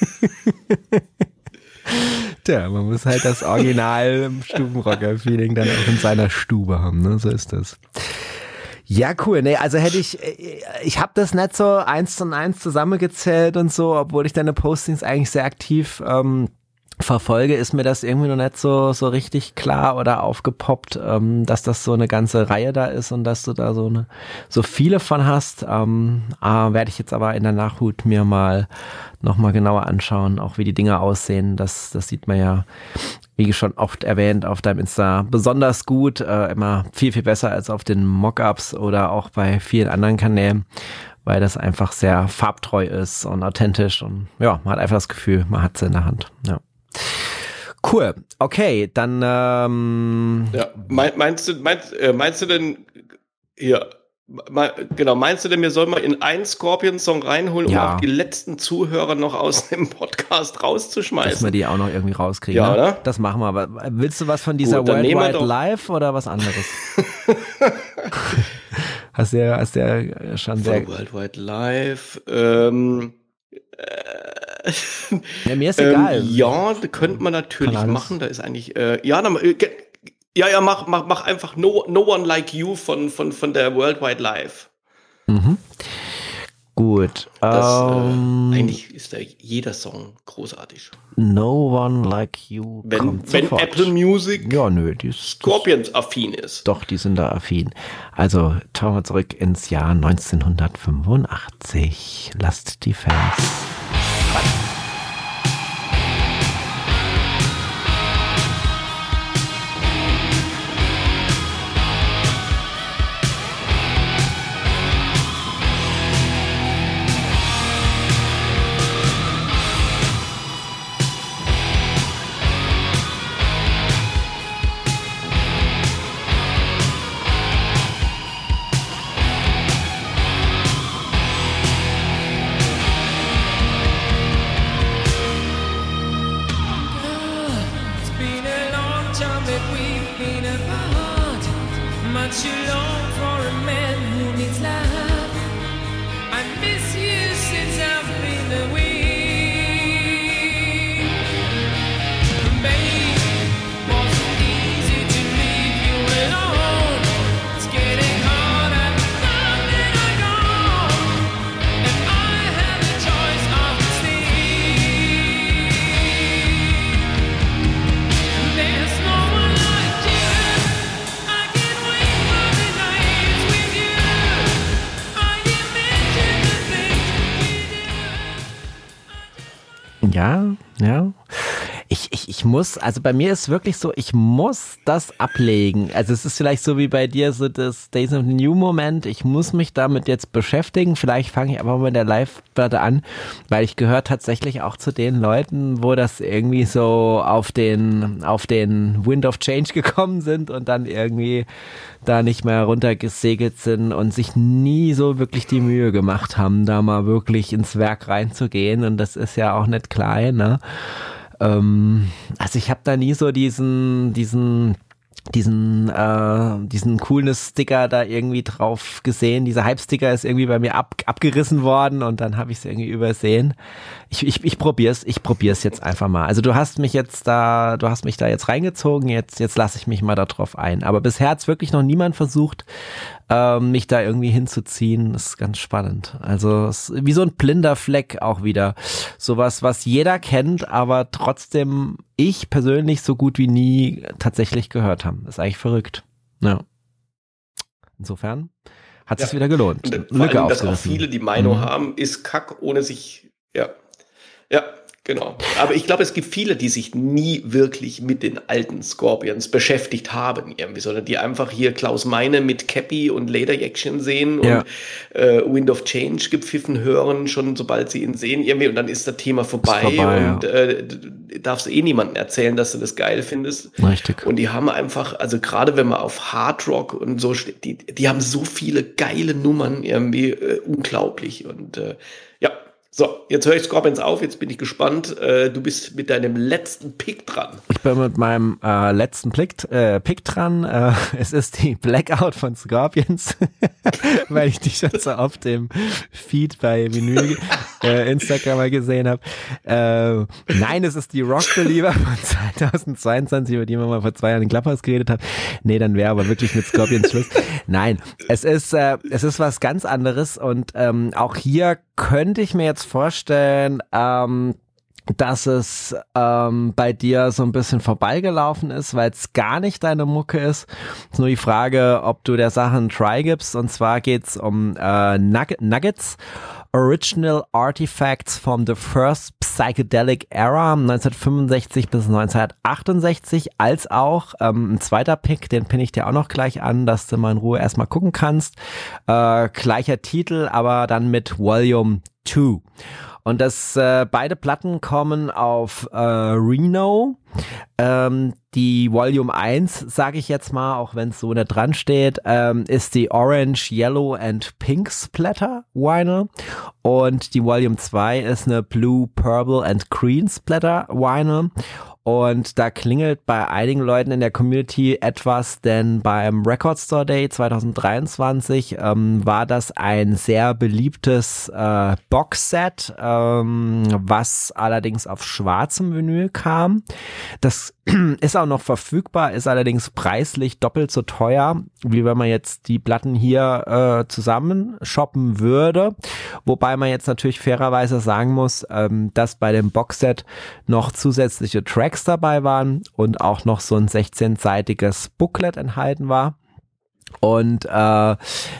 Tja, man muss halt das Original Stubenrocker-Feeling dann auch in seiner Stube haben, ne? So ist das. Ja, cool. Nee, also hätte ich, ich habe das nicht so eins zu eins zusammengezählt und so, obwohl ich deine Postings eigentlich sehr aktiv ähm, verfolge, ist mir das irgendwie noch nicht so so richtig klar oder aufgepoppt, ähm, dass das so eine ganze Reihe da ist und dass du da so eine so viele von hast. Ähm, äh, werde ich jetzt aber in der Nachhut mir mal nochmal genauer anschauen, auch wie die Dinge aussehen. Das das sieht man ja, wie schon oft erwähnt, auf deinem Insta besonders gut, äh, immer viel, viel besser als auf den Mockups oder auch bei vielen anderen Kanälen, weil das einfach sehr farbtreu ist und authentisch und ja, man hat einfach das Gefühl, man hat es in der Hand. Ja. Cool, okay, dann ähm ja, meinst du, meinst, äh, meinst du denn, ja, genau, meinst du denn, wir sollen mal in einen Scorpions-Song reinholen, um ja. auch die letzten Zuhörer noch aus dem Podcast rauszuschmeißen? Dass wir die auch noch irgendwie rauskriegen. Ja, ne? oder? Das machen wir, aber willst du was von dieser Gut, Worldwide Live oder was anderes? hast du ja, hast du ja schon sehr... Von Worldwide Live, ähm... ja, mir ist egal. Ähm, ja, könnte man natürlich machen. Da ist eigentlich, äh, ja, dann, äh, ja, ja, mach, mach, mach einfach No, no One Like You von, von, von der Worldwide Live. Mhm. Gut. Das, ähm, äh, eigentlich ist da jeder Song großartig. No One Like You. Wenn, wenn Apple Music ja, nö, die ist, Scorpions-affin ist. Doch, die sind da affin. Also, schauen wir zurück ins Jahr neunzehnhundertfünfundachtzig. Lasst die Fans ran. Ja, ja. Ich, ich, ich muss, also bei mir ist wirklich so, ich muss das ablegen. Also es ist vielleicht so wie bei dir so das Days of the New Moment. Ich muss mich damit jetzt beschäftigen. Vielleicht fange ich aber mit der Live-Platte an, weil ich gehöre tatsächlich auch zu den Leuten, wo das irgendwie so auf den, auf den Wind of Change gekommen sind und dann irgendwie da nicht mehr runtergesegelt sind und sich nie so wirklich die Mühe gemacht haben, da mal wirklich ins Werk reinzugehen. Und das ist ja auch nicht klein, ne? Also ich habe da nie so diesen, diesen diesen äh, diesen Coolness-Sticker da irgendwie drauf gesehen. Dieser Hype-Sticker ist irgendwie bei mir ab, abgerissen worden und dann habe ich es irgendwie übersehen. Ich, ich, ich probier's, ich probier's jetzt einfach mal. Also du hast mich jetzt da, du hast mich da jetzt reingezogen, jetzt, jetzt lasse ich mich mal da drauf ein. Aber bisher hat's wirklich noch niemand versucht, ähm, mich da irgendwie hinzuziehen. Das ist ganz spannend. Also es ist wie so ein blinder Fleck auch wieder. Sowas, was jeder kennt, aber trotzdem ich persönlich so gut wie nie tatsächlich gehört haben. Das ist eigentlich verrückt. Ja. Insofern hat es Ja. wieder gelohnt. Und vor Lücke allem, dass auch aufgerissen. viele die Meinung Mhm. haben, ist Kack, ohne sich, ja, ja, genau. Aber ich glaube, es gibt viele, die sich nie wirklich mit den alten Scorpions beschäftigt haben, irgendwie, sondern die einfach hier Klaus Meine mit Cappy und Lederjäckchen sehen Ja. und äh, Wind of Change gepfiffen hören, schon sobald sie ihn sehen, irgendwie, und dann ist das Thema vorbei, vorbei, und äh, d- darfst eh niemandem erzählen, dass du das geil findest. Richtig. Und die haben einfach, also gerade wenn man auf Hard Rock und so steht, die, die haben so viele geile Nummern, irgendwie äh, unglaublich. Und äh, ja, so, jetzt höre ich Scorpions auf, jetzt bin ich gespannt. Äh, du bist mit deinem letzten Pick dran. Ich bin mit meinem äh, letzten Pick, äh, Pick dran. Äh, es ist die Blackout von Scorpions, weil ich die schon so auf dem Feed bei Vinyl äh, Instagram mal gesehen habe. Äh, nein, es ist die Rock Believer von zweitausendzweiundzwanzig, über die wir mal vor zwei Jahren in Clubhouse geredet haben. Nee, dann wäre aber wirklich mit Scorpions Schluss. Nein, es ist äh, es ist was ganz anderes und ähm, auch hier könnte ich mir jetzt vorstellen, ähm, dass es ähm, bei dir so ein bisschen vorbeigelaufen ist, weil es gar nicht deine Mucke ist. Ist nur die Frage, ob du der Sache einen Try gibst. Und zwar geht's um äh, Nug- Nuggets, Original Artifacts from the First Psychedelic Era, neunzehnhundertfünfundsechzig bis neunzehnhundertachtundsechzig, als auch ähm, ein zweiter Pick, den pinne ich dir auch noch gleich an, dass du mal in Ruhe erstmal gucken kannst. Äh, gleicher Titel, aber dann mit Volume zwei. Und das äh, beide Platten kommen auf äh, Reno. Ähm, die Volume eins, sage ich jetzt mal, auch wenn es so nicht dran steht, ähm, ist die Orange, Yellow and Pink Splatter Vinyl. Und die Volume zwei ist eine Blue, Purple and Green Splatter Vinyl. Und da klingelt bei einigen Leuten in der Community etwas, denn beim Record Store Day zwanzig dreiundzwanzig ähm, war das ein sehr beliebtes äh, Boxset, ähm, was allerdings auf schwarzem Vinyl kam. Das ist auch noch verfügbar, ist allerdings preislich doppelt so teuer, wie wenn man jetzt die Platten hier äh, zusammen shoppen würde. Wobei man jetzt natürlich fairerweise sagen muss, ähm, dass bei dem Boxset noch zusätzliche Tracks dabei waren und auch noch so ein sechzehnseitiges Booklet enthalten war. Und äh,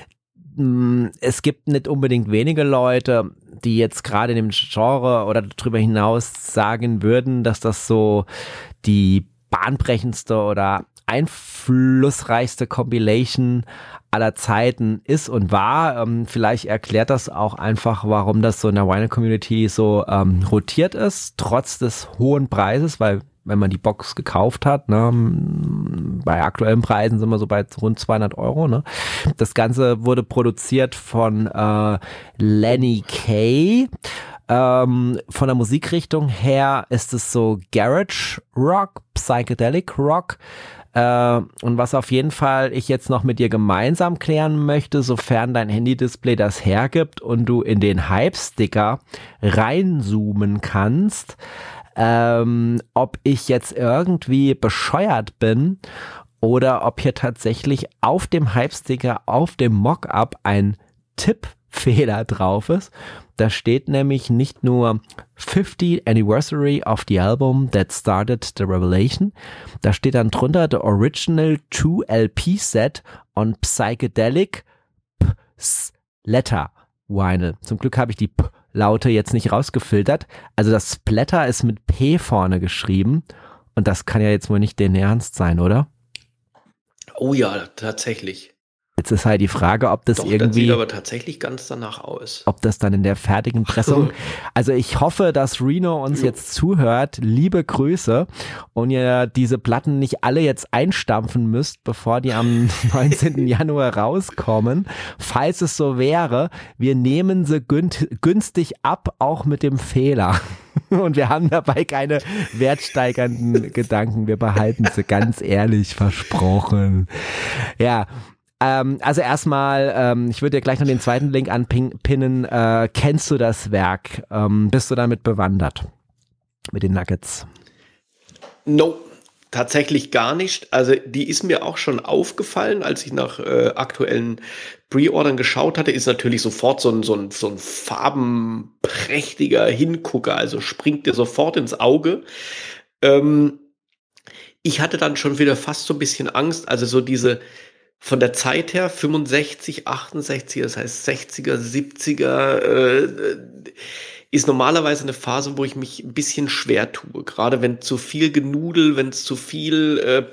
mh, es gibt nicht unbedingt wenige Leute, die jetzt gerade in dem Genre oder darüber hinaus sagen würden, dass das so die bahnbrechendste oder einflussreichste Compilation aller Zeiten ist und war. Ähm, vielleicht erklärt das auch einfach, warum das so in der Vinyl-Community so ähm, rotiert ist, trotz des hohen Preises, weil wenn man die Box gekauft hat, ne, bei aktuellen Preisen sind wir so bei rund zweihundert Euro. Ne. Das Ganze wurde produziert von äh, Lenny Kaye. Ähm, von der Musikrichtung her ist es so Garage Rock, Psychedelic Rock. Äh, und was auf jeden Fall ich jetzt noch mit dir gemeinsam klären möchte, sofern dein Handy-Display das hergibt und du in den Hype-Sticker reinzoomen kannst, ähm, ob ich jetzt irgendwie bescheuert bin oder ob hier tatsächlich auf dem Hype-Sticker, auf dem Mockup ein Tippfehler drauf ist. Da steht nämlich nicht nur fiftieth Anniversary of the Album that started the revelation. Da steht dann drunter the original two L P set on psychedelic P-Splatter Vinyl. Zum Glück habe ich die P-Laute jetzt nicht rausgefiltert. Also das Splatter ist mit P vorne geschrieben. Und das kann ja jetzt wohl nicht den Ernst sein, oder? Oh ja, tatsächlich. Jetzt ist halt die Frage, ob das Doch, das irgendwie, sieht aber tatsächlich ganz danach aus. ob das dann in der fertigen Pressung, also ich hoffe, dass Reno uns jetzt zuhört, liebe Grüße, und ihr diese Platten nicht alle jetzt einstampfen müsst, bevor die am neunzehnten Januar rauskommen. Falls es so wäre, wir nehmen sie günstig ab, auch mit dem Fehler. Und wir haben dabei keine wertsteigernden Gedanken. Wir behalten sie ganz ehrlich, versprochen. Ja, ähm, also erstmal, ähm, ich würde dir gleich noch den zweiten Link anpinnen. Äh, kennst du das Werk? Ähm, bist du damit bewandert? Mit den Nuggets? No. Tatsächlich gar nicht. Also die ist mir auch schon aufgefallen, als ich nach äh, aktuellen Pre-Ordern geschaut hatte, ist natürlich sofort so ein, so ein, so ein farbenprächtiger Hingucker, also springt dir sofort ins Auge. Ähm, ich hatte dann schon wieder fast so ein bisschen Angst, also so diese von der Zeit her, fünfundsechzig, achtundsechzig, das heißt sechziger, siebziger, äh, ist normalerweise eine Phase, wo ich mich ein bisschen schwer tue. Gerade wenn zu viel Genudel, wenn es zu viel, äh,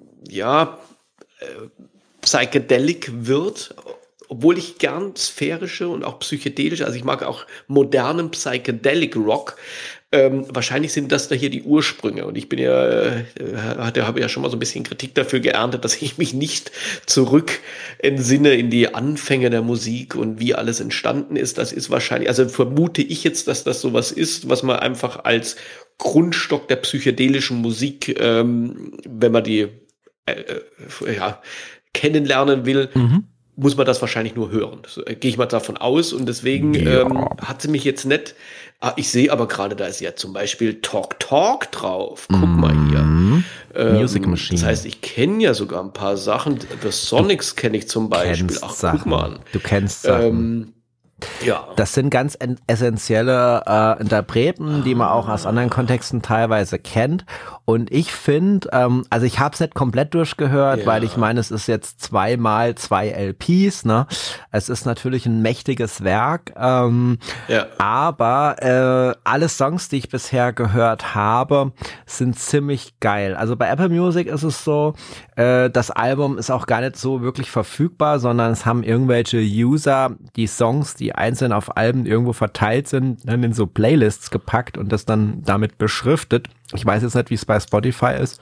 ja, äh, psychedelic wird, obwohl ich gern sphärische und auch psychedelische, also ich mag auch modernen Psychedelic Rock. Ähm, wahrscheinlich sind das da hier die Ursprünge und ich bin ja, äh, hatte, habe ja schon mal so ein bisschen Kritik dafür geerntet, dass ich mich nicht zurück entsinne in die Anfänge der Musik und wie alles entstanden ist. Das ist wahrscheinlich, also vermute ich jetzt, dass das sowas ist, was man einfach als Grundstock der psychedelischen Musik, ähm, wenn man die äh, äh, ja, kennenlernen will, mhm. muss man das wahrscheinlich nur hören. Das, äh, gehe ich mal davon aus und deswegen ja. ähm, hat sie mich jetzt nicht. Ah, ich sehe aber gerade, da ist ja zum Beispiel Talk Talk drauf. Guck mm. mal hier. Ähm, Music Machine. Das heißt, ich kenne ja sogar ein paar Sachen. The Sonics kenne ich zum Beispiel. Ach, Sachen. guck mal an. Du kennst Sachen. Ähm, ja. Das sind ganz essentielle äh, Interpreten, die man auch aus anderen Kontexten teilweise kennt. Und ich finde, ähm, also ich habe es nicht komplett durchgehört, ja. weil ich meine, es ist jetzt zweimal zwei L Ps, ne? Es ist natürlich ein mächtiges Werk, ähm, ja. aber äh, alle Songs, die ich bisher gehört habe, sind ziemlich geil. Also bei Apple Music ist es so, äh, das Album ist auch gar nicht so wirklich verfügbar, sondern es haben irgendwelche User die Songs, die einzeln auf Alben irgendwo verteilt sind, dann in so Playlists gepackt und das dann damit beschriftet. Ich weiß jetzt nicht, wie es bei Spotify ist.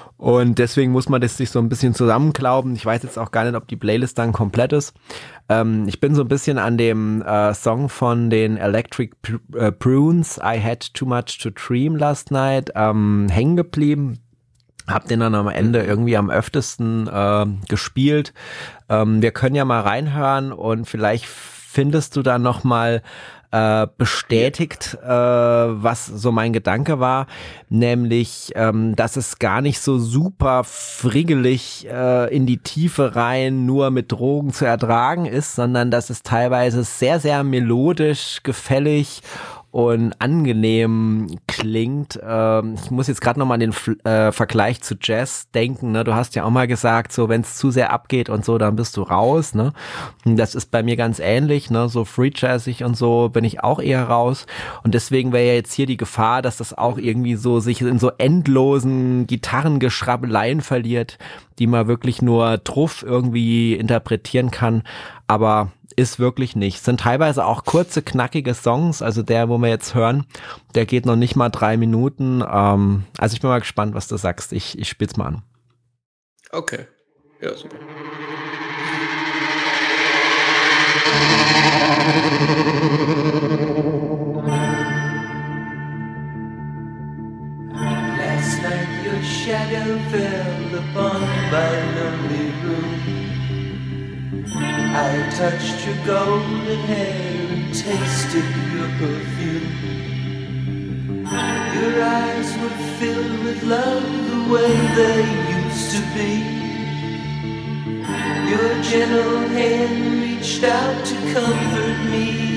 Und deswegen muss man das sich so ein bisschen zusammenklauben. Ich weiß jetzt auch gar nicht, ob die Playlist dann komplett ist. Ähm, ich bin so ein bisschen an dem äh, Song von den Electric Pr- äh, Prunes, I Had Too Much to Dream Last Night, ähm, hängen geblieben. Hab den dann am Ende irgendwie am öftesten äh, gespielt. Ähm, wir können ja mal reinhören und vielleicht findest du da noch mal äh, bestätigt, äh, was so mein Gedanke war, nämlich, ähm, dass es gar nicht so super friggelig äh, in die Tiefe rein nur mit Drogen zu ertragen ist, sondern dass es teilweise sehr, sehr melodisch, gefällig und angenehm klingt. Ähm, ich muss jetzt gerade nochmal an den F- äh, Vergleich zu Jazz denken. Ne? Du hast ja auch mal gesagt, so wenn es zu sehr abgeht und so, dann bist du raus. Ne? Und das ist bei mir ganz ähnlich. Ne? So Free Jazzig und so bin ich auch eher raus. Und deswegen wäre ja jetzt hier die Gefahr, dass das auch irgendwie so sich in so endlosen Gitarrengeschrabbeleien verliert, die man wirklich nur druff irgendwie interpretieren kann. Aber ist wirklich nicht. Sind teilweise auch kurze, knackige Songs. Also der, wo wir jetzt hören, der geht noch nicht mal drei Minuten. Ähm, also ich bin mal gespannt, was du sagst. Ich, ich spiel's mal an. Okay. Ja, super. Last night your shadow fell upon my lonely room. I touched your golden hair and tasted your perfume. Your eyes were filled with love the way they used to be. Your gentle hand reached out to comfort me.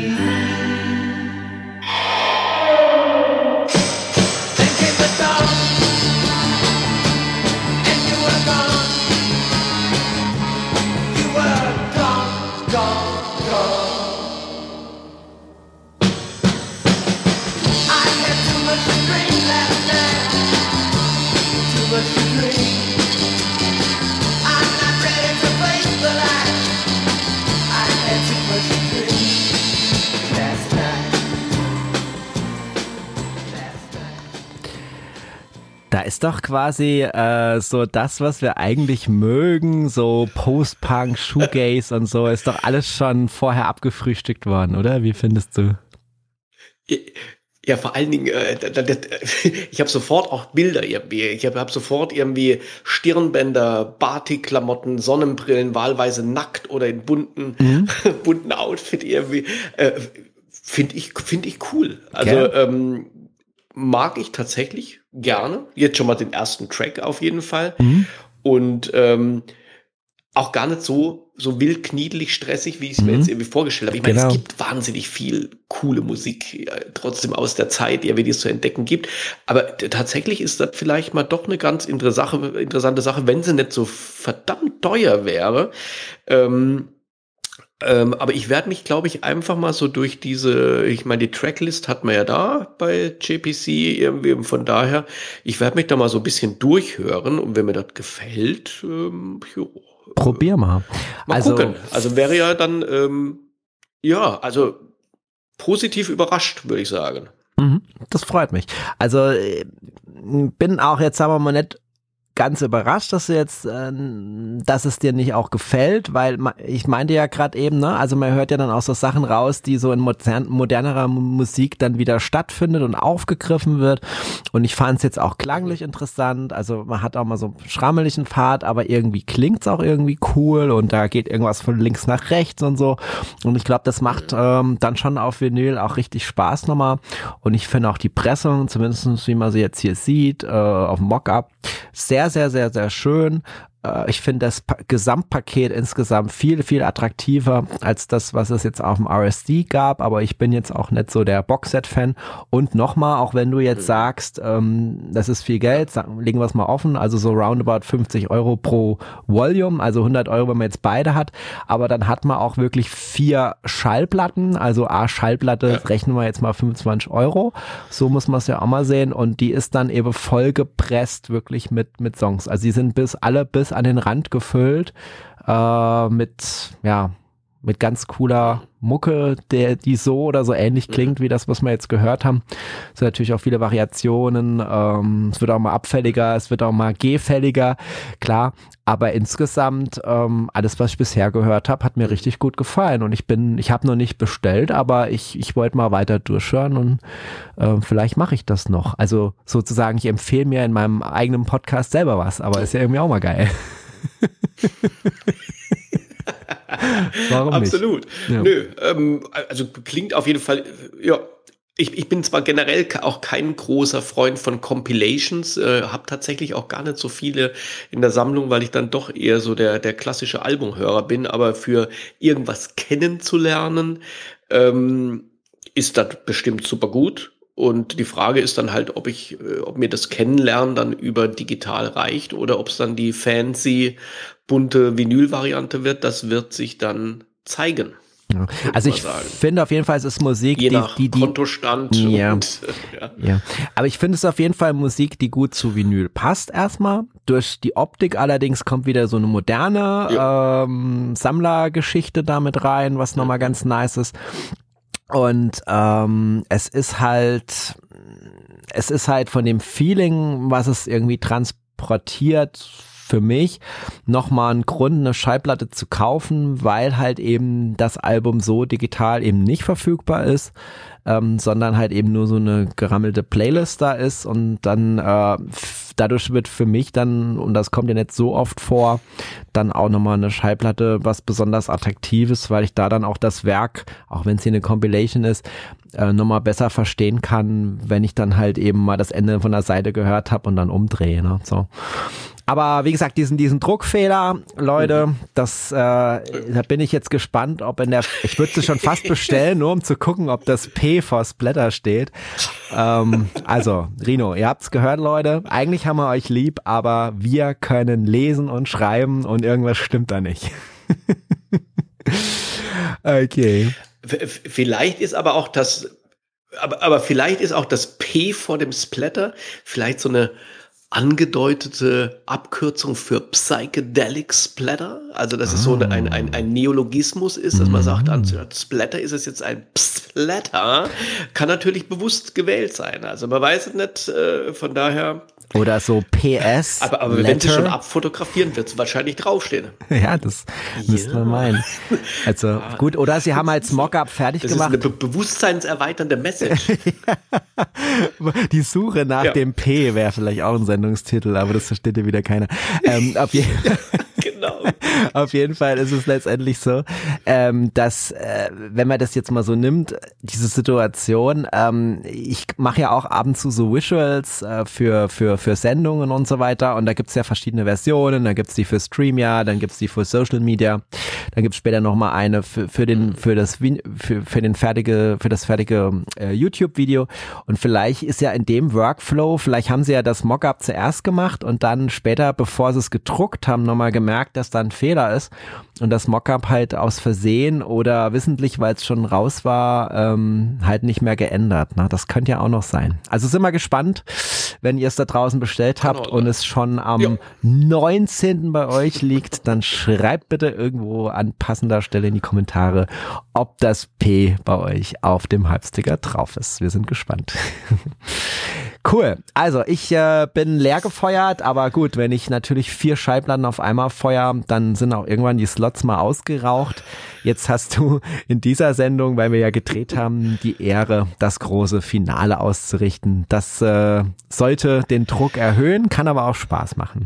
Da ist doch quasi äh, so das, was wir eigentlich mögen, so Post-Punk, Shoegaze und so, ist doch alles schon vorher abgefrühstückt worden, oder? Wie findest du? Ja, vor allen Dingen, äh, da, da, ich habe sofort auch Bilder irgendwie. Ich habe hab sofort irgendwie Stirnbänder, Batik-Klamotten, Sonnenbrillen, wahlweise nackt oder in bunten, mhm. bunten Outfit irgendwie. Äh, Finde ich, finde ich cool. Also okay. ähm, mag ich tatsächlich gerne. Jetzt schon mal den ersten Track auf jeden Fall. Mhm. Und ähm, auch gar nicht so, so wild, kniedelig, stressig, wie ich es mir mhm. jetzt irgendwie vorgestellt habe. Ich meine, genau. Es gibt wahnsinnig viel coole Musik, ja, trotzdem aus der Zeit, ja, wie die es zu entdecken gibt. Aber t- tatsächlich ist das vielleicht mal doch eine ganz interessante, interessante Sache, wenn sie nicht so verdammt teuer wäre. Ähm, ähm, aber ich werde mich, glaube ich, einfach mal so durch diese, ich meine, die Tracklist hat man ja da bei J P C irgendwie, von daher, ich werde mich da mal so ein bisschen durchhören und wenn mir das gefällt, ähm, jo, probier mal. Mal also, gucken. Also wäre ja dann, ähm, ja, also positiv überrascht, würde ich sagen. Das freut mich. Also bin auch jetzt, sagen wir mal, nicht ganz überrascht, dass du jetzt, äh, dass es dir nicht auch gefällt, weil ich meinte ja gerade eben, ne, also man hört ja dann auch so Sachen raus, die so in modern, modernerer Musik dann wieder stattfindet und aufgegriffen wird und ich fand es jetzt auch klanglich interessant, also man hat auch mal so einen schrammeligen Pfad, aber irgendwie klingt's auch irgendwie cool und da geht irgendwas von links nach rechts und so und ich glaube, das macht ähm, dann schon auf Vinyl auch richtig Spaß nochmal und ich finde auch die Pressung, zumindest wie man sie jetzt hier sieht, äh, auf dem Mockup, sehr sehr, sehr, sehr schön. Ich finde das pa- Gesamtpaket insgesamt viel, viel attraktiver als das, was es jetzt auf dem R S D gab, aber ich bin jetzt auch nicht so der Boxset-Fan. Und nochmal, auch wenn du jetzt sagst, ähm, das ist viel Geld, sagen, legen wir es mal offen, also so roundabout fünfzig Euro pro Volume, also hundert Euro, wenn man jetzt beide hat, aber dann hat man auch wirklich vier Schallplatten, also A Schallplatte, ja. Rechnen wir jetzt mal fünfundzwanzig Euro, so muss man es ja auch mal sehen und die ist dann eben vollgepresst wirklich mit, mit Songs, also die sind bis alle bis an den Rand gefüllt äh, mit ja mit ganz cooler Mucke, der die so oder so ähnlich klingt wie das, was wir jetzt gehört haben. Es sind natürlich auch viele Variationen. Ähm, es wird auch mal abfälliger, es wird auch mal G-fälliger, klar. Aber insgesamt ähm, alles, was ich bisher gehört habe, hat mir richtig gut gefallen. Und ich bin, ich habe noch nicht bestellt, aber ich ich wollte mal weiter durchhören und äh, vielleicht mache ich das noch. Also sozusagen, ich empfehle mir in meinem eigenen Podcast selber was, aber ist ja irgendwie auch mal geil. Warum Absolut. Nicht? Ja. Nö, ähm, also klingt auf jeden Fall, ja, ich, ich bin zwar generell auch kein großer Freund von Compilations, äh, habe tatsächlich auch gar nicht so viele in der Sammlung, weil ich dann doch eher so der, der klassische Albumhörer bin, aber für irgendwas kennenzulernen, ähm, ist das bestimmt super gut. Und die Frage ist dann halt, ob ich, ob mir das Kennenlernen dann über digital reicht oder ob es dann die fancy, bunte Vinyl-Variante wird. Das wird sich dann zeigen. Ja. Also ich finde auf jeden Fall, es ist Musik, Je die, nach die, die Kontostand. Ja. Und, ja. ja. Aber ich finde es auf jeden Fall Musik, die gut zu Vinyl passt erstmal. Durch die Optik allerdings kommt wieder so eine moderne ja. ähm, Sammlergeschichte damit rein, was nochmal ganz nice ist. Und ähm, es ist halt, es ist halt von dem Feeling, was es irgendwie transportiert, für mich nochmal ein Grund, eine Schallplatte zu kaufen, weil halt eben das Album so digital eben nicht verfügbar ist, ähm, sondern halt eben nur so eine gerammelte Playlist da ist und dann äh, f- dadurch wird für mich dann, und das kommt ja nicht so oft vor, dann auch nochmal eine Schallplatte was besonders Attraktives, weil ich da dann auch das Werk, auch wenn es hier eine Compilation ist, äh, nochmal besser verstehen kann, wenn ich dann halt eben mal das Ende von der Seite gehört habe und dann umdrehe, ne? So. Aber wie gesagt, diesen diesen Druckfehler, Leute, mhm. das äh, da bin ich jetzt gespannt, ob in der, ich würde es schon fast bestellen, nur um zu gucken, ob das P vor Splatter steht. Ähm, also, Rino, ihr habt's gehört, Leute, eigentlich haben wir euch lieb, aber wir können lesen und schreiben und irgendwas stimmt da nicht. Okay. Vielleicht ist aber auch das, aber, aber vielleicht ist auch das P vor dem Splatter vielleicht so eine angedeutete Abkürzung für Psychedelic Splatter, also dass es so ein, ein, ein Neologismus ist, dass man sagt, anstatt Splatter ist es jetzt ein Splatter, kann natürlich bewusst gewählt sein, also man weiß es nicht, von daher Oder so P S. Aber, aber wenn sie schon abfotografieren, wird es wahrscheinlich draufstehen. Ja, das ja. müsste man meinen. Also ja. gut, oder sie haben als Mockup fertig das gemacht. Das ist eine be- bewusstseinserweiternde Message. Die Suche nach ja. dem P wäre vielleicht auch ein Sendungstitel, aber das versteht ja wieder keiner. Ähm, auf, je- genau. auf jeden Fall ist es letztendlich so, ähm, dass, äh, wenn man das jetzt mal so nimmt, diese Situation, ähm, ich mache ja auch ab und zu so Visuals äh, für, für, für Sendungen und so weiter und da gibt's ja verschiedene Versionen, da gibt's die für StreamYard, dann gibt's die für Social Media, dann gibt's später nochmal eine für, für den, für das, für, für den fertige, für das fertige äh, YouTube-Video und vielleicht ist ja in dem Workflow, vielleicht haben sie ja das Mockup zuerst gemacht und dann später, bevor sie es gedruckt haben, nochmal gemerkt, dass da ein Fehler ist und das Mockup halt aus Versehen oder wissentlich, weil es schon raus war, ähm, halt nicht mehr geändert. Na, das könnte ja auch noch sein. Also sind wir gespannt, wenn ihr es da draußen bestellt habt und es schon am ja. neunzehnten bei euch liegt, dann schreibt bitte irgendwo an passender Stelle in die Kommentare, ob das P bei euch auf dem Halbsticker drauf ist. Wir sind gespannt. Cool. Also ich äh, bin leer gefeuert, aber gut, wenn ich natürlich vier Schallplatten auf einmal feuer, dann sind auch irgendwann die Slots mal ausgeraucht. Jetzt hast du in dieser Sendung, weil wir ja gedreht haben, die Ehre, das große Finale auszurichten. Das äh, sollte den Druck erhöhen, kann aber auch Spaß machen.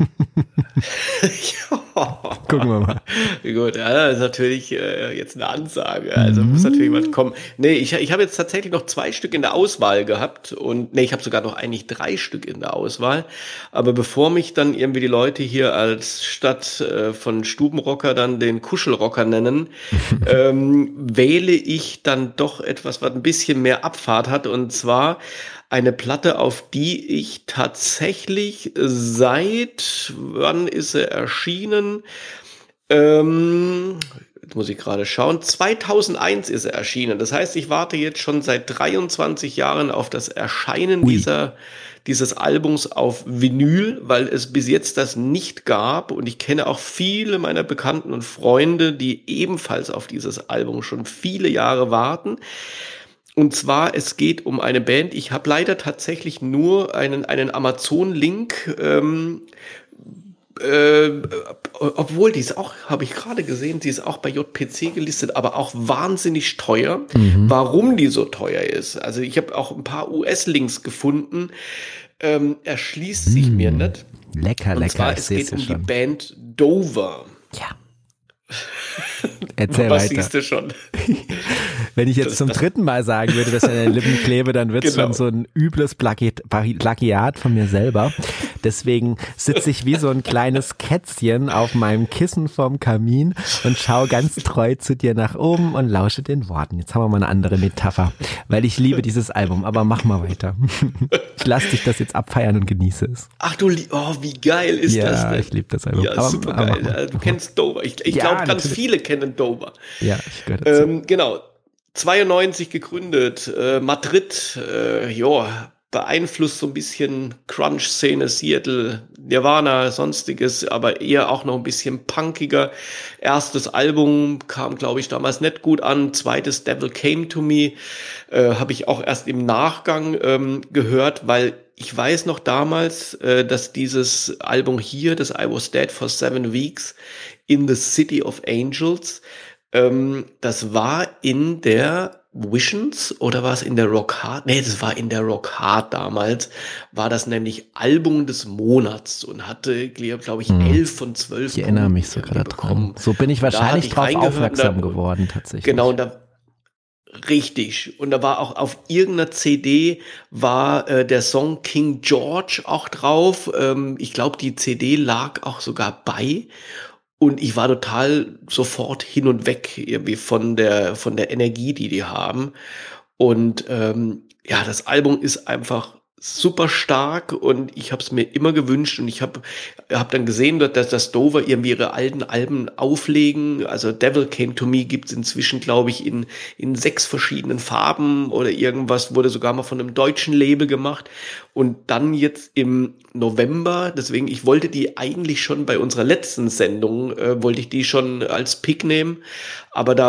Ja. Gucken wir mal. Gut, ja, das ist natürlich äh, jetzt eine Ansage. Also muss natürlich was kommen. Nee, ich, ich habe jetzt tatsächlich noch zwei Stück in der Auswahl gehabt und nee, ich habe sogar noch eigentlich drei Stück in der Auswahl. Aber bevor mich dann irgendwie die Leute hier als statt äh, von Stubenrocker dann den Kuschelrocker nennen, ähm, wähle ich dann doch etwas, was ein bisschen mehr Abfahrt hat und zwar eine Platte, auf die ich tatsächlich seit, wann ist sie erschienen? Ähm, jetzt muss ich gerade schauen. zweitausendeins ist sie erschienen. Das heißt, ich warte jetzt schon seit dreiundzwanzig Jahren auf das Erscheinen Ui. dieser dieses Albums auf Vinyl, weil es bis jetzt das nicht gab. Und ich kenne auch viele meiner Bekannten und Freunde, die ebenfalls auf dieses Album schon viele Jahre warten. Und zwar, es geht um eine Band, ich habe leider tatsächlich nur einen, einen Amazon-Link, ähm, äh, obwohl die ist auch, habe ich gerade gesehen, die ist auch bei J P C gelistet, aber auch wahnsinnig teuer. Mhm. Warum die so teuer ist? Also ich habe auch ein paar U S-Links gefunden, ähm, erschließt sich mhm. mir nicht. Lecker, Und lecker. zwar, es geht um schon. die Band Dover. Ja. Erzähl Was weiter. siehst du schon? Wenn ich jetzt das, zum das, dritten Mal sagen würde, dass ich an den Lippen klebe, dann wird es genau. schon so ein übles Plagiat, Plagiat von mir selber. Deswegen sitze ich wie so ein kleines Kätzchen auf meinem Kissen vorm Kamin und schaue ganz treu zu dir nach oben und lausche den Worten. Jetzt haben wir mal eine andere Metapher, weil ich liebe dieses Album, aber mach mal weiter. Ich lasse dich das jetzt abfeiern und genieße es. Ach du, oh, wie geil ist ja, das denn? Ja, ich liebe das Album. Ja, aber, super aber geil. Also, du kennst Dover. Ich, ich ja, glaube, ganz natürlich. viele kennen Dover. Ja, ich gehöre dazu. Ähm, genau. zweiundneunzig gegründet, äh, Madrid, äh, ja, beeinflusst so ein bisschen Crunch-Szene, Seattle, Nirvana, sonstiges, aber eher auch noch ein bisschen punkiger. Erstes Album kam, glaube ich, damals nicht gut an. Zweites Devil Came to Me äh, habe ich auch erst im Nachgang ähm, gehört, weil ich weiß noch damals, äh, dass dieses Album hier, das I Was Dead for Seven Weeks in the City of Angels, ähm, das war in der Visions oder war es in der Rock Hard? Nee, das war in der Rock Hard damals, war das nämlich Album des Monats und hatte, glaube ich, elf von zwölf. Ich erinnere mich so gerade dran. So bin ich wahrscheinlich ich drauf aufmerksam da, geworden, tatsächlich. Genau, da richtig. Und da war auch auf irgendeiner C D war äh, der Song King George auch drauf. Ähm, ich glaube, die C D lag auch sogar bei. Und ich war total sofort hin und weg irgendwie von der von der Energie, die die haben. Und ähm, ja, das Album ist einfach super stark und ich habe es mir immer gewünscht und ich habe hab dann gesehen, dass das Dover irgendwie ihre alten Alben auflegen. Also Devil Came to Me gibt's inzwischen, glaube ich, in in sechs verschiedenen Farben oder irgendwas, wurde sogar mal von einem deutschen Label gemacht. Und dann jetzt im November, deswegen, ich wollte die eigentlich schon bei unserer letzten Sendung, äh, wollte ich die schon als Pick nehmen, aber da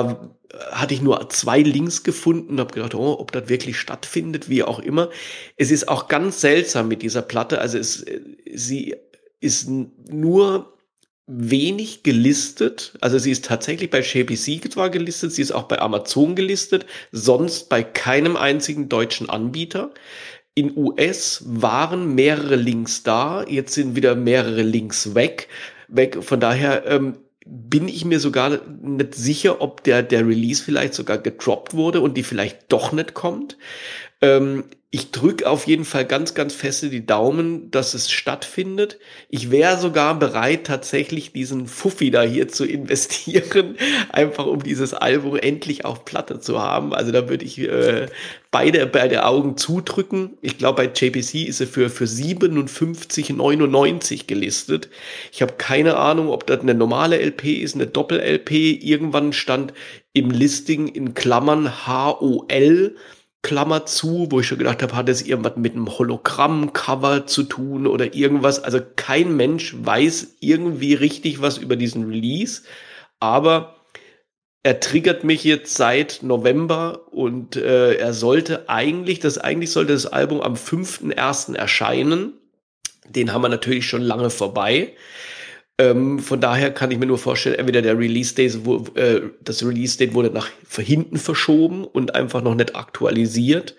hatte ich nur zwei Links gefunden und habe gedacht, oh, ob das wirklich stattfindet, wie auch immer. Es ist auch ganz seltsam mit dieser Platte. Also es, sie ist nur wenig gelistet. Also sie ist tatsächlich bei J B C zwar gelistet, sie ist auch bei Amazon gelistet, sonst bei keinem einzigen deutschen Anbieter. In U S waren mehrere Links da, jetzt sind wieder mehrere Links weg. weg. Von daher ähm, bin ich mir sogar nicht sicher, ob der, der Release vielleicht sogar gedroppt wurde und die vielleicht doch nicht kommt. Ähm, ich drücke auf jeden Fall ganz, ganz feste die Daumen, dass es stattfindet. Ich wäre sogar bereit, tatsächlich diesen Fuffi da hier zu investieren, einfach um dieses Album endlich auf Platte zu haben. Also da würde ich äh, beide, beide Augen zudrücken. Ich glaube, bei J B C ist er für, für siebenundfünfzig neunundneunzig gelistet. Ich habe keine Ahnung, ob das eine normale L P ist, eine Doppel-L P. Irgendwann stand im Listing in Klammern H O L, Klammer zu, wo ich schon gedacht habe, hat es irgendwas mit einem Hologramm-Cover zu tun oder irgendwas. Also kein Mensch weiß irgendwie richtig was über diesen Release, aber er triggert mich jetzt seit November und äh, er sollte eigentlich, das eigentlich sollte das Album am fünften ersten erscheinen. Den haben wir natürlich schon lange vorbei. Ähm, von daher kann ich mir nur vorstellen, entweder der Release-Date, wo, äh, das Release-Date wurde nach hinten verschoben und einfach noch nicht aktualisiert.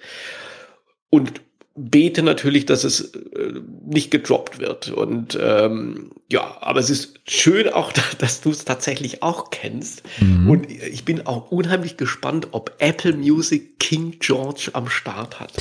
Und bete natürlich, dass es äh, nicht gedroppt wird. Und ähm, ja, aber es ist schön auch, dass du es tatsächlich auch kennst. Mhm. Und ich bin auch unheimlich gespannt, ob Apple Music King George am Start hat.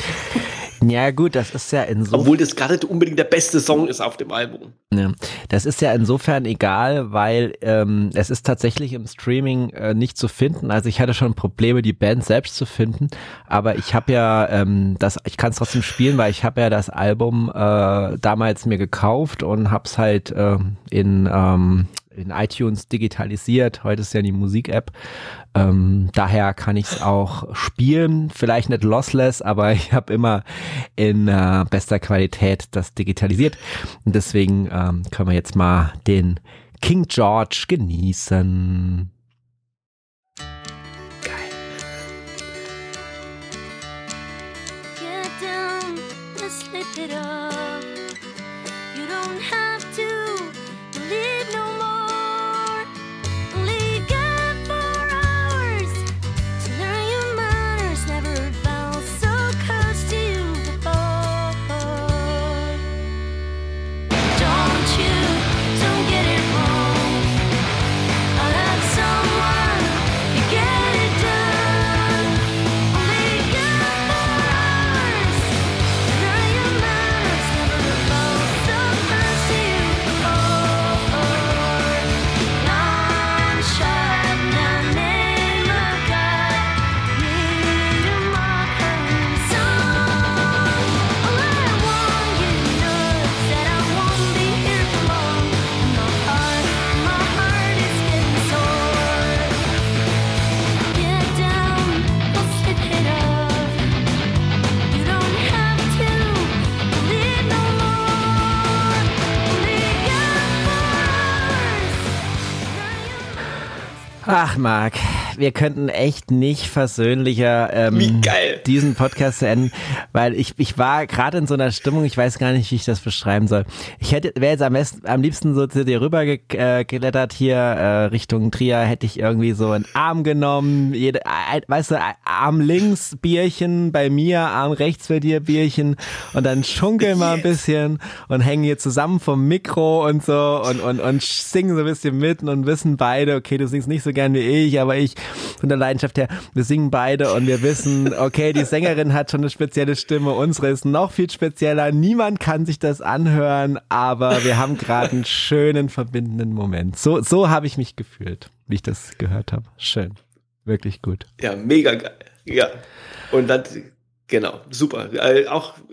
Ja gut, das ist ja insofern... Obwohl das gar nicht unbedingt der beste Song ist auf dem Album. Ja, das ist ja insofern egal, weil ähm, es ist tatsächlich im Streaming äh, nicht zu finden. Also ich hatte schon Probleme, die Band selbst zu finden, aber ich habe ja ähm, das, ich kann es trotzdem spielen, weil ich habe ja das Album äh, damals mir gekauft und hab's halt äh, in ähm, in iTunes digitalisiert. Heute ist ja die Musik-App. Ähm, daher kann ich es auch spielen. Vielleicht nicht lossless, aber ich habe immer in äh, bester Qualität das digitalisiert. Und deswegen ähm, können wir jetzt mal den King George genießen. Geil. Get down, just lift it up. You don't have to believe no more. Only got four hours to learn your manners. Never felt so close to you before. Don't you, don't get it wrong. I love someone, you get it done. Only got four hours to learn your manners. Never felt so close to you before. Non-shot, non-name of God. Need a mockery song. All I want you to know is that I won't be here for long. My heart, my heart is getting sore. Get down, let's hit it up. You don't have to believe no more. Only got four hours. Ach Marc, wir könnten echt nicht versöhnlicher ähm, Wie geil. diesen Podcast zu enden, weil ich ich war gerade in so einer Stimmung, ich weiß gar nicht, wie ich das beschreiben soll. Ich hätte wäre jetzt am, besten, am liebsten so zu dir rüber ge, äh, geklettert hier äh, Richtung Trier, hätte ich irgendwie so einen Arm genommen, jede, äh, weißt du, Arm links Bierchen bei mir, Arm rechts bei dir Bierchen und dann schunkeln wir ein bisschen und hängen hier zusammen vom Mikro und so und und und singen so ein bisschen mit und wissen beide, okay, du singst nicht so gern wie ich, aber ich von der Leidenschaft her, wir singen beide und wir wissen, okay, die Sängerin hat schon eine spezielle Stimme, unsere ist noch viel spezieller, niemand kann sich das anhören, aber wir haben gerade einen schönen, verbindenden Moment. So, so habe ich mich gefühlt, wie ich das gehört habe. Schön, wirklich gut. Ja, mega geil. Ja. Und dann, genau, super. Äh, auch, ja,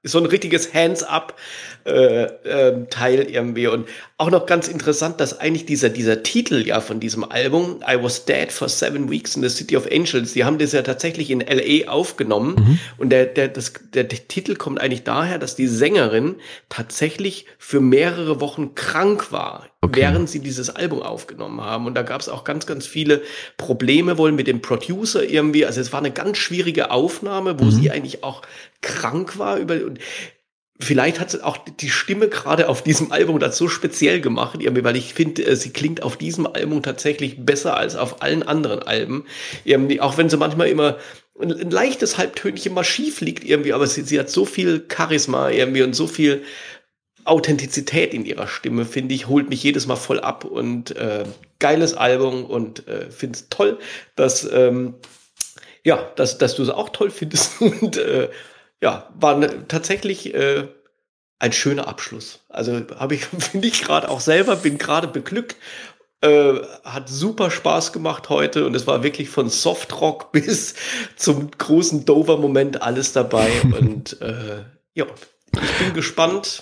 so ein richtiges Hands-up-Teil äh, äh, irgendwie. Und auch noch ganz interessant, dass eigentlich dieser, dieser Titel ja von diesem Album, I Was Dead for Seven Weeks in the City of Angels, die haben das ja tatsächlich in L A aufgenommen. Mhm. Und der, der, das, der, der Titel kommt eigentlich daher, dass die Sängerin tatsächlich für mehrere Wochen krank war, okay, während sie dieses Album aufgenommen haben. Und da gab es auch ganz, ganz viele Probleme wohl mit dem Producer irgendwie. Also es war eine ganz schwierige Aufnahme, wo mhm. sie eigentlich auch krank war über, und vielleicht hat sie auch die Stimme gerade auf diesem Album das so speziell gemacht, irgendwie, weil ich finde, sie klingt auf diesem Album tatsächlich besser als auf allen anderen Alben. Irgendwie, auch wenn sie manchmal immer ein, ein leichtes Halbtönchen mal schief liegt irgendwie, aber sie, sie hat so viel Charisma irgendwie und so viel Authentizität in ihrer Stimme, finde ich, holt mich jedes Mal voll ab und äh, geiles Album und äh, finde es toll, dass ähm, ja, dass, dass du es auch toll findest und äh, ja, war ne, tatsächlich äh, ein schöner Abschluss. Also habe ich, finde ich gerade auch selber, bin gerade beglückt. Äh, hat super Spaß gemacht heute und es war wirklich von Softrock bis zum großen Dover-Moment alles dabei. Und äh, ja, ich bin gespannt.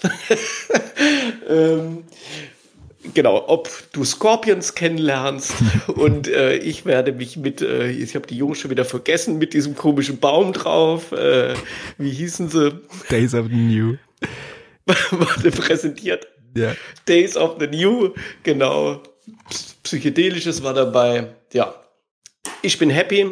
ähm, Genau, ob du Scorpions kennenlernst und äh, ich werde mich mit, äh, ich habe die Jungs schon wieder vergessen, mit diesem komischen Baum drauf, äh, wie hießen sie? Days of the New. Wurde präsentiert. Ja. Days of the New, genau. Psychedelisches war dabei. Ja, ich bin happy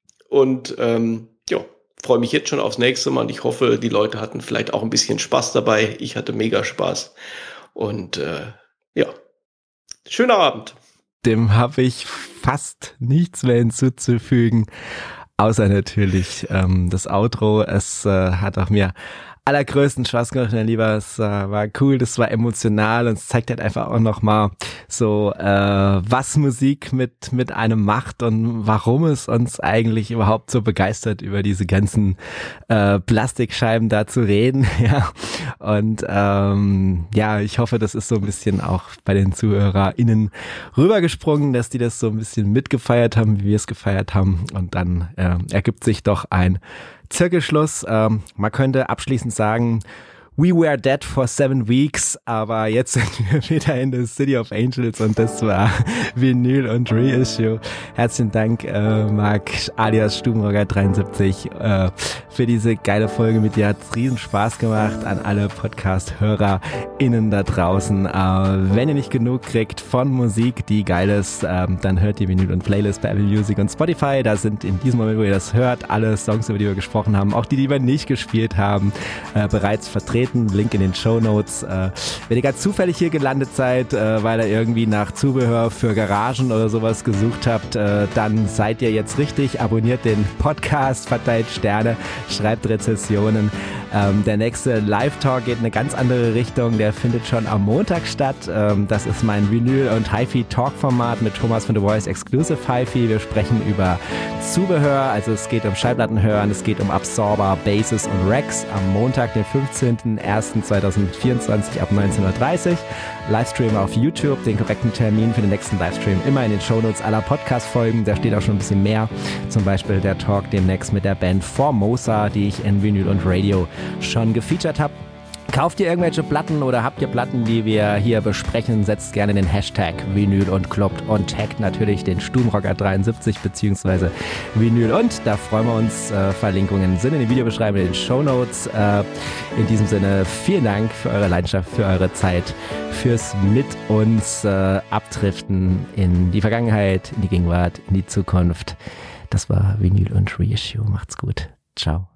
und ähm, ja, freue mich jetzt schon aufs nächste Mal und ich hoffe, die Leute hatten vielleicht auch ein bisschen Spaß dabei. Ich hatte mega Spaß und äh, ja, schöner Abend. Dem habe ich fast nichts mehr hinzuzufügen, außer natürlich ähm, das Outro. Es äh, hat auch mir allergrößten Spaß gemacht, mein Lieber. Es äh, war cool, das war emotional und es zeigt halt einfach auch nochmal so, äh, was Musik mit mit einem macht und warum es uns eigentlich überhaupt so begeistert, über diese ganzen äh, Plastikscheiben da zu reden. Ja, und ähm, ja, ich hoffe, das ist so ein bisschen auch bei den ZuhörerInnen rübergesprungen, dass die das so ein bisschen mitgefeiert haben, wie wir es gefeiert haben. Und dann äh, ergibt sich doch ein Zirkelschluss. Ähm, man könnte abschließend sagen, we were dead for seven weeks, aber jetzt sind wir wieder in the City of Angels und das war Vinyl und Reissue. Herzlichen Dank, äh, Marc alias Stubenrocker dreiundsiebzig, äh, für diese geile Folge mit dir. Hat's riesen Spaß gemacht an alle Podcast-HörerInnen da draußen. Äh, wenn ihr nicht genug kriegt von Musik, die geil ist, äh, dann hört ihr Vinyl und Playlist bei Apple Music und Spotify. Da sind in diesem Moment, wo ihr das hört, alle Songs, über die wir gesprochen haben, auch die, die wir nicht gespielt haben, äh, bereits vertreten. Link in den Shownotes. Äh, wenn ihr ganz zufällig hier gelandet seid, äh, weil ihr irgendwie nach Zubehör für Garagen oder sowas gesucht habt, äh, dann seid ihr jetzt richtig. Abonniert den Podcast, verteilt Sterne, schreibt Rezensionen. Ähm, der nächste Live-Talk geht in eine ganz andere Richtung. Der findet schon am Montag statt. Ähm, das ist mein Vinyl- und Hi-Fi-Talk-Format mit Thomas von The Voice Exclusive Hi-Fi. Wir sprechen über Zubehör, also es geht um Schallplatten hören, es geht um Absorber, Basses und Racks am Montag, den fünfzehnten ersten zweitausendvierundzwanzig ab neunzehn Uhr dreißig. Livestream auf YouTube, den korrekten Termin für den nächsten Livestream immer in den Shownotes aller Podcast-Folgen. Da steht auch schon ein bisschen mehr, zum Beispiel der Talk demnächst mit der Band Formosa, die ich in Vinyl und Radio schon gefeatured habe. Kauft ihr irgendwelche Platten oder habt ihr Platten, die wir hier besprechen, setzt gerne den Hashtag Vinyl und kloppt und taggt natürlich den Stubenrocker dreiundsiebzig beziehungsweise Vinyl und da freuen wir uns. Äh, Verlinkungen sind in den Videobeschreibungen, in den Shownotes. Äh, in diesem Sinne vielen Dank für eure Leidenschaft, für eure Zeit, fürs mit uns äh, abdriften in die Vergangenheit, in die Gegenwart, in die Zukunft. Das war Vinyl und Reissue. Macht's gut. Ciao.